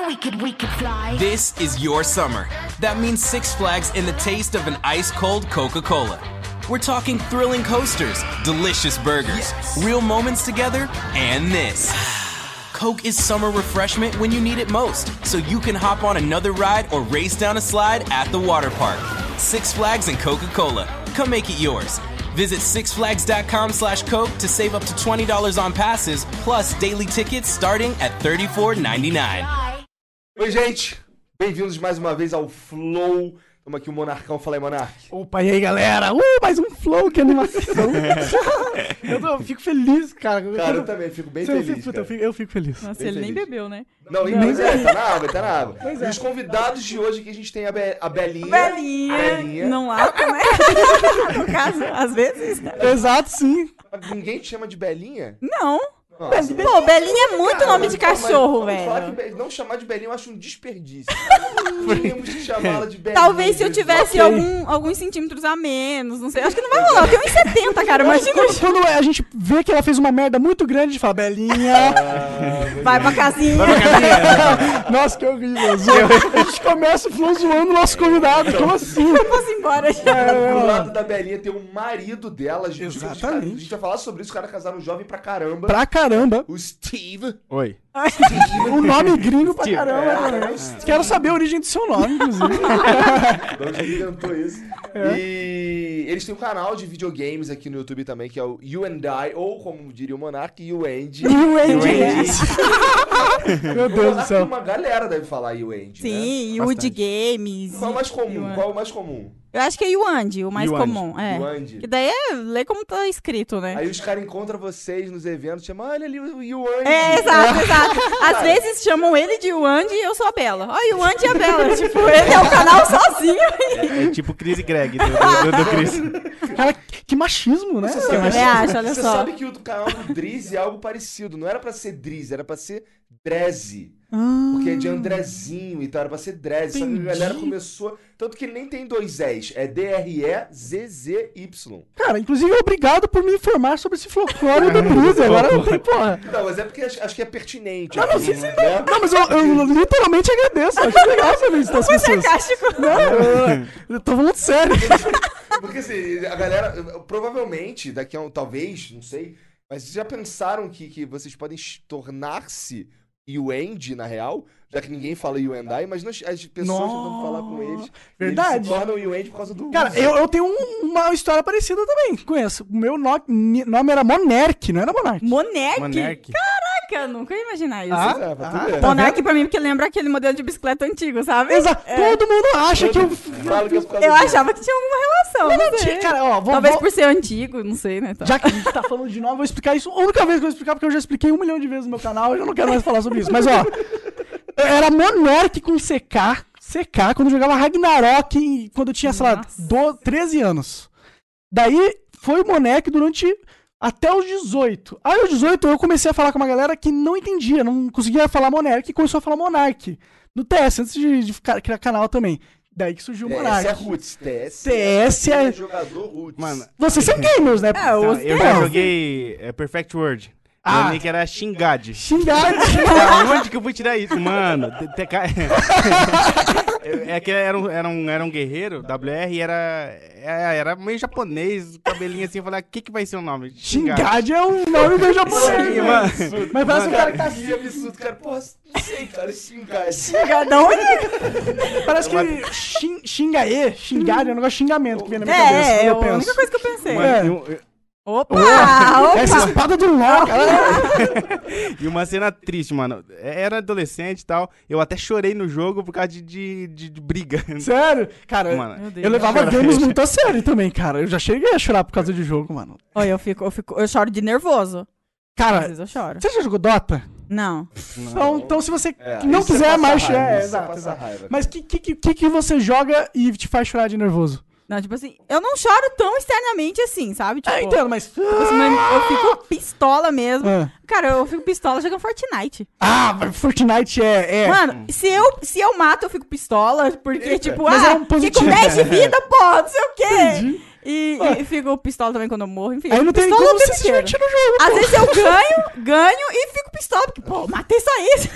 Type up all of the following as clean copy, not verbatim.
we could fly. This is your summer. That means Six Flags and the taste of an ice-cold Coca-Cola. We're talking thrilling coasters, delicious burgers, real moments together, and this. Coke is summer refreshment when you need it most, so you can hop on another ride or race down a slide at the water park. Six Flags and Coca-Cola. Come make it yours. Visit sixflags.com/Coke to save up to $20 on passes, plus daily tickets starting at $34.99. Oi, gente. Bem-vindos mais uma vez ao Flow. Tamo aqui o Monarcão. Fala aí, Monark. Opa, e aí, galera? Mais um Flow, que animação. eu fico feliz, cara. Cara, eu também fico bem feliz, eu fico feliz. Nossa, Bem ele nem feliz. bebeu, né? Não, pois é, tá na água. E os convidados de hoje que a gente tem a Belinha. Belinha. Não lata, né? No caso, às vezes. Exato, sim. Ninguém te chama de Belinha? Não. Nossa, Pô, Belinha é muito nome de cachorro, mas falar velho. que não chamar de Belinha eu acho um desperdício. Tínhamos que chamá-la de Belinha. Talvez se eu tivesse alguns centímetros a menos, não sei. Acho que não vai rolar. Eu tenho 1,70, cara. Imagina. Quando a gente vê que ela fez uma merda muito grande, a gente fala, Belinha. Vai pra casinha. Nossa, que horrível. A gente começa o Flow zoando o nosso convidado. Como assim? Eu posso ir embora já. Do lado da Belinha tem o marido dela. Exatamente. A gente vai falar sobre isso. Os caras casaram jovem pra caramba. Caramba. O Steve. Oi. O nome gringo pra Steve. caramba. Né? Quero saber a origem do seu nome, inclusive. De onde inventou isso? E eles têm um canal de videogames aqui no YouTube também, que é o You and I, ou como diria o Monark, You and. Meu Deus do céu. Uma galera deve falar You and. Sim, né? Yude Games. Qual é o mais comum? Qual é o mais comum? Eu acho que é Yuandi, o mais Yuandi. comum. É. Yuandi. Que daí é ler como tá escrito, né? Aí os caras encontram vocês nos eventos, chamam, olha ali o Yuandi. É, exato. Às vezes chamam ele de Yuandi e eu sou a Bela. Ó, Yuandi e a Bela. Tipo, ele é o canal sozinho. É tipo Chris e Greg do Chris. Cara, que machismo, né? Eu acho, olha Você só. sabe que o canal do Drizzy é algo parecido. Não era pra ser Drizzy, era pra ser Drezzy. Porque é de Andrezinho e tal, era pra ser Drezzy. Só que a galera começou... Tanto que ele nem tem dois S, é D-R-E-Z-Z-Y. Cara, inclusive, obrigado por me informar sobre esse folclore do Drizzy. Agora não tem porra. Não, mas é porque acho que é pertinente. Não, aqui, sim, né? Não, mas eu literalmente agradeço. Acho legal saber isso das Foi pessoas. sarcástico. Não, eu tô falando sério. Porque assim, a galera, provavelmente, daqui a talvez, não sei, mas vocês já pensaram que vocês podem tornar-se You and, na real? Já que ninguém fala You and I, imagina as pessoas tentando falar com eles. Verdade. Eles se tornam You and por causa do Cara, uso. eu tenho uma história parecida também. Conheço. O meu nome era Monark, não era Monark. Monark. Caraca, nunca ia imaginar isso. É, pra tu ver. Monark pra mim, porque lembra aquele modelo de bicicleta antigo, sabe? Exato. Todo mundo acha que eu... Fala que é por causa Eu disso. achava que tinha alguma relação. Não sei. Cara, ó, Talvez por ser antigo, não sei, né? Tá. Já que a gente tá falando de novo, eu vou explicar isso. A única vez que eu vou explicar, porque eu já expliquei 1 milhão de vezes no meu canal, eu já não quero mais falar sobre isso. Mas, ó, era Monark com CK, quando eu jogava Ragnarok, quando eu tinha, sei lá, 13 anos. Daí, foi Monark durante até os 18. Aí, aos 18, eu comecei a falar com uma galera que não entendia, não conseguia falar Monark, e começou a falar Monark. No TS, antes de criar canal também. Daí que surgiu o Monark. TS é Roots. TS é jogador Roots. Mano, Vocês são gamers, né? eu já joguei Perfect World. Meu nick era Xingad. Xingado. Onde que eu fui tirar isso? Mano, é que era um guerreiro, WR, e era meio japonês, cabelinho assim, eu falei, o que vai ser o nome? Xingad é um nome meio japonês. Sim, mano. Mas parece um cara que tá Que absurdo, cara. Porra, não sei, cara. Xingar. Xingadão, Parece que xingado é um negócio de xingamento que vem na minha É, cabeça. é quando a eu penso. única coisa que eu pensei. Mano, Opa! Essa espada do LOL, cara. e uma cena triste, mano. Era adolescente e tal. Eu até chorei no jogo por causa de briga. Sério? Cara, Mano, Meu Deus. eu levava games muito a sério também, cara. Eu já cheguei a chorar por causa de jogo, mano. Olha, eu choro de nervoso. Às Cara, vezes eu choro. você já jogou Dota? Não. Então se você É, não isso é quiser passar mais... raiva, É, isso é exato, passar exato. raiva. Mas que você joga e te faz chorar de nervoso? Não, tipo assim, eu não choro tão externamente assim, sabe? Tipo, Entendo, mas... tipo assim, mas eu fico pistola mesmo. Ah. Cara, eu fico pistola jogando Fortnite. Mas Fortnite é... Mano, se eu mato, eu fico pistola, porque, tipo, Mas é um fiquei com positivo. 10 de vida, pô, não sei o quê. Entendi. E fico pistola também quando eu morro, enfim. Aí não tem pistola como o tempo você se inteiro. divertir no jogo. Às vezes eu ganho e fico pistola, porque, pô, matei só isso.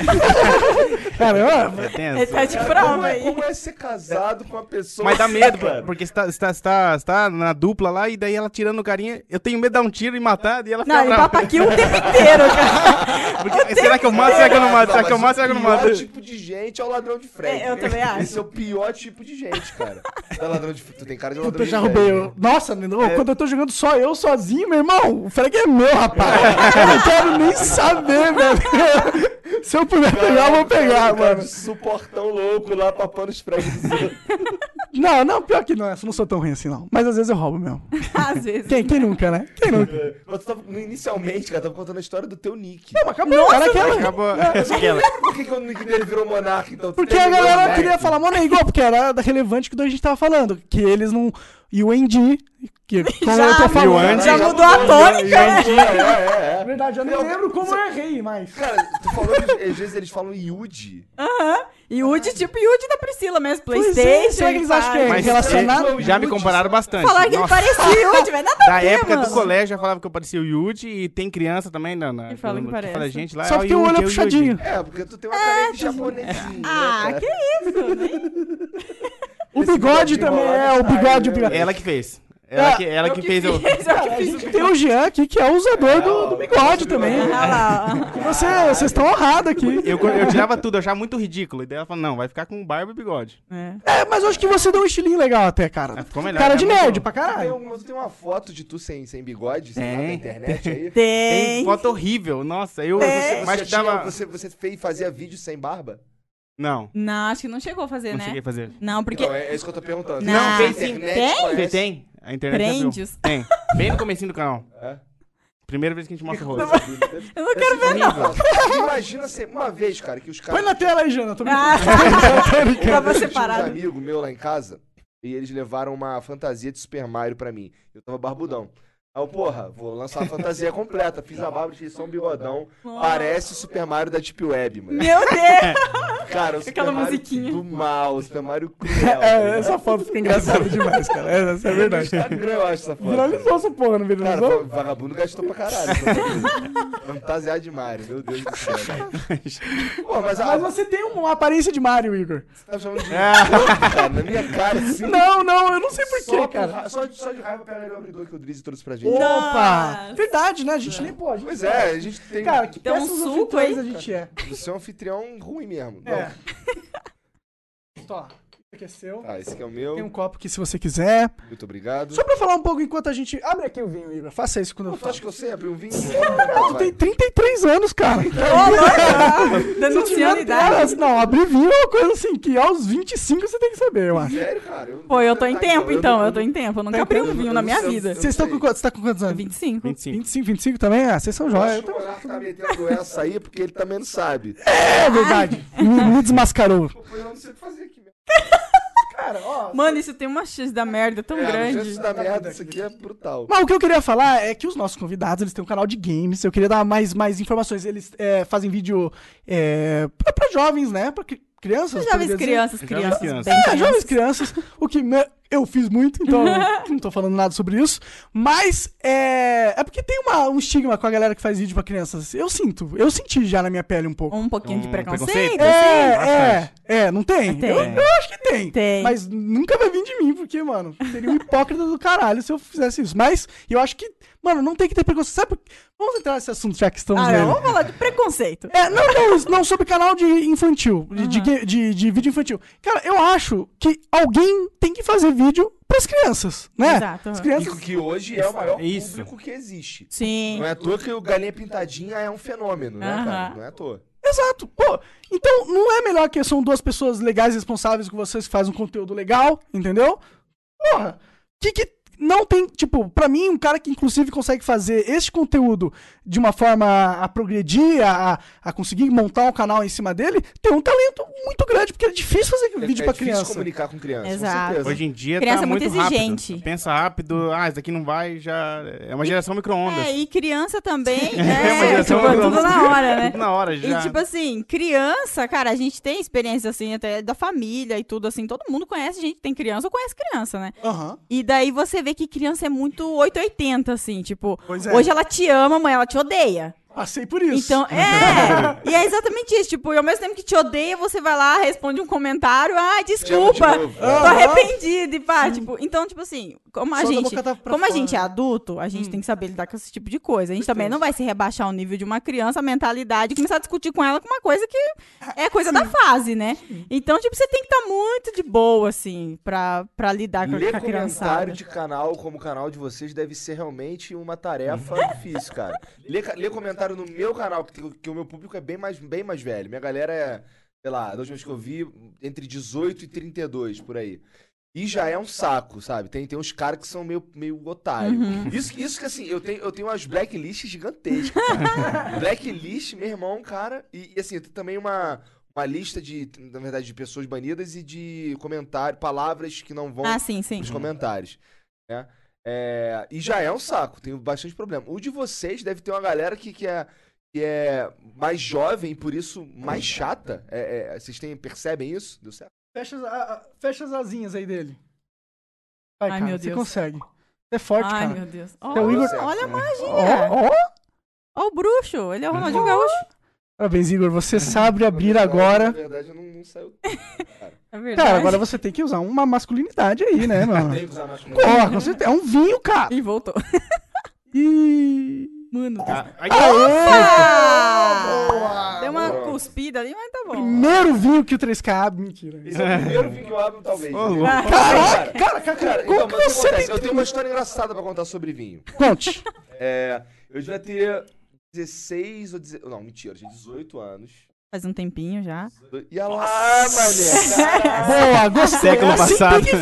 Caramba. É tenso. Ele tá de Como prova é, aí. como é ser casado com uma pessoa... Mas dá medo, cara? porque você tá na dupla lá e daí ela tirando o carinha. Eu tenho medo de dar um tiro e matar, e ela fica Não, ele brava. papa aqui o tempo inteiro, cara. Porque, será que eu mato? Será que eu não mato? Será que eu mas mato? Será que eu não O pior mato? tipo de gente é o ladrão de frente. Eu também acho. Esse é o pior tipo de gente, cara. Tu é ladrão de... Tu tem cara de ladrão Eu de já frente. roubei. Nossa, quando eu tô jogando só eu sozinho, meu irmão, o frag é meu, rapaz. Eu não quero nem saber, velho. Se eu puder pegar, eu vou pegar, Cara, mano. suportão louco lá papando os frangos dos outros. Não, pior que não é. Eu não sou tão ruim assim, não. Mas às vezes eu roubo mesmo. Às vezes. Quem nunca, né? Quem nunca? Mas tu tava, inicialmente, cara, tava contando a história do teu nick. Não, mas acabou. Cara, aquela. Acabou aquela. Por que o nick dele virou monarca, então? Tu Porque a terminou galera o queria Mac. falar Mono igual, porque era da relevante que a gente tava falando. Que eles não. E o Andy, que como Já, eu tô falando. já mudou a tônica, né? É verdade, eu não lembro como eu errei, mas. Cara, tu falou que às vezes eles falam Yudi. Yudi, tipo Yudi da Priscila mesmo, Pois é, Playstation. será que eles acham que é Mas relacionado? já me compararam bastante. Falaram que ele Nossa. parecia o Yudi, velho. Nada a Da ver, época mano. do colégio já falava que eu parecia o Yudi e tem criança também Que fala que parece. fala gente lá. Só é porque o Yudi, olho é o Yudi. puxadinho. É, porque tu tem uma carinha de japonesinho. Ah, né, cara? que isso? Nem... O Esse bigode bigodinho também rolado é, o sai, bigode, o né? bigode. Ela que fez. Ela que fez o... Cara, a gente tem o Jean aqui, que é o usador do bigode também. Olha lá, ó. Vocês estão honrados aqui. Eu tirava tudo, eu achava muito ridículo. E daí ela falou, não, vai ficar com barba e bigode. É. É, mas eu acho que você deu um estilinho legal até, cara. Ficou melhor. Cara né? de Muito nerd bom. pra caralho. Tu tem uma foto de tu sem bigode, sei lá, Tem. na internet aí? Tem Tem. foto horrível, nossa. Eu Tem. mas que dava... Você fazia vídeo sem barba? Não, Não, acho que não chegou a fazer, não né? cheguei a fazer. Não, porque... Então, é isso que eu tô perguntando. Não, Tem tem sim. internet, Tem? conhece? Tem. A internet Prende abriu. os... Tem. Bem no comecinho do canal. É? Primeira vez que a gente mostra o rosto. Eu não quero ver, não. Imagina ser uma vez, cara, que os Põe caras... na tela aí, Jana. Tô brincando. Ah, tava Tinha uns separado. amigos meus lá em casa e eles levaram uma fantasia de Super Mario pra mim. Eu tava barbudão. Aí eu, porra, vou lançar a fantasia completa. Fiz a barba, fiz só um bigodão. Parece o Super Mario da Deep Web, mano. Meu Deus! Cara, o Super Aquela Mario musiquinha. do mal, o Super Mario cruel. É, essa foto fica engraçada demais, cara. Essa é verdade. Instagram, eu acho essa foto. Viralizou essa porra, não Cara, viralizou? vagabundo gastou pra caralho. Fantasiar de Mario, meu Deus do céu. Pô, mas Mas você tem uma aparência de Mario, Igor. Você tá chamando de louco, cara, na minha cara, assim. Não, eu não sei Só porquê, por cara. Só de raiva pega ali o abridor que o Drizzy trouxe pra gente. Opa! Nossa. Verdade, né? A gente nem pode. Pois é, a gente tem... Cara, que Tem um péssimos suco anfitriões aí. a gente é. Você é um anfitrião ruim mesmo. Não. É. Tó, esse aqui é seu. Tá, esse aqui é o meu. Tem um copo aqui se você quiser. Muito obrigado. Só pra falar um pouco enquanto a gente... Abre aqui o vinho, Igor. Faça isso quando eu Tu falo. acha que eu sei abrir um vinho? Tu tem 33 anos, cara. Denunciando a idade. Não, abrir vinho é uma coisa assim que aos 25 você tem que saber, eu acho. Sério, cara? Pô, eu tô em tempo, então. Eu tô em em tempo. Eu nunca Tá abri em um tempo? vinho na minha Eu- vida. eu- Vocês estão com quantos? Você tá com quantos anos? 25. 25. 25 também? Ah, vocês são jóias. O Monark tá metendo essa aí porque ele também não sabe. É verdade. Me desmascarou. Pô, eu não sei o que fazer aqui mesmo. Cara, ó. Mano, isso tem uma chance da merda tão O grande. gesto da merda, isso aqui é brutal. Mas o que eu queria falar é que os nossos convidados, eles têm um canal de games. Eu queria dar mais informações. Eles fazem vídeo pra jovens, né? Pra crianças. Jovens poderia dizer. crianças, Jovens crianças. crianças. bem É, crianças. jovens crianças, o que eu fiz muito, então não tô falando nada sobre isso. Mas é porque tem um estigma com a galera que faz vídeo pra crianças. Eu senti já na minha pele um pouco. Um pouquinho de Um preconceito, preconceito? É, não tem? Tem. Eu acho que tem. Tem. Mas nunca vai vir de mim, porque, mano, seria um hipócrita do caralho se eu fizesse isso. Mas eu acho que, mano, não tem que ter preconceito. Sabe por quê? Vamos entrar nesse assunto já que estamos Ah, nele. não, vamos falar de preconceito. Não, sobre canal de infantil, de vídeo infantil. Cara, eu acho que alguém tem que fazer vídeo pras crianças, né? Exato. As crianças... Que hoje é o maior Isso. público que existe. Sim. Não é à toa que o Galinha Pintadinha é um fenômeno, né, cara? Aham. Não é à toa. Exato. Pô, então não é melhor que são duas pessoas legais e responsáveis com vocês que fazem um conteúdo legal, entendeu? Porra, que não tem, tipo, pra mim, um cara que inclusive consegue fazer esse conteúdo de uma forma a progredir, a conseguir montar um canal em cima dele, tem um talento muito grande, porque é difícil fazer vídeo pra difícil criança. comunicar com criança, Exato. com certeza. Hoje em dia Criança tá é muito muito rápido. exigente. Pensa rápido, isso daqui não vai, já... É uma geração micro-ondas. É, e criança também. uma geração tipo, micro-ondas. tudo na hora, né? Tudo na hora já. E tipo assim, criança, cara, a gente tem experiência assim, até da família e tudo assim. Todo mundo conhece gente que tem criança ou conhece criança, né? Aham. E daí você vê vê que criança é muito 880, assim, tipo, Pois é. hoje ela te ama, amanhã ela te odeia. Passei por isso. Então, e é exatamente isso, tipo, e ao mesmo tempo que te odeia, você vai lá, responde um comentário, desculpa, novo. tô arrependido, e pá, tipo, então, tipo assim, como a Só da gente, boca tá pra como a fora. gente é adulto, a gente tem que saber lidar com esse tipo de coisa, a gente também não vai se rebaixar ao nível de uma criança, a mentalidade, e começar a discutir com ela com uma coisa que é coisa da fase, né? Então, tipo, você tem que estar muito de boa, assim, pra lidar com Ler a criançada. comentário de canal como o canal de vocês deve ser realmente uma tarefa difícil, cara. Ler comentário no meu canal, que o meu público é bem mais velho. Minha galera é, sei lá, das últimas que eu vi, entre 18 e 32, por aí. E já é um saco, sabe? Tem uns caras que são meio otário. Isso que assim, eu tenho umas blacklists gigantescas, cara. Blacklist, meu irmão, cara. E assim, eu tenho também uma lista na verdade, de pessoas banidas e de comentários, palavras que não vão Sim. nos comentários, né? E já é um saco, tenho bastante problema. O de vocês deve ter uma galera que é mais jovem, por isso mais chata. Vocês percebem isso? Deu certo? Fecha as asinhas aí dele. Vai, Ai, cara, meu você Deus. consegue. Você é forte, Ai, cara. meu Deus. É o Igor- Olha a magia. Ó. Ó o bruxo, ele é o Ronaldinho Gaúcho. Parabéns, Igor. Você sabe abrir agora. Na verdade, não saiu. É verdade. Cara, agora você tem que usar uma masculinidade aí, né, mano? Tem que usar mais Porra, com certeza. É um vinho, cara. E voltou. E... Mano. Boa! Deu uma cuspida ali, mas tá bom. Primeiro vinho que o 3K abre. Mentira. Esse é o primeiro vídeo que eu abro, talvez. Ô, né? louco. Cara, Então, como mas o que que você acontece? tem... Eu tenho uma história engraçada pra contar sobre vinho. Conte. Eu devia ter 16 ou 17... Não, mentira, tinha 18 anos. Faz um tempinho já. E ela... mané! Boa, gostei. Século Assim passado. tem que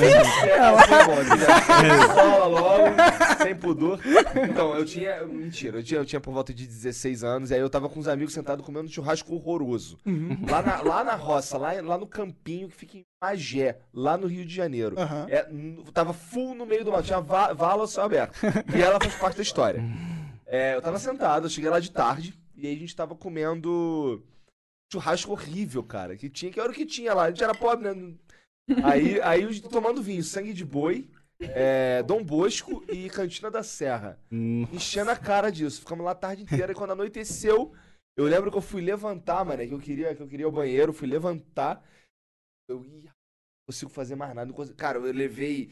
vir. Sola logo, sem pudor. Então, eu tinha... Mentira, eu tinha por volta de 16 anos, e aí eu tava com uns amigos sentados comendo um churrasco horroroso. Lá na roça, lá no campinho que fica em Magé, lá no Rio de Janeiro. Tava full no meio do mato, tinha vala ao céu aberto. E ela faz parte da história. Eu tava sentado, eu cheguei lá de tarde, e aí a gente tava comendo... churrasco horrível, cara. Que era o que tinha lá. A gente era pobre, né? Aí eu tomando vinho, sangue de boi, Dom Bosco e Cantina da Serra. Enchendo a cara disso. Ficamos lá a tarde inteira. E quando anoiteceu, eu lembro que eu fui levantar, mano. Que eu queria ir ao banheiro. Fui levantar. Eu ia. Não consigo fazer mais nada. Cara, eu levei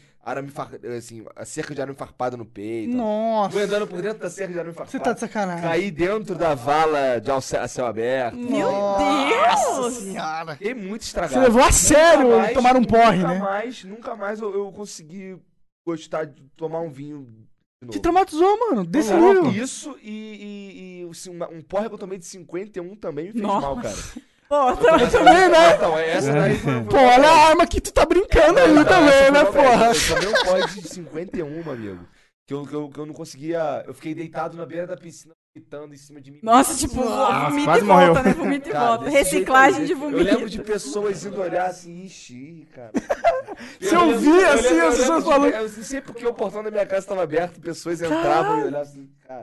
a cerca de arame farpada no peito. Nossa. Fui andando por dentro da cerca de arame farpada. Você tá de sacanagem. Caí dentro da vala de a céu aberto. Meu Nossa Deus! senhora. Fiquei muito estragado. Você levou a sério Nunca mais- tomar um porre, né? Nunca mais eu consegui gostar de tomar um vinho de novo. Te traumatizou, mano. Desse Louco. nível. Isso e assim, um porre que eu tomei de 51 também me fez Nossa. mal, cara. Pô, também, né? Então, essa daí foi... Pô, olha a arma que tu tá brincando aí também, né, porra? Eu tomei um porre de 51, amigo. Que eu não conseguia... Eu fiquei deitado na beira da piscina, gritando em cima de mim. Nossa, tipo, vomita quase e morreu. volta, né? Vomita e Cara, volta. desse Reciclagem jeito de aí. vomito. Eu lembro de pessoas indo olhar assim, ixi, cara. Você ouvia assim as pessoas falando. Eu não sei porque o portão da minha casa estava aberto, pessoas entravam e olhavam assim, cara.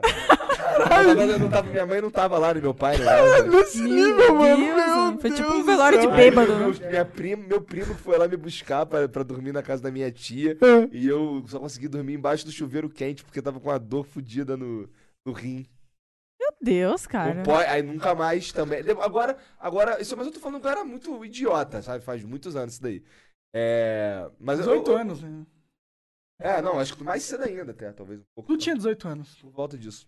Minha mãe não tava lá, nem meu pai, né? Nesse nível, mano. Meu Foi tipo Deus um velório de do céu. bêbado. Meu primo que foi lá me buscar pra dormir na casa da minha tia. E eu só consegui dormir embaixo do chuveiro quente, porque tava com uma dor fodida no rim. Meu Deus, cara. Aí nunca mais também. Agora, mas eu tô falando que eu era muito idiota, sabe? Faz muitos anos isso daí. Mas 18 anos, né? Não, acho que mais cedo ainda até, talvez um pouco. Tu tinha 18 anos. Por volta disso.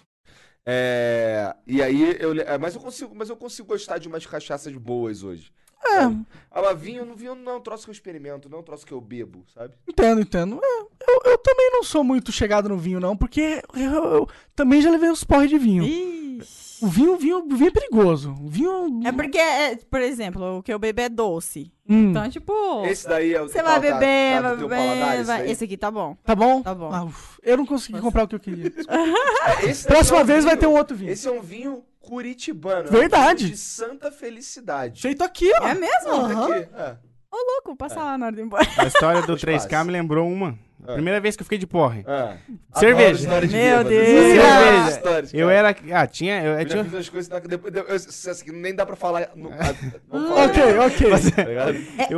E aí, mas eu consigo gostar de umas cachaças boas hoje. Mas vinho não é um troço que eu experimento, não é um troço que eu bebo, sabe? Entendo. Eu também não sou muito chegado no vinho, não, porque eu também já levei uns porre de vinho. Ixi. O vinho é perigoso. O vinho... É porque, por exemplo, o que eu bebo é doce. Então, tipo, Esse daí é o você vai beber, tá vai do teu paladar, beber, esse daí? esse aqui tá bom. Tá bom? Tá bom. Eu não consegui comprar o que eu queria. Esse daí Próxima é um vez vai vinho- ter um outro vinho. Esse é um vinho curitibano. Verdade. É um vinho de Santa Felicidade. Feito aqui, ó. É mesmo? Tá Aham. aqui, Ô, louco, vou passar lá na hora de ir embora. A história do Pois 3K passa. me lembrou uma. Primeira vez que eu fiquei de porre. Cerveja. Cerveja. Meu Deus. Cerveja. Eu era... tinha... Eu Eu já tinha... fiz as coisas... Assim, nem dá pra falar... Ok. Tá ligado?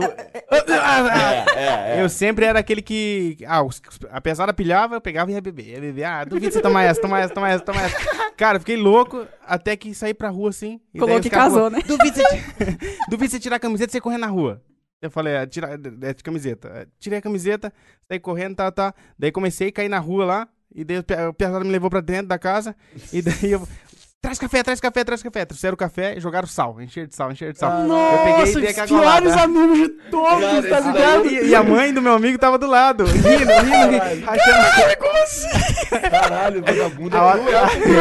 Eu sempre era aquele que... a pesada pilhava, eu pegava e ia beber. Duvido você tomar essa. Cara, eu fiquei louco até que saí pra rua assim. E daí Colou os que caras casou, falaram, né? Duvido você tirar a camiseta e você correr na rua. Eu falei, de camiseta. Tirei a camiseta, saí correndo, tá. Daí comecei a cair na rua lá. E daí o pesado me levou pra dentro da casa. E daí eu... Traz café. Trouxeram o café, jogaram sal. Encheram de sal. Eu peguei e dei aquela os piores golada. amigos de todos, Cara, tá esse ligado? E a mãe do meu amigo tava do lado, rindo, rachando. Como assim? Caralho, vagabundo A hora-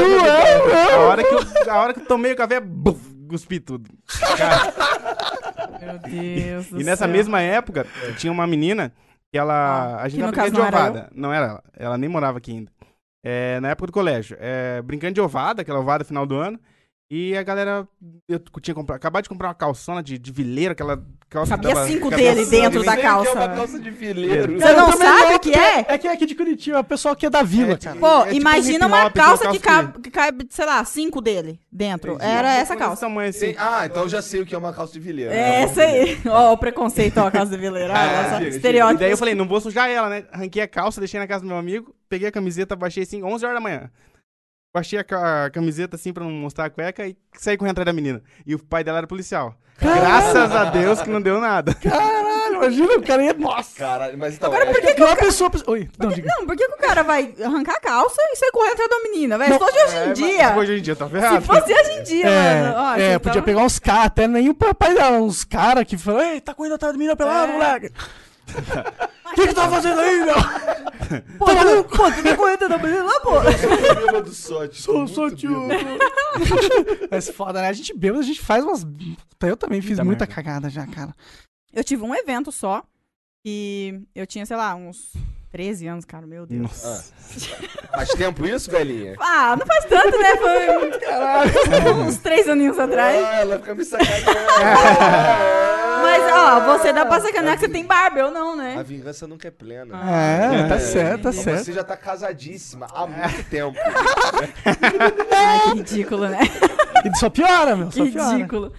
é A hora que eu tomei o café, buf, cuspi tudo. Cara, Meu Deus do e nessa céu. mesma época, tinha uma menina que ela... a gente que no tava brincando de caso não era ovada. Não era ela. Ela nem morava aqui ainda. Na época do colégio. Brincando de ovada, aquela ovada final do ano. E a galera... Eu tinha acabado de comprar uma calçona de vileiro, aquela calça... Cabia dava- 5 cabia dele cinco dentro em da mim. calça. É uma calça de fileiro. Você não Eu também sabe o que é? É que é aqui de Curitiba, é o pessoal que é da vila, cara. Pô, tipo imagina um uma hip-hop, calça aquela que calça cabe, sei lá, 5 dele dentro. Entendi. Era essa Desse calça. tamanho assim. Então eu já sei o que é uma calça de fileiro. É essa aí. Ó, o preconceito, ó, a calça de veleira. Olha só, chega, E estereótipo. daí eu falei, não vou sujar ela, né? Arranquei a calça, deixei na casa do meu amigo, peguei a camiseta, baixei assim, 11 horas da manhã. Baixei a camiseta assim pra não mostrar a cueca e saí correndo atrás da menina. E o pai dela era policial. Graças a Deus que não deu nada. Caralho, imagina, o cara ia... Nossa! Caralho, mas então... Porque uma pessoa... Oi, não, diga. Não, por que que o cara vai arrancar a calça e sair correndo atrás da menina, velho? Se fosse hoje em dia. Hoje em dia tá Se ferrado. fosse hoje em dia, mano. Ó, você podia tava- pegar uns caras, até nem o papai dela, uns caras que falam, ei, tá correndo atrás da menina pelada, moleque. O que tá fazendo aí, meu? Pô, tu tá correndo atrás da menina lá, pô. bêbado só, tipo, Sou muito tio. bêbado. Mas foda, né? A gente bêbado, a gente faz umas... Eu também fiz Muita muita merda. cagada já, cara. Eu tive um evento só e eu tinha, sei lá, uns 13 anos, cara, meu Deus. Nossa. Faz tempo isso, velhinha? Ah, não faz tanto, né? Foi uns 3 aninhos atrás. Ela fica me sacaneando. Mas, ó, você dá pra sacanear que você tem barba, eu não, A né? vingança nunca é plena. Tá certo, tá certo. Você já tá casadíssima há muito tempo. Ai, que ridículo, né? E só piora, meu, Que só piora. ridículo.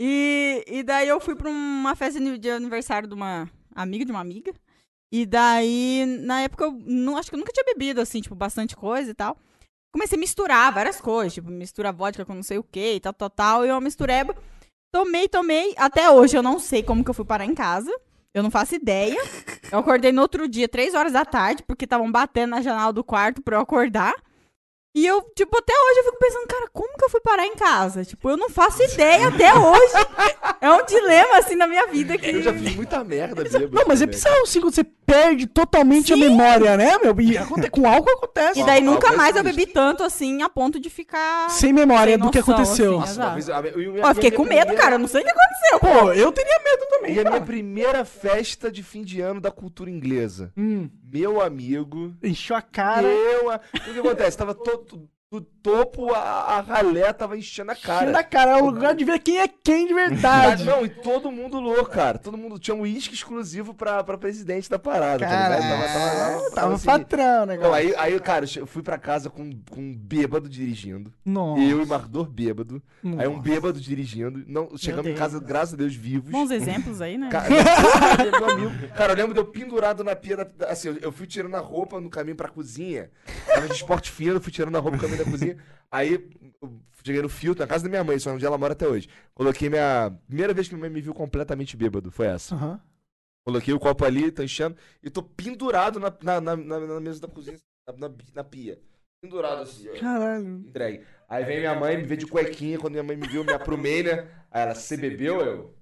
E daí eu fui pra uma festa de aniversário de uma amiga. E daí, na época, eu não, acho que eu nunca tinha bebido, assim, tipo, bastante coisa e tal. Comecei a misturar várias coisas, tipo, mistura vodka com não sei o que e tal. E eu mistureba. Tomei. Até hoje eu não sei como que eu fui parar em casa. Eu não faço ideia. Eu acordei no outro dia, 3 horas da tarde, porque estavam batendo na janela do quarto pra eu acordar. E eu, tipo, até hoje eu fico pensando, cara, como que eu fui parar em casa? Tipo, eu não faço ideia até hoje. É um dilema, assim, na minha vida que... Eu já fiz muita merda bêbado. Não, mas é também. bizarro, assim, quando você perde totalmente a memória, né, meu? E com álcool acontece. E daí Ó, nunca ó, mais eu mas- bebi tanto, assim, a ponto de ficar... Sem memória sem do que noção, aconteceu. assim, Uma exato. vez, Ó, eu fiquei com medo, cara, eu não sei o que aconteceu. Pô, eu teria medo também, E a minha cara. primeira festa de fim de ano da cultura inglesa. Meu amigo. Encheu a cara. O que acontece? Tava todo do topo, a ralé tava enchendo a cara. Encheu na cara. É o lugar de ver quem é quem de verdade. Não, e todo mundo louco, cara. Todo mundo tinha um uísque exclusivo pra presidente da parada, Cara, tá ligado? tava assim. patrão o Não, negócio. aí, cara, eu fui pra casa com um bêbado dirigindo. Nossa. Eu e Mardor bêbado. Aí um bêbado dirigindo. Não, chegamos em Deus. casa, graças a Deus, vivos. Bons exemplos aí, né? Cara, meu amigo. Cara, eu lembro de eu pendurado na pia assim, eu fui tirando a roupa no caminho pra cozinha. Tava de esporte fino, fui tirando a roupa no caminho da cozinha. Aí, eu cheguei no filtro, na casa da minha mãe, isso é onde ela mora até hoje. Coloquei minha... Primeira vez que minha mãe me viu completamente bêbado, foi essa. Aham. Coloquei o copo ali, tô enchendo, e tô pendurado na mesa da cozinha, na pia. Pendurado assim, ó. Caralho. Entregue. Aí vem minha mãe, me vê de cuequinha, quando minha mãe me viu, eu me aprumei, né? Aí ela, você bebeu, eu?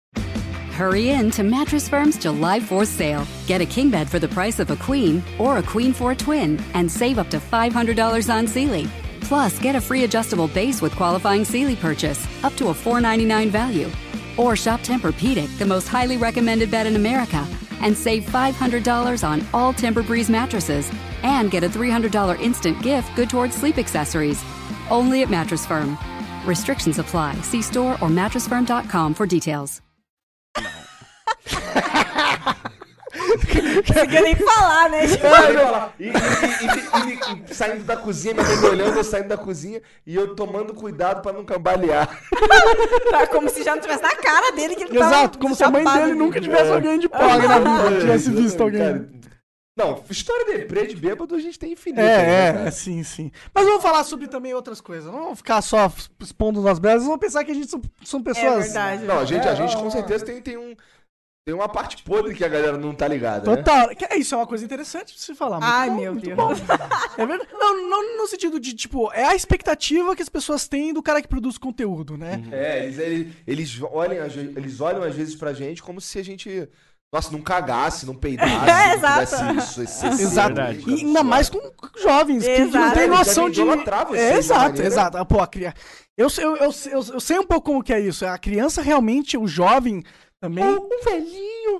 Hurry in to Mattress Firm's July 4th sale. Get a king bed for the price of a queen or a queen for a twin and save up to $500 on Sealy. Plus, get a free adjustable base with qualifying Sealy purchase, up to a $499 value. Or shop Tempur-Pedic, the most highly recommended bed in America, and save $500 on all Tempur-Breeze mattresses and get a $300 instant gift good towards sleep accessories. Only at Mattress Firm. Restrictions apply. See store or mattressfirm.com for details. conseguia nem falar, né? E saindo da cozinha, minha mãe me olhando, eu saindo da cozinha e eu tomando cuidado pra não cambalear. Tá como se já não tivesse na cara dele que ele tava Exato, como se a mãe chapado dele ali. nunca tivesse alguém de prog na vida, tivesse visto alguém. Cara, não, história de deprê de bêbado a gente tem infinita. né, cara? Sim. Mas vamos falar sobre também outras coisas. Não vamos ficar só expondo nas brasas, vamos pensar que a gente são pessoas... É verdade. Não, a gente com certeza tem uma parte podre que a galera não tá ligada, né? Total. Isso é uma coisa interessante de se falar. Muito Ai, bom, meu muito Deus. bom. É verdade. Não no sentido de, tipo, é a expectativa que as pessoas têm do cara que produz conteúdo, né? Eles olham às vezes pra gente como se a gente... Nossa, não cagasse, não peidasse, Exato. não tivesse isso. Exato. verdade. E ainda mais com jovens, que não Exato. tem noção de... idolatrar vocês da maneira. Exato. Pô, a criança... Eu sei um pouco como que é isso. A criança realmente, o jovem também... Um velhinho.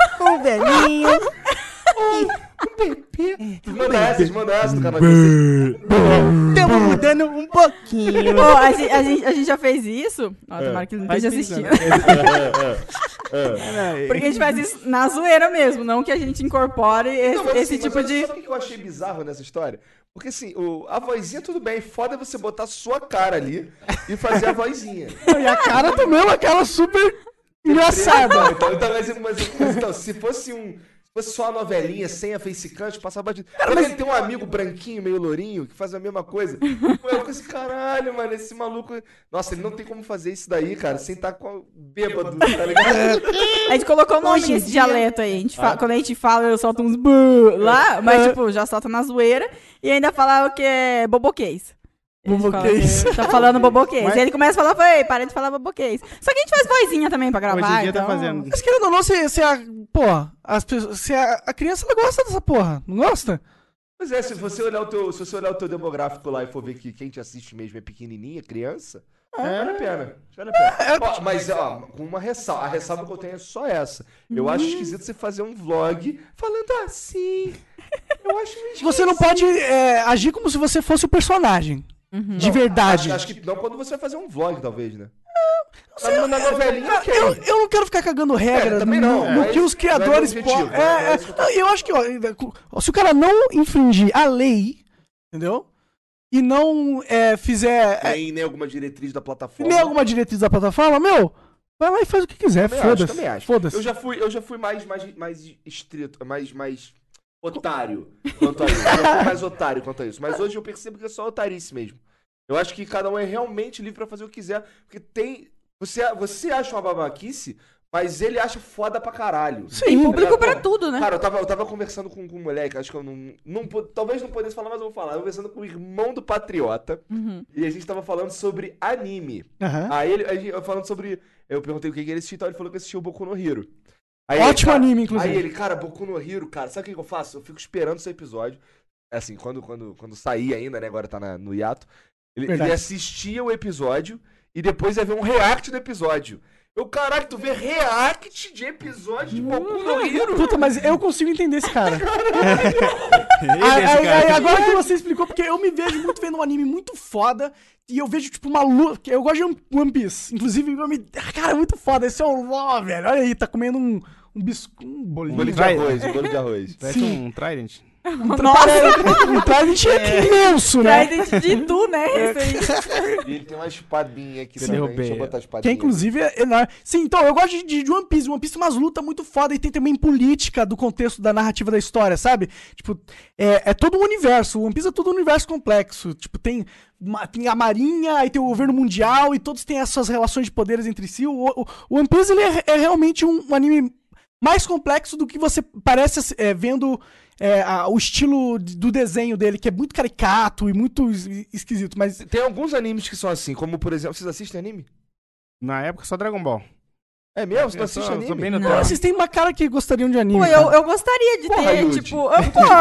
Um bebê. Manda essa do canal de vocês. Estamos mudando um pouquinho. Pô, a gente já fez isso. Ó, tomara que ele não esteja assistindo. Porque a gente faz isso na zoeira mesmo, não que a gente incorpore esse tipo de... Sabe o que eu achei bizarro nessa história? Porque assim, a vozinha tudo bem, foda é você botar sua cara ali e fazer a vozinha. E a cara também é uma cara super engraçada. Então, se fosse só a novelinha sem a facecam, passava batido. Quando ele tem um amigo branquinho, meio lourinho, que faz a mesma coisa. Eu fico assim, caralho, mano, esse maluco... Nossa, ele não tem como fazer isso daí, cara, sem estar com bêbado, tá ligado? A gente colocou o nome nesse dialeto aí. Quando a gente fala, eu solto uns bú lá, mas tipo, já solta na zoeira. E ainda fala o que é boboquês. Boboquês. Tá falando boboquês. E ele começa a falar, para de falar boboquês. Só que a gente faz vozinha também pra gravar. Hoje em dia então... tá fazendo. Mas querendo ou não, a criança ela gosta dessa porra, não gosta? Pois é, se você olhar o teu demográfico lá e for ver que quem te assiste mesmo é pequenininha, criança, vale a pena. Mas, com uma ressalva. A ressalva que eu tenho é só essa. Eu acho esquisito você fazer um vlog falando assim. Eu acho meio esquisito. Você não pode agir como se você fosse o personagem. De verdade. Acho que não quando você vai fazer um vlog, talvez, né? Na novelinha, ok. Eu não quero ficar cagando regra também no não, que os criadores não é meu objetivo, podem. Eu acho que se o cara não infringir a lei, entendeu? E não fizer Nem alguma diretriz da plataforma. nem alguma diretriz da plataforma, vai lá e faz o que quiser, Também acho. foda-se. Eu já fui mais estrito, mais otário quanto a isso. Eu fui mais otário quanto a isso. Mas hoje eu percebo que é só otarice mesmo. Eu acho que cada um é realmente livre pra fazer o que quiser. Porque tem... Você acha uma babaquice, mas ele acha foda pra caralho. Sim. Tem público pra tudo, né? Cara, eu tava conversando com um moleque, acho que eu talvez não pudesse falar, mas eu vou falar. Eu conversando com o irmão do Patriota. E a gente tava falando sobre anime. Aí eu falando sobre... Eu perguntei o que ele assistiu, então ele falou que assistiu o Boku no Hero. Ótimo anime, inclusive. Aí ele, cara, Boku no Hero, cara, sabe o que eu faço? Eu fico esperando esse episódio. Assim, quando sair ainda, né? Agora tá no hiato. Ele assistia o episódio e depois ia ver um react do episódio. Caralho, tu vê react de episódio de Boku no Hero? Puta, mas eu consigo entender esse cara. Agora que você explicou, porque eu me vejo muito vendo um anime muito foda e eu vejo, tipo, uma luta. Eu gosto de One Piece. Inclusive, cara, é muito foda. Esse é o Law, velho. Olha aí, tá comendo um bolinho. Um bolinho de arroz. Parece um Trident. Um Trident imenso, né? Trident de tu, né? E ele tem uma espadinha aqui também. Deixa eu botar a espadinha. Que inclusive é enorme. Sim, então, eu gosto de One Piece. One Piece tem umas lutas muito foda e tem também política do contexto da narrativa da história, sabe? Tipo, é todo um universo. O One Piece é todo um universo complexo. Tipo, tem a marinha, aí tem o governo mundial e todos têm essas relações de poderes entre si. O One Piece, ele é realmente um anime mais complexo do que você parece vendo... o estilo do desenho dele, que é muito caricato e muito esquisito, mas... Tem alguns animes que são assim, como, por exemplo... Vocês assistem anime? Na época, só Dragon Ball. É mesmo? Você não assiste anime? Bem no Não. tempo. Vocês têm uma cara que gostariam de anime. Pô, cara. eu gostaria de Porra, ter, Yudi. tipo...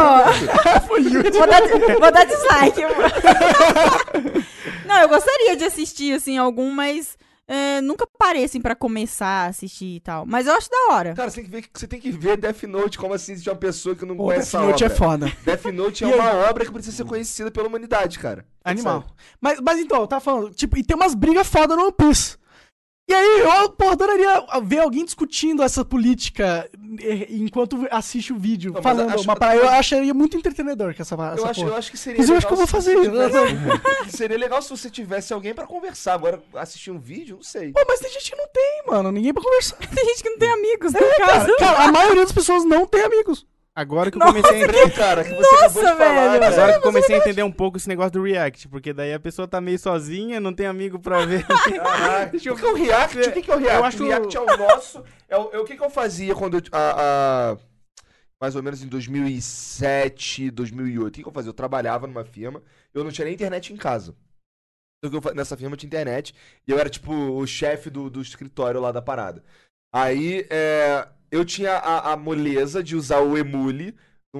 Vou dar dislike. Não, eu gostaria de assistir, assim, algum, mas... nunca parei, assim, pra começar a assistir e tal. Mas eu acho da hora. Cara, você tem que ver Death Note, como assim, de uma pessoa que não Pô, conhece Death a Note obra. é foda. Death Note é E aí? uma obra que precisa ser conhecida pela humanidade, cara. Animal. Mas então, eu tava falando, tipo, e tem umas brigas foda no One Piece. E aí, eu adoraria ver alguém discutindo essa política enquanto assiste o vídeo, Não, mas falando acho- uma parada. Eu acharia muito entretenedor que essa porra. Eu acho que seria Inclusive, eu acho que eu vou se fazer você isso. tivesse- Seria legal se você tivesse alguém pra conversar. Agora, assistir um vídeo, não sei. Pô, mas tem gente que não tem, mano. Ninguém pra conversar. Tem gente que não tem amigos, no caso. Cara, a maioria das pessoas não tem amigos. Agora que eu comecei a entender. Cara, que você acabou de falar, velho. cara. Agora que eu comecei a entender um pouco esse negócio do React, porque daí a pessoa tá meio sozinha, não tem amigo pra ver. Caraca, o que é o React? O que é o React? Eu acho- O React é o nosso. O que eu fazia quando eu. Mais ou menos em 2007, 2008. O que eu fazia? Eu trabalhava numa firma, eu não tinha nem internet em casa. Nessa firma tinha internet, e eu era tipo o chefe do escritório lá da parada. Aí eu tinha a moleza de usar o Emule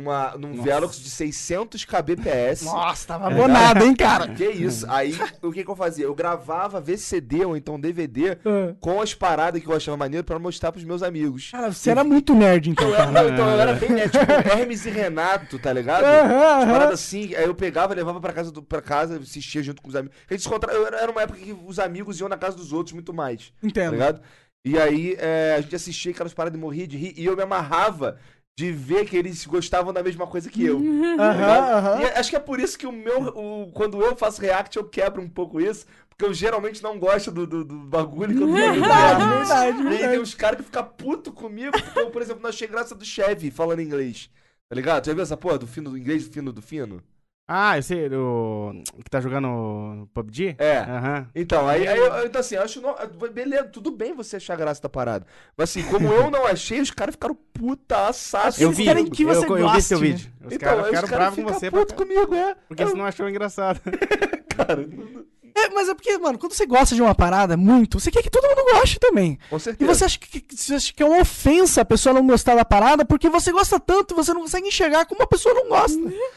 num Velox de 600 kbps. Nossa, tava abonado, hein, cara? Que isso? Aí, o que eu fazia? Eu gravava VCD ou então DVD com as paradas que eu achava maneiro pra mostrar pros meus amigos. Cara, você era muito nerd, então, cara. Então, eu era bem nerd, tipo Hermes e Renato, tá ligado? Aham. Paradas assim, aí eu pegava, levava pra casa, assistia junto com os amigos. Era uma época que os amigos iam na casa dos outros muito mais, tá Entendo. ligado? E aí, a gente assistia aquelas paradas e morria de rir, e eu me amarrava de ver que eles gostavam da mesma coisa que eu. tá ligado? Aham. E acho que é por isso que quando eu faço react, eu quebro um pouco isso, porque eu geralmente não gosto do bagulho que eu tô Verdade. E aí tem uns caras que ficam putos comigo, porque eu, por exemplo, não achei graça do Chevy falando inglês. Tá ligado? Já viu essa porra do fino do inglês, do fino? Ah, eu sei, o que tá jogando PUBG? É. Aham. Então, então assim, eu acho. Beleza, tudo bem você achar graça da parada. Mas assim, como eu não achei, os caras ficaram putaçaço. Eu Eles vi, querem que você eu vi goste, seu né? vídeo. Os Então, caras os ficaram caras bravos com ficam você putos comigo, porque você não achou engraçado. Cara, Mas é porque, mano, quando você gosta de uma parada muito, você quer que todo mundo goste também. com E certeza. você acha que é uma ofensa a pessoa não gostar da parada, porque você gosta tanto, você não consegue enxergar como a pessoa não gosta.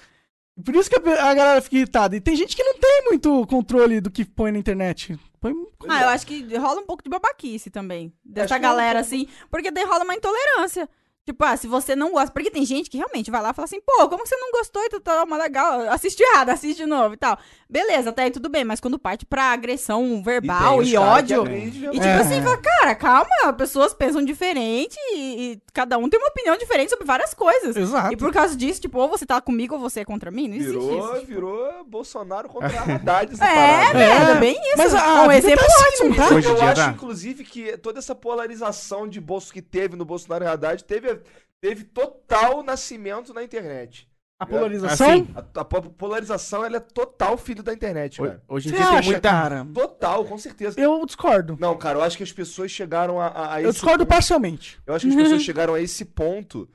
Por isso que a galera fica irritada. E tem gente que não tem muito controle do que põe na internet. Eu acho que rola um pouco de babaquice também. Dessa Acho que galera, rola um assim. Porque daí rola uma intolerância. Tipo, se você não gosta. Porque tem gente que realmente vai lá e fala assim, pô, como que você não gostou e tá uma legal? Assiste errado, assiste de novo e tal. Beleza, até aí tudo bem, mas quando parte pra agressão verbal e ódio. E tipo assim, fala, cara, calma, pessoas pensam diferente e cada um tem uma opinião diferente sobre várias coisas. Exato. E por causa disso, tipo, ou você tá comigo ou você é contra mim, não existe isso. Virou Bolsonaro contra a Haddad essa É, parada. velho, é bem isso. Mas Um vida exemplo tá assim, ótimo. não tá? Hoje em Eu dia acho, dá. inclusive, que toda essa polarização de bolso que teve no Bolsonaro e Haddad teve total nascimento na internet. A polarização? Assim, A polarização, ela é total filho da internet, cara. hoje em Você dia tem acha, muita... cara? Total, com certeza. Eu discordo. Não, cara, eu acho que as pessoas chegaram a esse Eu discordo ponto. parcialmente. Eu acho que as pessoas chegaram a esse ponto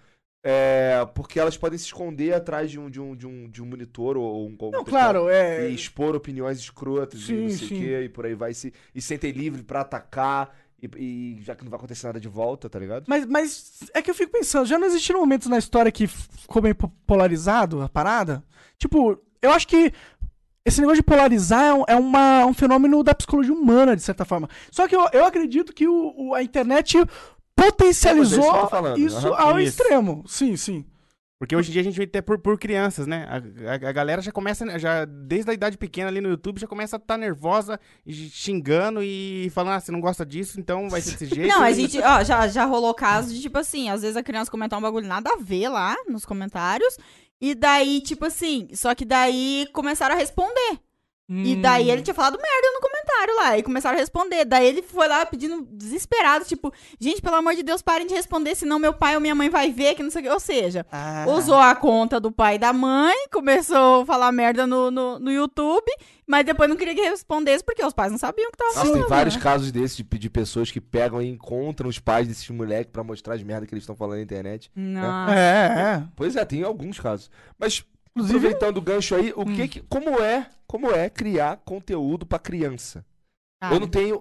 porque elas podem se esconder atrás de um monitor ou um Não, computador. claro, E expor opiniões escrotas e Sim, não sei o sim. quê, e por aí vai. E sentem livre pra atacar, e já que não vai acontecer nada de volta, tá ligado? Mas é que eu fico pensando, já não existiram momentos na história que ficou meio polarizado a parada? Tipo, eu acho que esse negócio de polarizar é um fenômeno da psicologia humana, de certa forma. Só que eu acredito que a internet potencializou É, mas é isso que eu tô falando. isso Aham. ao Isso. extremo. Sim, sim. Porque hoje em dia a gente vê até por crianças, né? A galera já começa, desde a idade pequena ali no YouTube, já começa a estar nervosa, e xingando e falando, você não gosta disso, então vai ser desse jeito. Não, a E- gente, já rolou casos de, tipo assim, às vezes a criança comentar um bagulho nada a ver lá nos comentários, e daí, tipo assim, só que daí começaram a responder. E daí ele tinha falado merda no comentário lá, e começaram a responder. Daí ele foi lá pedindo desesperado, tipo, gente, pelo amor de Deus, parem de responder, senão meu pai ou minha mãe vai ver, que não sei o que. Ou seja, usou a conta do pai e da mãe, começou a falar merda no YouTube, mas depois não queria que respondesse, porque os pais não sabiam o que tava Nossa, falando. tem vários né? casos desses de pessoas que pegam e encontram os pais desses moleques pra mostrar as merdas que eles estão falando na internet. Não. É. Pois é, tem alguns casos. Mas, Inclusive- aproveitando o gancho aí, como é criar conteúdo pra criança? Ah, Eu não tenho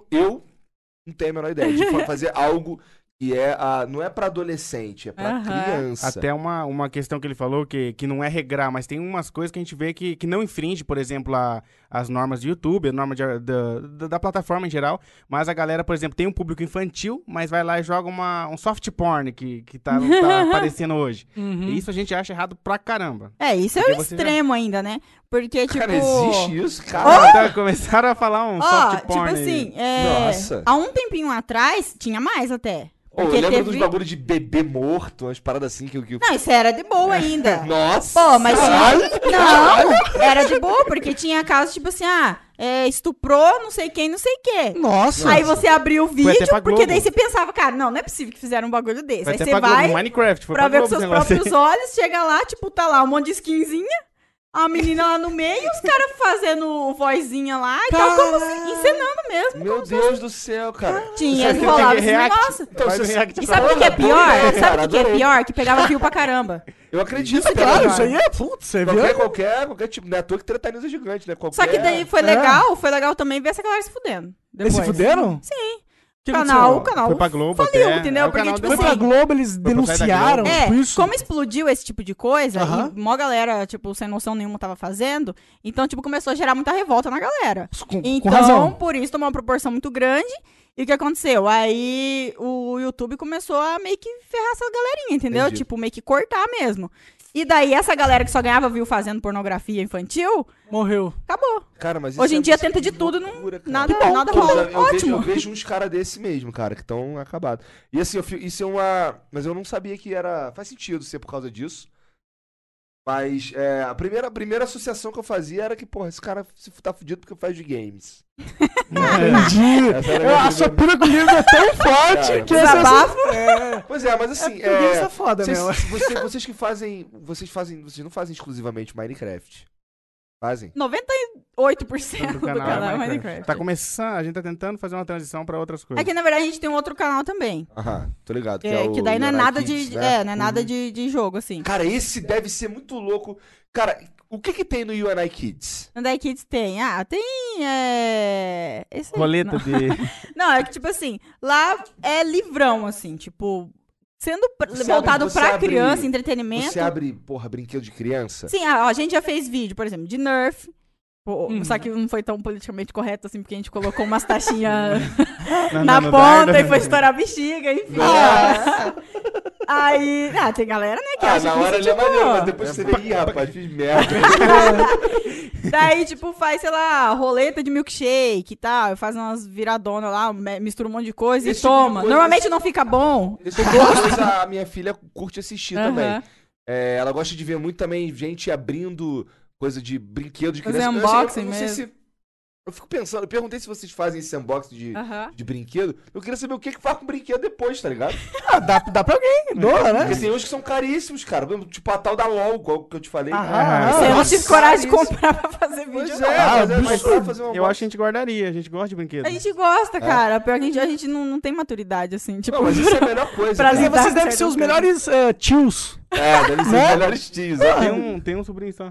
a menor ideia de fazer algo que não é pra adolescente, é pra Aham. criança. Até uma questão que ele falou, que não é regrar, mas tem umas coisas que a gente vê que não infringe, por exemplo, as normas do YouTube, a norma da plataforma em geral, mas a galera, por exemplo, tem um público infantil, mas vai lá e joga um soft porn que tá aparecendo hoje. E isso a gente acha errado pra caramba. isso é Porque o você extremo ainda, né? Porque, tipo... Cara, existe isso, cara? Então, começaram a falar um soft porn. tipo assim, Nossa. há um tempinho atrás, tinha mais até. Ô, eu Porque lembro dos teve- bagulho de bebê morto, umas paradas assim que... Não, isso era de boa ainda. Nossa! Pô, mas caralho. não, era de boa, porque tinha casos tipo assim, estuprou não sei quem, não sei o quê. Nossa. Aí você abriu o Foi vídeo, até pra porque Globo. daí você pensava, cara, não é possível que fizeram um bagulho desse. Foi Aí até você pra Globo, vai no Minecraft, foi pra ver com Globo seus esse negócio aí. próprios olhos, chega lá, tipo, tá lá um monte de skinzinha, a menina lá no meio, os caras fazendo vozinha lá e tal, como assim, encenando mesmo. Meu Deus do céu, cara. Tinha, Você rolava tem esse react. negócio. Então, Faz um você- react E pra sabe o que é Boa pior? ideia, Sabe cara, o que é adorei. pior? Que pegava view pra caramba. Eu acredito, Claro, cara. isso aí é, putz, você viu? Qualquer tipo, não é à toa que Treta News é gigante, né? Só que daí foi legal também ver essa galera se fudendo. Eles se depois. fuderam? Sim. Que O canal aconteceu? Foi pra Globo faliu, até. entendeu? Aí o Porque, canal tipo deu Foi pra assim, Globo, eles pra sair da denunciaram, Globo. tipo isso. como explodiu esse tipo de coisa, Aham. e mó galera, tipo, sem noção nenhuma tava fazendo, então, tipo, começou a gerar muita revolta na galera. Com Então, razão. por isso tomou uma proporção muito grande. E o que aconteceu? Aí o YouTube começou a meio que ferrar essa galerinha, entendeu? Entendi. Tipo, meio que cortar mesmo. E daí essa galera que só ganhava view fazendo pornografia infantil, Morreu. acabou. Cara, mas isso Hoje em é dia muito tenta de tudo, loucura, cara. nada Pô, rola. eu Ótimo. vejo uns caras desse mesmo, cara, que estão acabados. E assim, isso é uma... Mas eu não sabia que era... Faz sentido ser por causa disso. Mas a primeira associação que eu fazia era que, porra, esse cara tá fudido porque faz de games. Entendi. Essa era A sua pira comigo é tão forte Cara, que essa... Desabafo. Pois é, mas assim... O game tá foda, vocês, meu. vocês que fazem... Vocês não fazem exclusivamente Minecraft. Fazem? 98% do Do canal, canal é é Minecraft. Tá começando, a gente tá tentando fazer uma transição pra outras coisas. É que na verdade a gente tem um outro canal também. Aham, tô ligado. Que o daí não é Yorai nada Kids, de. né? Não é nada de jogo, assim. Cara, esse deve ser muito louco. Cara, o que tem no UNI Kids? No Daí Kids tem. Tem. Esse aí, Roleta não. de... Não, é que tipo assim, lá é livrão, assim, tipo. Sendo Você voltado abre- você pra abre- criança, entretenimento. Você abre, porra, brinquedo de criança? Sim, a gente já fez vídeo, por exemplo, de Nerf. Só que não foi tão politicamente correto, assim, porque a gente colocou umas taxinhas na no ponta dardo. e foi estourar a bexiga, enfim. Aí, tem galera, né, que acha na que hora isso, ele é tipo, maneiro, mas depois você vê, ih, rapaz, fiz merda. daí, tipo, faz, sei lá, roleta de milkshake e tal, faz umas viradonas lá, mistura um monte de coisa Esse e tipo de toma. coisa- Normalmente não fica bom. Esse tipo de coisa a minha filha curte assistir Aham. também. Ela gosta de ver muito também gente abrindo coisa de brinquedo de Fazer criança. unboxing eu não sei mesmo. se... Eu fico pensando, eu perguntei se vocês fazem esse unboxing Aham. de brinquedo. Eu queria saber o que faz com o brinquedo depois, tá ligado? Dá pra alguém, doa, né? Porque tem uns que são caríssimos, cara. Tipo a tal da LOL, qual que eu te falei. Você não Nossa, tive coragem de caríssimo. comprar pra fazer vídeo, Pois não. é, mas é mais absurdo. pra fazer uma Eu acho que a gente guardaria, a gente gosta de brinquedo. A gente gosta, cara. Pior que a gente não tem maturidade, assim, tipo... Não, mas isso é a melhor coisa. Pra cara. Porque lidar vocês com devem ser os certas melhores tios. Deve ser os melhores tios. Tem um sobrinho só.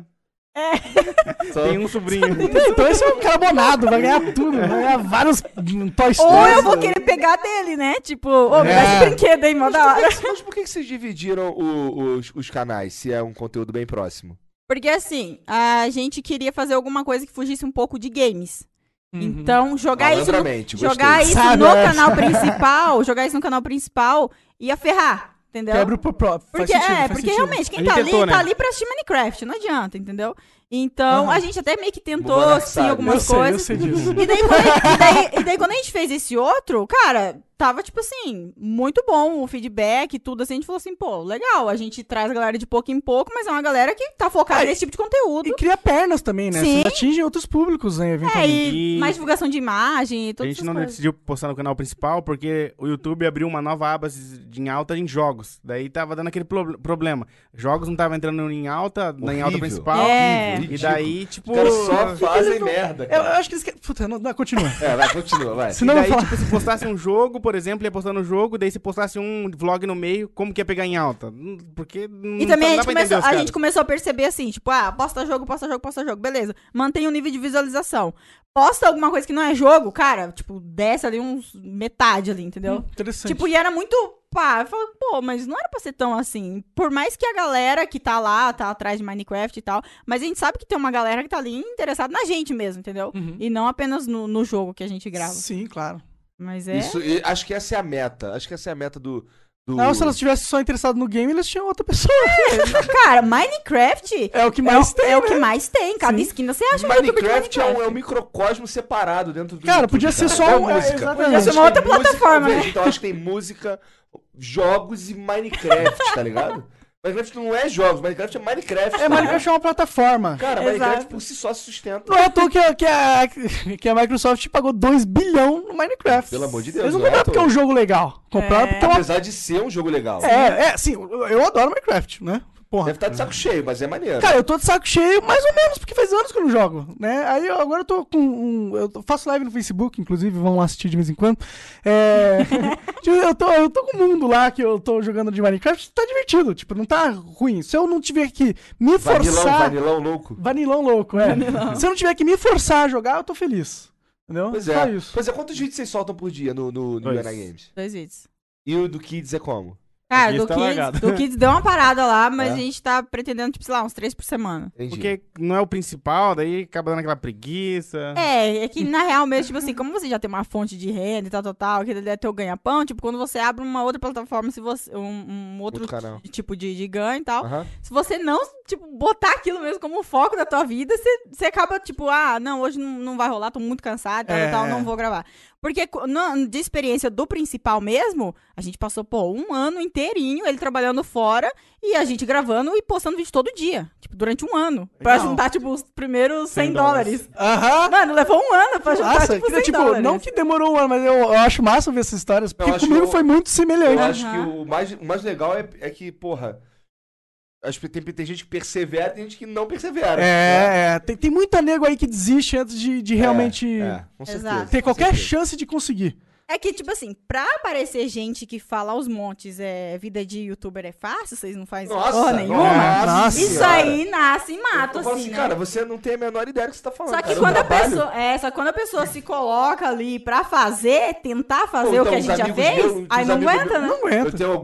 Só- Tem um sobrinho. Então esse é um carabonado, vai ganhar tudo, vai ganhar vários Toy Story. Ou eu vou querer pegar dele, né? Tipo, me dá esse brinquedo aí, mó da hora. Mas por que vocês dividiram os canais, se é um conteúdo bem próximo? Porque assim, a gente queria fazer alguma coisa que fugisse um pouco de games. Então, jogar isso Malandramente, gostei. Sabe, no é. canal principal, jogar isso no canal principal ia ferrar, entendeu? Quebra o próprio. Porque, porque realmente, quem A gente tá tentou, ali, né? tá ali pra assistir Minecraft, não adianta, entendeu? Então, a gente até meio que tentou, Morar sim, sabe. algumas Eu coisas. sei disso. E daí, quando a gente fez esse outro, cara, tava, tipo assim, muito bom o feedback e tudo, assim, a gente falou assim, pô, legal, a gente traz a galera de pouco em pouco, mas é uma galera que tá focada nesse tipo de conteúdo. E cria pernas também, né? Sim. Vocês atingem outros públicos, né, eventualmente. E- Mais divulgação de imagem e A tudo gente não decidiu postar no canal principal porque o YouTube abriu uma nova aba em alta em jogos. Daí tava dando aquele problema. Jogos não tava entrando em alta, em alta Horrível. principal. É. E daí, tipo. Os caras só fazem merda, Eu cara. acho que eles querem... Puta, não, continua. Vai, continua, vai. Senão e eu daí, vou falar... tipo, se postasse um jogo, por exemplo, ia postar no jogo, daí se postasse um vlog no meio, como que ia pegar em alta? Porque não E também dá pra entender os a gente caras. começou a perceber assim, tipo, posta jogo, beleza. Mantém o nível de visualização. Posta alguma coisa que não é jogo, cara, tipo, desce ali uns metade ali, entendeu? Interessante. Tipo, e era muito, eu falei, pô, mas não era pra ser tão assim. Por mais que a galera que tá lá, tá atrás de Minecraft e tal, mas a gente sabe que tem uma galera que tá ali interessada na gente mesmo, entendeu? E não apenas no jogo que a gente grava. Sim, claro. Mas é... E acho que essa é a meta. Acho que essa é a meta do... Não, se elas estivessem só interessadas no game, eles tinham outra pessoa. Cara, Minecraft É o que mais tem, é o né? que mais tem. Cada Sim. esquina você acha um youtuber de Minecraft é um microcosmo separado dentro do Cara, YouTube, podia ser cara. só Até um- música. exatamente. Podia ser uma outra plataforma, né? Então acho que tem música, jogos e Minecraft, tá ligado? Minecraft não é jogos, Minecraft é Minecraft. É, Minecraft é uma plataforma. Cara, Exato. Minecraft por si só se sustenta. Não é à toa que a Microsoft pagou 2 bilhões no Minecraft. Pelo amor de Deus, Eles não não é à compraram porque é toa. um jogo legal. Compraram porque é uma... Apesar de ser um jogo legal. Sim, eu adoro Minecraft, né? Porra. Deve estar de saco cheio, mas é maneiro. Cara, eu tô de saco cheio, mais ou menos, porque faz anos que eu não jogo, né? Aí agora eu tô com eu faço live no Facebook, inclusive, vão lá assistir de vez em quando. Tipo, eu tô com o mundo lá que eu tô jogando de Minecraft, tá divertido, tipo, não tá ruim. Se eu não tiver que me forçar... Vanilão louco. Vanilão louco, é. Se eu não tiver que me forçar a jogar, eu tô feliz. Entendeu? Pois Só é. isso. Pois é, quantos vídeos vocês soltam por dia no Dois. UNA Games? 2 vídeos. E o do Kids é como? Cara, Kids do tá Kids, largado. do Kids deu uma parada lá, mas É? a gente tá pretendendo, tipo, sei lá, uns 3 por semana. Entendi. Porque não é o principal, daí acaba dando aquela preguiça. É que na real mesmo, tipo assim, como você já tem uma fonte de renda e tal, que ele é teu ganha-pão, tipo, quando você abre uma outra plataforma, se você, um outro Outro canal. tipo de ganho e tal, Aham. se você não, tipo, botar aquilo mesmo como foco da tua vida, você acaba, tipo, não, hoje não vai rolar, tô muito cansado e tal, não vou gravar. Porque de experiência do principal mesmo, a gente passou, um ano inteirinho, ele trabalhando fora e a gente gravando e postando vídeo todo dia. Tipo, durante um ano. Pra Legal. juntar, tipo, os primeiros 100 $100. dólares. Aham. Mano, levou um ano pra juntar, Nossa, tipo, que, 100 tipo, dólares. não que demorou um ano, mas eu acho massa ver essas histórias, porque acho comigo que foi muito Eu semelhante. acho que o mais legal é que, porra, acho que tem gente que persevera e tem gente que não persevera. né? Tem muita nego aí que desiste antes de realmente Com certeza. Exato. ter com qualquer certeza. chance de conseguir. É que, tipo assim, pra aparecer gente que fala aos montes, vida de youtuber é fácil, vocês não fazem Nossa, porra nenhuma. Nossa Isso senhora. aí nasce e mata, Eu falo assim, né? cara, você não tem a menor ideia do que você tá falando. Só que cara. quando Eu a trabalho- pessoa. Só que quando a pessoa se coloca ali pra tentar fazer Pô, o que a então, gente os já amigos fez, meus, aí os não amigos aguenta, né? Não Eu aguenta. tenho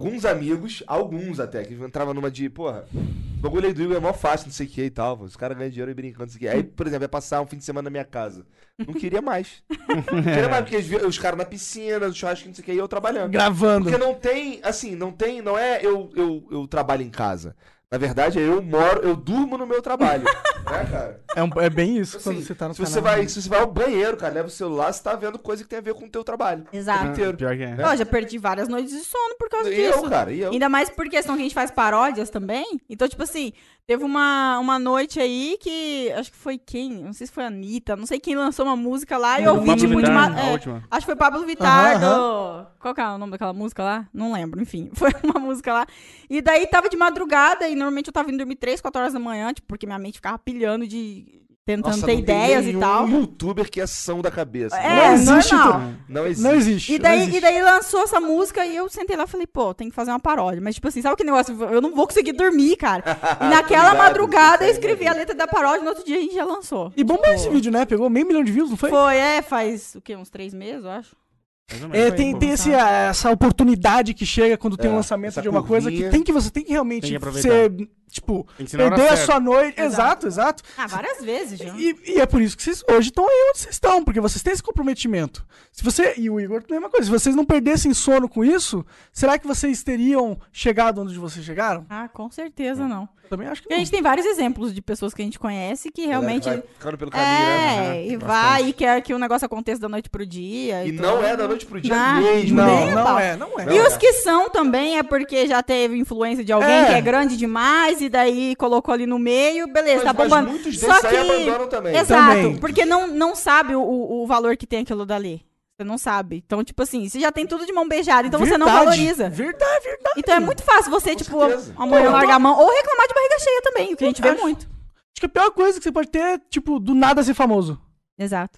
alguns até, que entrava numa de, porra, o bagulho aí do Igor é mó fácil, não sei o que e tal. Os caras ganham dinheiro e brincando, não sei o que. Aí, por exemplo, ia passar um fim de semana na minha casa. Não queria mais. Não queria mais, porque os caras na piscina, no churrasco, não sei o que, e eu trabalhando. Gravando. Porque não tem, assim, não é eu trabalho em casa. Na verdade, eu durmo no meu trabalho. Né, cara? É bem isso Assim, quando você tá no se canal. você vai ao banheiro, cara, leva o celular, você tá vendo coisa que tem a ver com o teu trabalho. Exato. Inteiro. Pior que é. Eu já perdi várias noites de sono por causa E disso. eu, cara, e eu. Ainda mais por questão que a gente faz paródias também. Então, tipo assim, teve uma noite aí que. Acho que foi quem? Não sei se foi a Anitta. Não sei quem lançou uma música lá e eu ouvi, Pablo tipo, de Vittar, ma- a é, última. Acho que foi Pablo Vittar Aham, do. Qual que é o nome daquela música lá? Não lembro, enfim. Foi uma música lá. E daí tava de madrugada e normalmente eu tava indo dormir 3, 4 horas da manhã, tipo, porque minha mente ficava pilhando tentando Nossa, ter não tem ideias e nenhum tal. youtuber que é são da cabeça. É, Não existe, normal. Não existe. Não existe. E daí lançou essa música e eu sentei lá e falei, pô, tem que fazer uma paródia. Mas, tipo assim, sabe que negócio? Eu não vou conseguir dormir, cara. E naquela Ligado, madrugada eu isso aí, escrevi né? a letra da paródia e no outro dia a gente já lançou. E bombou esse vídeo, né? Pegou 500 mil de views, não foi? Faz o quê? Uns 3 meses, eu acho. Mais ou menos. É, tem essa oportunidade que chega quando tem um É, lançamento essa de uma coisa que curvinha. você tem que realmente Tem que aproveitar. ser, tipo, Tem que ser na hora perder a certa. sua noite. Exato. Exato. Ah, várias vezes já. E é por isso que vocês hoje estão aí onde vocês estão, porque vocês têm esse comprometimento. Se você, e o Igor, a mesma coisa, se vocês não perdessem sono com isso, será que vocês teriam chegado onde vocês chegaram? Ah, com certeza não. Eu também acho que Porque a não. gente tem vários exemplos de pessoas que a gente conhece que realmente. Vai ficando pelo caminho, né? E vai e quer que o negócio aconteça da noite pro dia. E então- não é da noite pro dia Não, mesmo. Não, nem a não pau. é, não é. E os que são também é porque já teve influência de alguém que é grande demais e daí colocou ali no meio, beleza, tá Mas bombando. muitos Só desses aí que abandonam também. Exato, Também. porque não sabe o valor que tem aquilo dali. Você não sabe. Então, tipo assim, você já tem tudo de mão beijada, então você não Verdade. valoriza. Verdade. Então é muito fácil você, tipo, certeza. amanhã Pô, largar a mão ou reclamar de barriga cheia também, o que a gente vê Acho- muito. Acho que a pior coisa que você pode ter é, tipo, do nada ser famoso. Exato.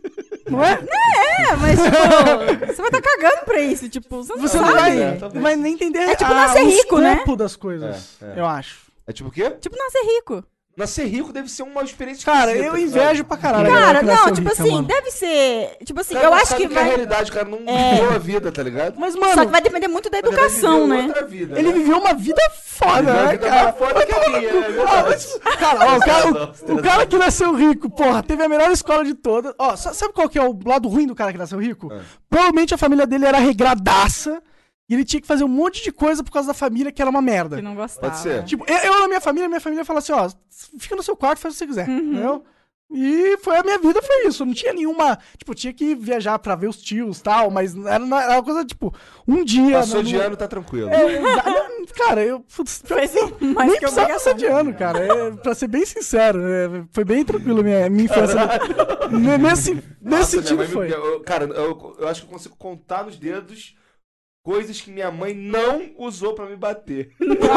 Não é? Mas, tipo, você vai estar cagando pra isso, tipo, você não Você sabe. não vai, É, talvez. vai nem entender É tipo nascer o rico, né? escopo das coisas, É. eu acho. É tipo o quê? Tipo, nascer rico. Nascer rico deve ser uma experiência Cara, esquisita, eu sabe? invejo pra caralho. a Cara, galera que não, nasceu tipo rica, assim, mano. deve ser. Tipo assim, O cara eu não acho sabe que o que é a vai. realidade, o cara não viveu a vida, tá ligado? Mas, Só mano, que vai depender muito da Na verdade, educação, viveu né? outra vida, ele né? viveu uma vida foda, Viveu a né, vida cara? mais foda que a minha, é Ah, verdade. mas, cara, ó, o cara que nasceu rico, porra, teve a melhor escola de todas. Ó, sabe qual que é o lado ruim do cara que nasceu rico? Provavelmente a família dele era regradaça e ele tinha que fazer um monte de coisa por causa da família que era uma merda. Que não gostava. Pode ser. Tipo, eu na minha família fala assim, ó, fica no seu quarto, faz o que você quiser, entendeu? E a minha vida foi isso. Não tinha nenhuma. Tipo, tinha que viajar pra ver os tios e tal, mas era uma coisa, tipo, um dia. Passou de ano, tá tranquilo. Cara, eu. Foi assim, mas nem que precisava obrigação. passar de ano, cara. Pra ser bem sincero, foi bem tranquilo minha infância. Nesse Nossa, sentido minha mãe foi. Cara, eu acho que eu consigo contar nos dedos coisas que minha mãe não usou pra me bater.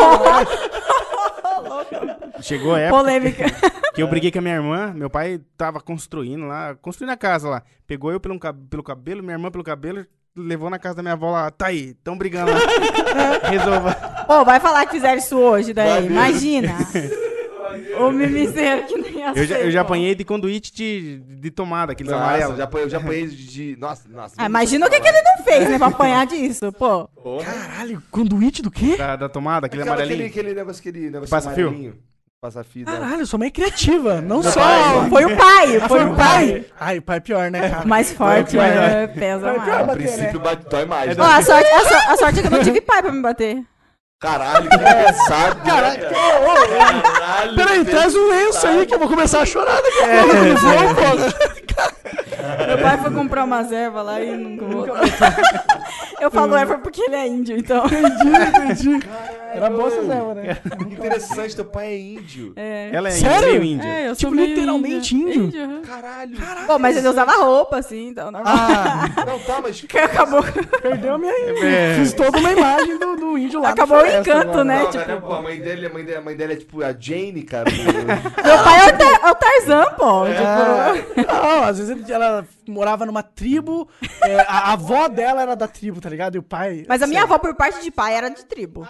Chegou a época Polêmica. que eu briguei com a minha irmã. Meu pai tava construindo a casa lá. Pegou eu pelo cabelo, minha irmã pelo cabelo, levou na casa da minha avó lá. Tá aí, tão brigando lá. Resolva. Pô, vai falar que fizeram isso hoje, daí. Vai Imagina. O mimiseiro que nem ia Eu já apanhei de conduíte de tomada, aqueles Nossa, amarelos. eu já apanhei de. Nossa. Imagina o que ele não fez, né? Pra apanhar disso, pô. Caralho, conduíte do quê? Da tomada, aquele amarelinho. Aquele negócio Passa-fio. amarelinho. Passa-fio. né? Caralho, sua mãe é criativa. Não só. Foi o pai, foi o pai. Ai, o pai é pior, né, cara? Mais forte, Pai é pior, né? Pesa Pai é pior, mais. A princípio dói mais. Ó, né? a sorte é que eu não tive pai pra me bater. Caralho, que pesado. Caralho, Caralho. Peraí, traz um lenço aí que eu vou começar a chorar daqui a pouco. Não vou, pô. Meu pai foi comprar umas ervas lá e nunca voltou. Eu falo erva porque ele é índio, então. Entendi. Era boa essa erva, né? Que interessante, teu pai é índio. Ela é Sério? meio índia. É, eu Tipo, sou meio literalmente índio? aham. Caralho. Pô, mas ele usava roupa, assim, então normal. Não, tá, mas. Que acabou, Perdeu a minha. Fiz toda uma imagem do índio lá. na acabou o floresta encanto, agora. né? Não, Tipo, cara, pô, a mãe dele é tipo a Jane, cara. meu pai é o Tarzan, pô. Tipo, Não, às vezes ela morava numa tribo, a avó dela era da tribo, tá ligado? E o pai. mas a minha avó, por parte de pai, era de tribo.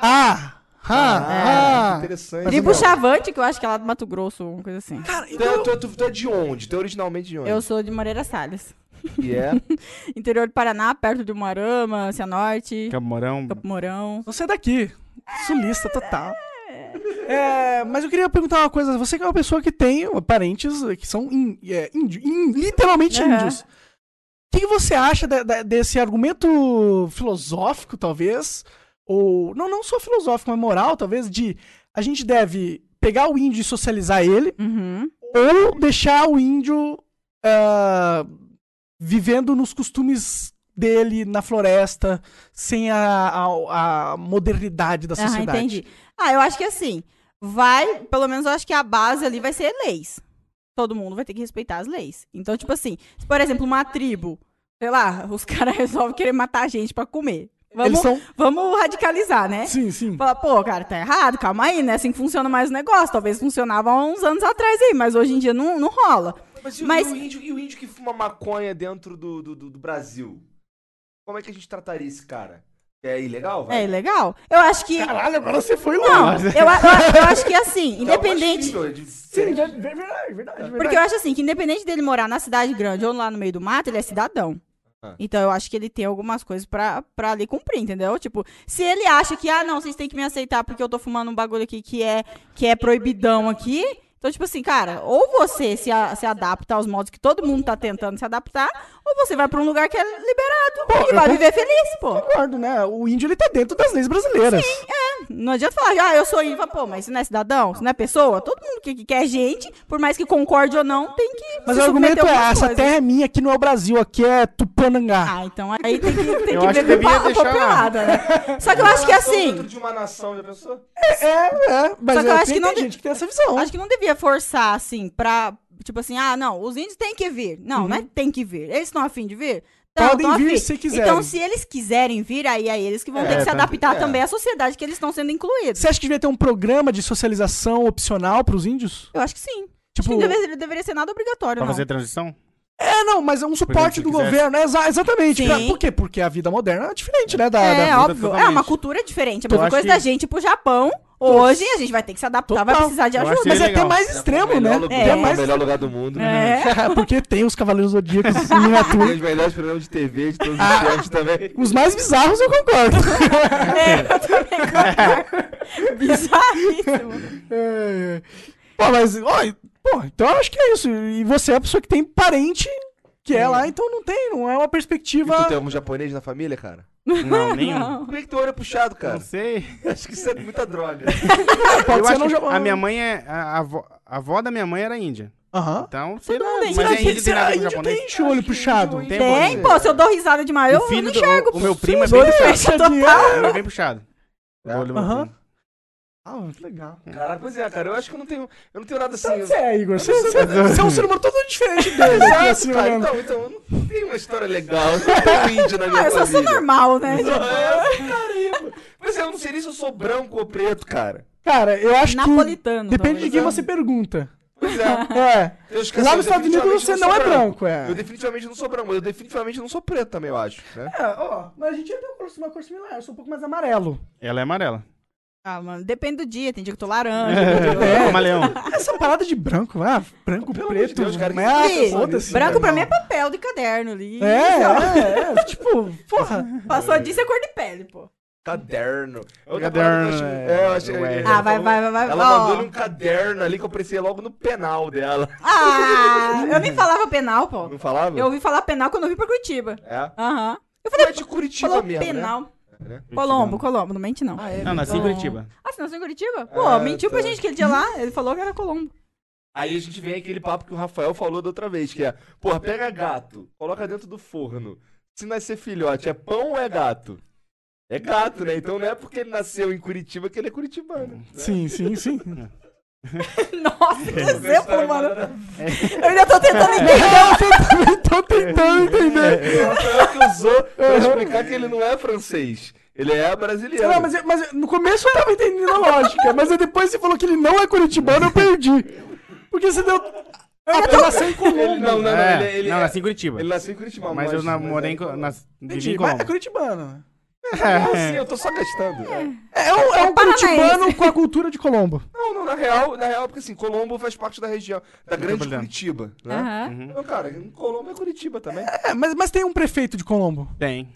Que interessante. Tribo Chavante, que eu acho que é lá do Mato Grosso, uma coisa assim. Cara, Tu é de onde? Tu é originalmente de onde? Eu sou de Moreira Salles. E é? Interior do Paraná, perto de Umuarama, Cianorte, Campo Mourão. Campo Mourão. você é daqui. Sulista total. Mas eu queria perguntar uma coisa. Você que é uma pessoa que tem parentes que são literalmente Aham. índios. O que você acha desse argumento filosófico, talvez? Ou, não só filosófico, mas moral, talvez, de a gente deve pegar o índio e socializar ele, Uhum. ou deixar o índio vivendo nos costumes dele na floresta, sem a modernidade da sociedade. Entendi. Eu acho que assim, pelo menos eu acho que a base ali vai ser leis. Todo mundo vai ter que respeitar as leis. Então, tipo assim, se, por exemplo, uma tribo, sei lá, os caras resolvem querer matar a gente pra comer. Eles são... Vamos radicalizar, né? Sim. Falar, pô, cara, tá errado, calma aí, né? Assim que funciona mais o negócio. Talvez funcionava há uns anos atrás aí, mas hoje em dia não rola. Mas e o índio que fuma maconha dentro do Brasil? Como é que a gente trataria esse cara? É ilegal, vai? É ilegal. Eu acho que... Caralho, agora você foi Não, longe. eu acho que assim, independente... Sim, verdade. Porque eu acho assim, que independente dele morar na cidade grande ou lá no meio do mato, ele é cidadão. Então eu acho que ele tem algumas coisas pra ali cumprir, entendeu? Tipo, se ele acha que, não, vocês têm que me aceitar porque eu tô fumando um bagulho aqui que é proibidão aqui. Então, tipo assim, cara, ou você se adapta aos modos que todo mundo tá tentando se adaptar, ou você vai pra um lugar que é liberado e vai viver feliz, pô. Concordo, né? O índio, ele tá dentro das leis brasileiras. Não adianta falar, eu sou índio, fala, pô, mas você não é cidadão, você não é pessoa? Todo mundo que quer gente, por mais que concorde ou não, tem que Mas se o argumento submeter a é, algumas essa coisas. terra é minha, aqui não é o Brasil, aqui é Tupanangá. Então aí tem que Eu acho que beber devia pra deixar lá. pelada, né? Só que eu acho que assim, Dentro de uma nação, já pensou? Mas Só que eu acho que não tem gente que tem essa visão. acho que não devia forçar, assim, pra, tipo assim, não, os índios têm que vir. Não, não é tem que vir. Eles estão afim de vir? Não, Podem tão vir afim. se quiserem. Então, se eles quiserem vir, aí é eles que vão ter que se adaptar também à sociedade que eles estão sendo incluídos. Você acha que devia ter um programa de socialização opcional pros índios? Eu acho que sim. Tipo, Acho que deveria ser nada obrigatório, Pra não. fazer transição? não, mas é um suporte se do quisesse. governo, exatamente. Sim. Por quê? Porque a vida moderna é diferente, né? Óbvio. totalmente. É uma cultura diferente. A Eu mesma acho coisa que- da gente ir pro Japão. Hoje a gente vai ter que se adaptar, vai Total. precisar de Eu acho ajuda. que Mas é legal. até mais extremo, né? É É o mais... melhor lugar do mundo. Porque tem os Cavaleiros Zodíacos em Tem miniatura. os melhores programas de TV de todos os tempos também. Os mais bizarros eu concordo. Eu também concordo. Bizarríssimo. Pô, mas... então eu acho que é isso. E você é a pessoa que tem parente que é lá, então não é uma E perspectiva... tu tem algum japonês na família, cara? Não, nenhum. Não. Por que tu olha puxado, cara? Não sei. Acho que isso é muita droga. Pode Eu ser acho não que japonês. a minha mãe a avó da minha mãe era índia. Aham. Então, sei lá. mundo é Mas a índio. Índia tem nada com o índio japonês. tem esse olho puxado. Tem, Tem, pô, se eu dou risada demais, eu não enxergo. o meu primo é Sim, bem olho puxado. fechadinho. Ele é bem puxado. É? O olho do meu Aham. primo. Ah, que legal. Caraca, pois é, cara. Eu acho que eu não tenho nada assim. Você é, Igor. Você é um ser humano todo diferente dele. aqui, assim, Exato, cara. olhando. Então, eu não tenho uma história legal. Eu não tenho índio na minha Ah, eu só sou família. normal, né? Caramba. Mas eu não sei nem se eu sou branco ou preto, cara. Cara, eu acho Napolitano, que depende de talvez. quem você pergunta. Pois é. É. Eu esqueci, Lá eu nos Estados Unidos definitivamente você sou não é branco, é. Eu definitivamente não sou branco, mas eu definitivamente não sou preto também, eu acho, né? É, ó, mas a gente tem uma cor similar. Eu sou um pouco mais amarelo. Ela é amarela. Ah, mano, depende do dia. Tem dia que eu tô laranja. É. Camaleão. Essa parada de branco, branco, Pelo amor de preto, Deus, cara, que meta, Ih, foda-se. branco pra velho. mim é papel de caderno ali. Tipo, porra. Passou disso é cor de pele, pô. Caderno. Outra Caderno, parada que eu achei- é. eu achei- Ué. Ah, vai. Ela ó. mandou-lhe um caderno ali que eu precisei logo no penal dela. Ah, eu nem falava penal, pô. Não falava? Eu ouvi falar penal quando eu vim pra Curitiba. É. Aham. Eu Não falei, é de Curitiba falou mesmo, penal. né? Colombo, não mente não. Ah, é? Não, nasci em Curitiba. Ah, você nasceu em Curitiba? Pô, mentiu pra tá. gente aquele dia lá. Ele falou que era Colombo. Aí a gente vem aquele papo que o Rafael falou da outra vez, que é, porra, pega gato, coloca dentro do forno. Se nascer filhote, é pão ou é gato? É gato, né? Então não é porque ele nasceu em Curitiba que ele é curitibano. Sim. Nossa, que exemplo, mano. Eu ainda tô tentando entender. Tô tentando entender. O Rafael que usou pra explicar que ele não é francês. Ele é brasileiro. Não, mas no começo eu tava entendendo a lógica, mas aí depois você falou que ele não é curitibano, eu perdi. Porque você deu... Ele nasceu em Colombo. Ele, não, ele Não, nasci em Curitiba. Ele nasceu em Curitiba. Mas eu namorei em... Entendi, Vivi em Entendi, mas é Colombo. curitibano. Sim, eu tô só gastando. É um paranaense. curitibano com a cultura de Colombo. Não, na real, porque assim, Colombo faz parte da região, da grande Metropolitana. Curitiba, né? Aham. Então, cara, Colombo é Curitiba também. Mas tem um prefeito de Colombo. Tem.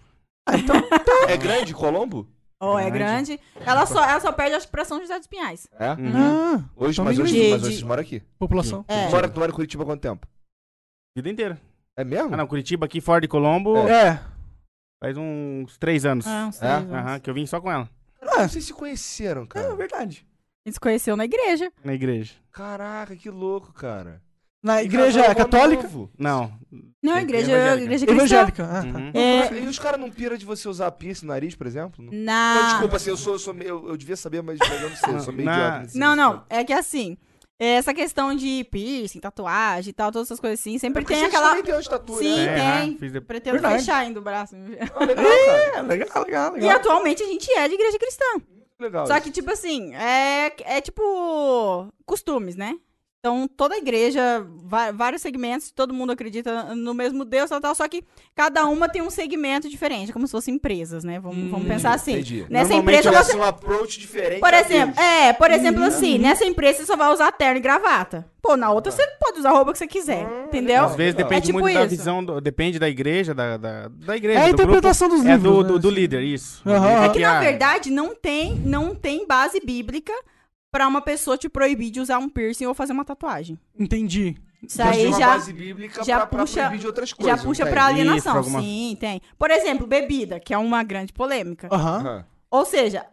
É grande Colombo? Oh, é grande. Ela só perde, acho que pra São José dos Pinhais. É? Ah, Hoje, então mas bem hoje, grande. mas hoje vocês moram aqui. população. É. Tu mora em Curitiba há quanto tempo? Vida inteira. É mesmo? Ah, não, Curitiba aqui fora de Colombo É. faz uns 3 anos. Ah, uns É? 3 anos. Aham, que eu vim só com ela. Cara, vocês se conheceram, É cara. verdade. A gente se conheceu na igreja. Na igreja. Caraca, que louco, cara. Na E igreja casal católica? novo. Não. Não, Tem- igreja, tem evangélica. igreja cristã. Evangélica. Ah, tá. Uhum. É, E os caras não piram de você usar piercing no nariz, por exemplo? Não, na... desculpa, assim, eu devia saber, mas eu não sei, eu sou meio Na- idiota nesse Não, sentido. é que assim, essa questão de piercing, tatuagem e tal, todas essas coisas assim, sempre Porque tem vocês aquela... também tem uma estatura, Sim, né? tem. Fiz de- Pretendo Verdade. fechar ainda o braço. Ah, legal, cara. É, legal. E atualmente a gente é de igreja cristã. Legal. Só que, tipo assim, é tipo costumes, né? Então, toda igreja, vários segmentos, todo mundo acredita no mesmo Deus, tal, só que cada uma tem um segmento diferente, como se fossem empresas, né? Vamos pensar assim. entendi. Nessa Normalmente empresa Tivesse você... um approach diferente. Por a exemplo, deles. assim, nessa empresa você só vai usar terno e gravata. Pô, na outra você pode usar a roupa que você quiser, entendeu? Às vezes legal. depende É tipo muito da isso. visão, depende da igreja, da igreja. É a do interpretação grupo, dos livros, É né? do líder, isso. Aham. É que, na verdade, não tem base bíblica pra uma pessoa te proibir de usar um piercing ou fazer uma tatuagem. Entendi. Isso Mas tem aí uma já... base bíblica já pra puxa- proibir de outras coisas. Já puxa não tem? pra alienação. Isso, alguma- Sim, tem. Por exemplo, bebida, que é uma grande polêmica. Aham. Aham. Ou seja,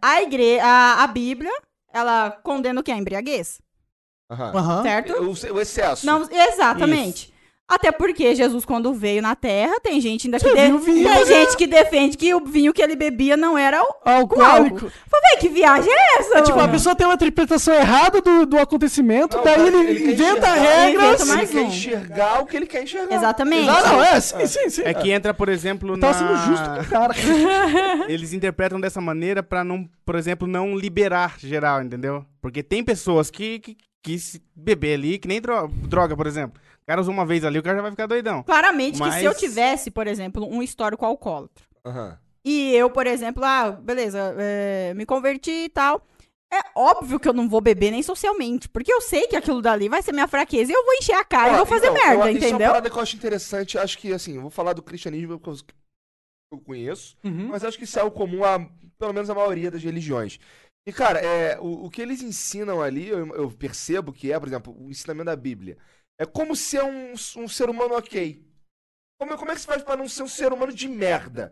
a Bíblia, ela condena o que? A embriaguez, Aham. Aham. certo? O excesso. Não, exatamente. Até porque Jesus, quando veio na Terra, tem gente ainda que, Serviu vinho, tem né? gente que defende que o vinho que ele bebia não era o Alcoólico. Falei, que viagem é essa? É tipo, a mano? pessoa tem uma interpretação errada do acontecimento, Não, daí cara, ele quer inventa enxergar. regras. Inventa Ele mais quer um. enxergar o que ele quer enxergar. Exatamente. Não, sim. É que entra, por exemplo, Tava sendo justo com o cara. Eles interpretam dessa maneira pra não, por exemplo, não liberar geral, entendeu? Porque tem pessoas que se beber ali, que nem droga, por exemplo. O cara usa uma vez ali, o cara já vai ficar doidão. Claramente que se eu Mas- tivesse, por exemplo, um histórico alcoólatra, Aham. e eu, por exemplo, beleza, me converti e tal, é óbvio que eu não vou beber nem socialmente, porque eu sei que aquilo dali vai ser minha fraqueza e eu vou encher a cara e Ó, vou fazer então, merda, Isso é uma entendeu? parada que eu acho interessante. Acho que, assim, eu vou falar do cristianismo porque eu conheço, mas acho que isso é algo comum a, pelo menos, a maioria das religiões. E, cara, o que eles ensinam ali, eu percebo que é, por exemplo, o ensinamento da Bíblia. É como ser um ser humano ok. Como é que se faz pra não ser um ser humano de merda?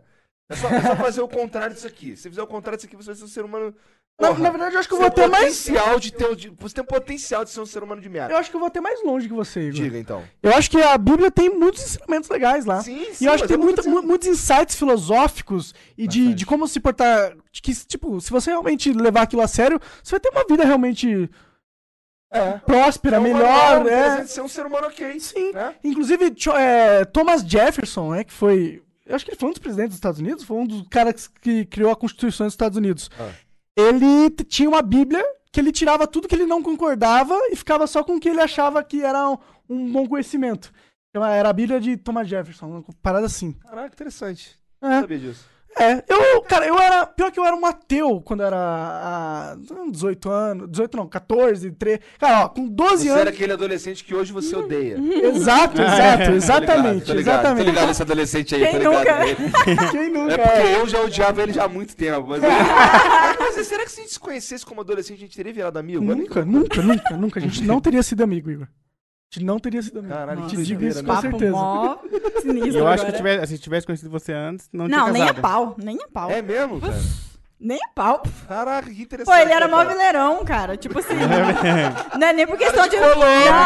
É só fazer o contrário disso aqui. Se fizer o contrário disso aqui, você vai ser um ser humano... Na Porra, verdade, eu acho que eu você vou ter mais... Você tem o potencial de ser um ser humano de merda. Eu acho que eu vou ter mais longe que você, Igor. Diga, então. Eu acho que a Bíblia tem muitos ensinamentos legais lá. Sim, E eu acho que tem mas muitos insights filosóficos e de como se portar. Que, tipo, se você realmente levar aquilo a sério, você vai ter uma vida realmente próspera, melhor. Ser um ser humano ok. Sim. Né? Inclusive, Thomas Jefferson, né, que foi. Eu acho que ele foi um dos presidentes dos Estados Unidos, foi um dos caras que criou a Constituição dos Estados Unidos. Ele tinha uma Bíblia que ele tirava tudo que ele não concordava e ficava só com o que ele achava que era um bom conhecimento. Então, era a Bíblia de Thomas Jefferson, uma parada assim. Caraca, interessante. É. Não sabia disso. Pior que eu era um ateu quando era 18 anos, 18 não, 14, 13, cara, ó, com 12 Você anos... era aquele adolescente que hoje você odeia. Exato, exatamente, Tô exatamente. ligado esse adolescente aí, Quem tô ligado nunca? nele. Quem nunca? É porque eu já odiava ele já há muito tempo. Mas será que se a gente se conhecesse como adolescente, a gente teria virado amigo? Nunca. A gente não teria sido amigo, Igor. A gente não teria sido amigo. Caralho, te que digo doideira, isso né? com Papo certeza. mó sinistro Eu acho que agora. se tivesse conhecido você antes, não tinha Não, casado. nem a pau, nem a pau. É mesmo, cara? Nem a pau. Caraca, que interessante. Pô, ele era mó cara. vileirão, cara. Tipo assim. Não é nem por questão de. Não,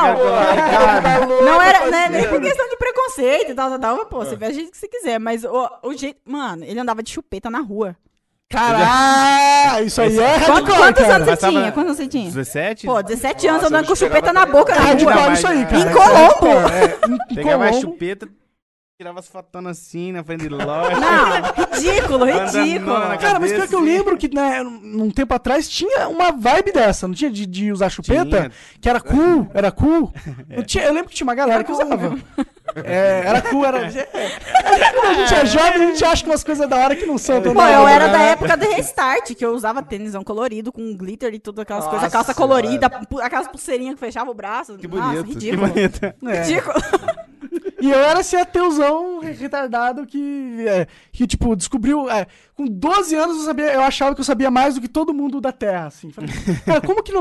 Não é nem por questão de preconceito e tal. Pô, você vê a gente que você quiser. Mas o jeito. Mano, ele andava de chupeta na rua. Caralho, isso aí é hardcore, Quantos cara. anos você Passava- tinha? Quantos anos você tinha? 17? Pô, 17 anos Nossa, andando eu com chupeta pegava na boca É na hardcore rua. isso aí, cara. Em Isso é Colombo. hardcore, em Pegava a Colombo. chupeta, tirava as fotonas assim na frente de loja. Não, ridículo, ridículo. Andando na Cara, mas pior que eu cabeça, lembro que, né, num tempo atrás tinha uma vibe dessa, não tinha de usar chupeta? Tinha. Que era cool, era cool. Eu lembro que tinha uma galera que usava. Era cool, era... Quando a gente é jovem, a gente acha que umas coisas da hora que não são tão Pô, da eu hora, era né? da época do Restart, que eu usava tênisão colorido, com glitter e tudo, aquelas coisas, calça colorida, aquelas pulseirinhas que fechavam o braço. Que Nossa, bonito. Que ridículo. bonito. É. Ridículo. E eu era esse ateuzão retardado que tipo, descobriu... com 12 anos eu achava que eu sabia mais do que todo mundo da Terra, assim. Falei, cara, como que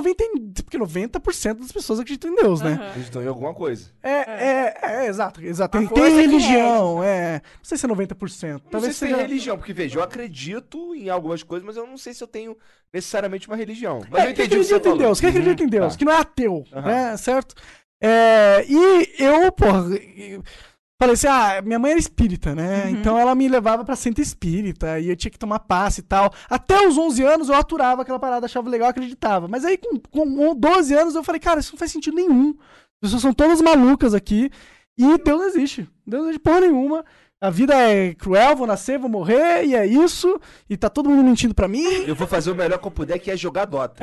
90% das pessoas acreditam em Deus, né? Eles estão em alguma coisa. Exato. A Tem força que religião, não sei se é 90%. Não sei Talvez se tem seja... religião, porque veja, eu acredito em algumas coisas, mas eu não sei se eu tenho necessariamente uma religião. Mas eu que entendi o que você acredita em falou. Deus, que acredita em Deus, Tá. que não é ateu, Aham. né, certo? E eu, falei assim, minha mãe era espírita, né, então ela me levava pra centro espírita, e eu tinha que tomar passe e tal. Até os 11 anos eu aturava aquela parada, achava legal, acreditava. Mas aí com 12 anos eu falei, cara, isso não faz sentido nenhum. As pessoas são todas malucas aqui, e Deus não existe. Deus não existe porra nenhuma. A vida é cruel, vou nascer, vou morrer, e é isso. E tá todo mundo mentindo pra mim. Eu vou fazer o melhor que eu puder, que é jogar Dota.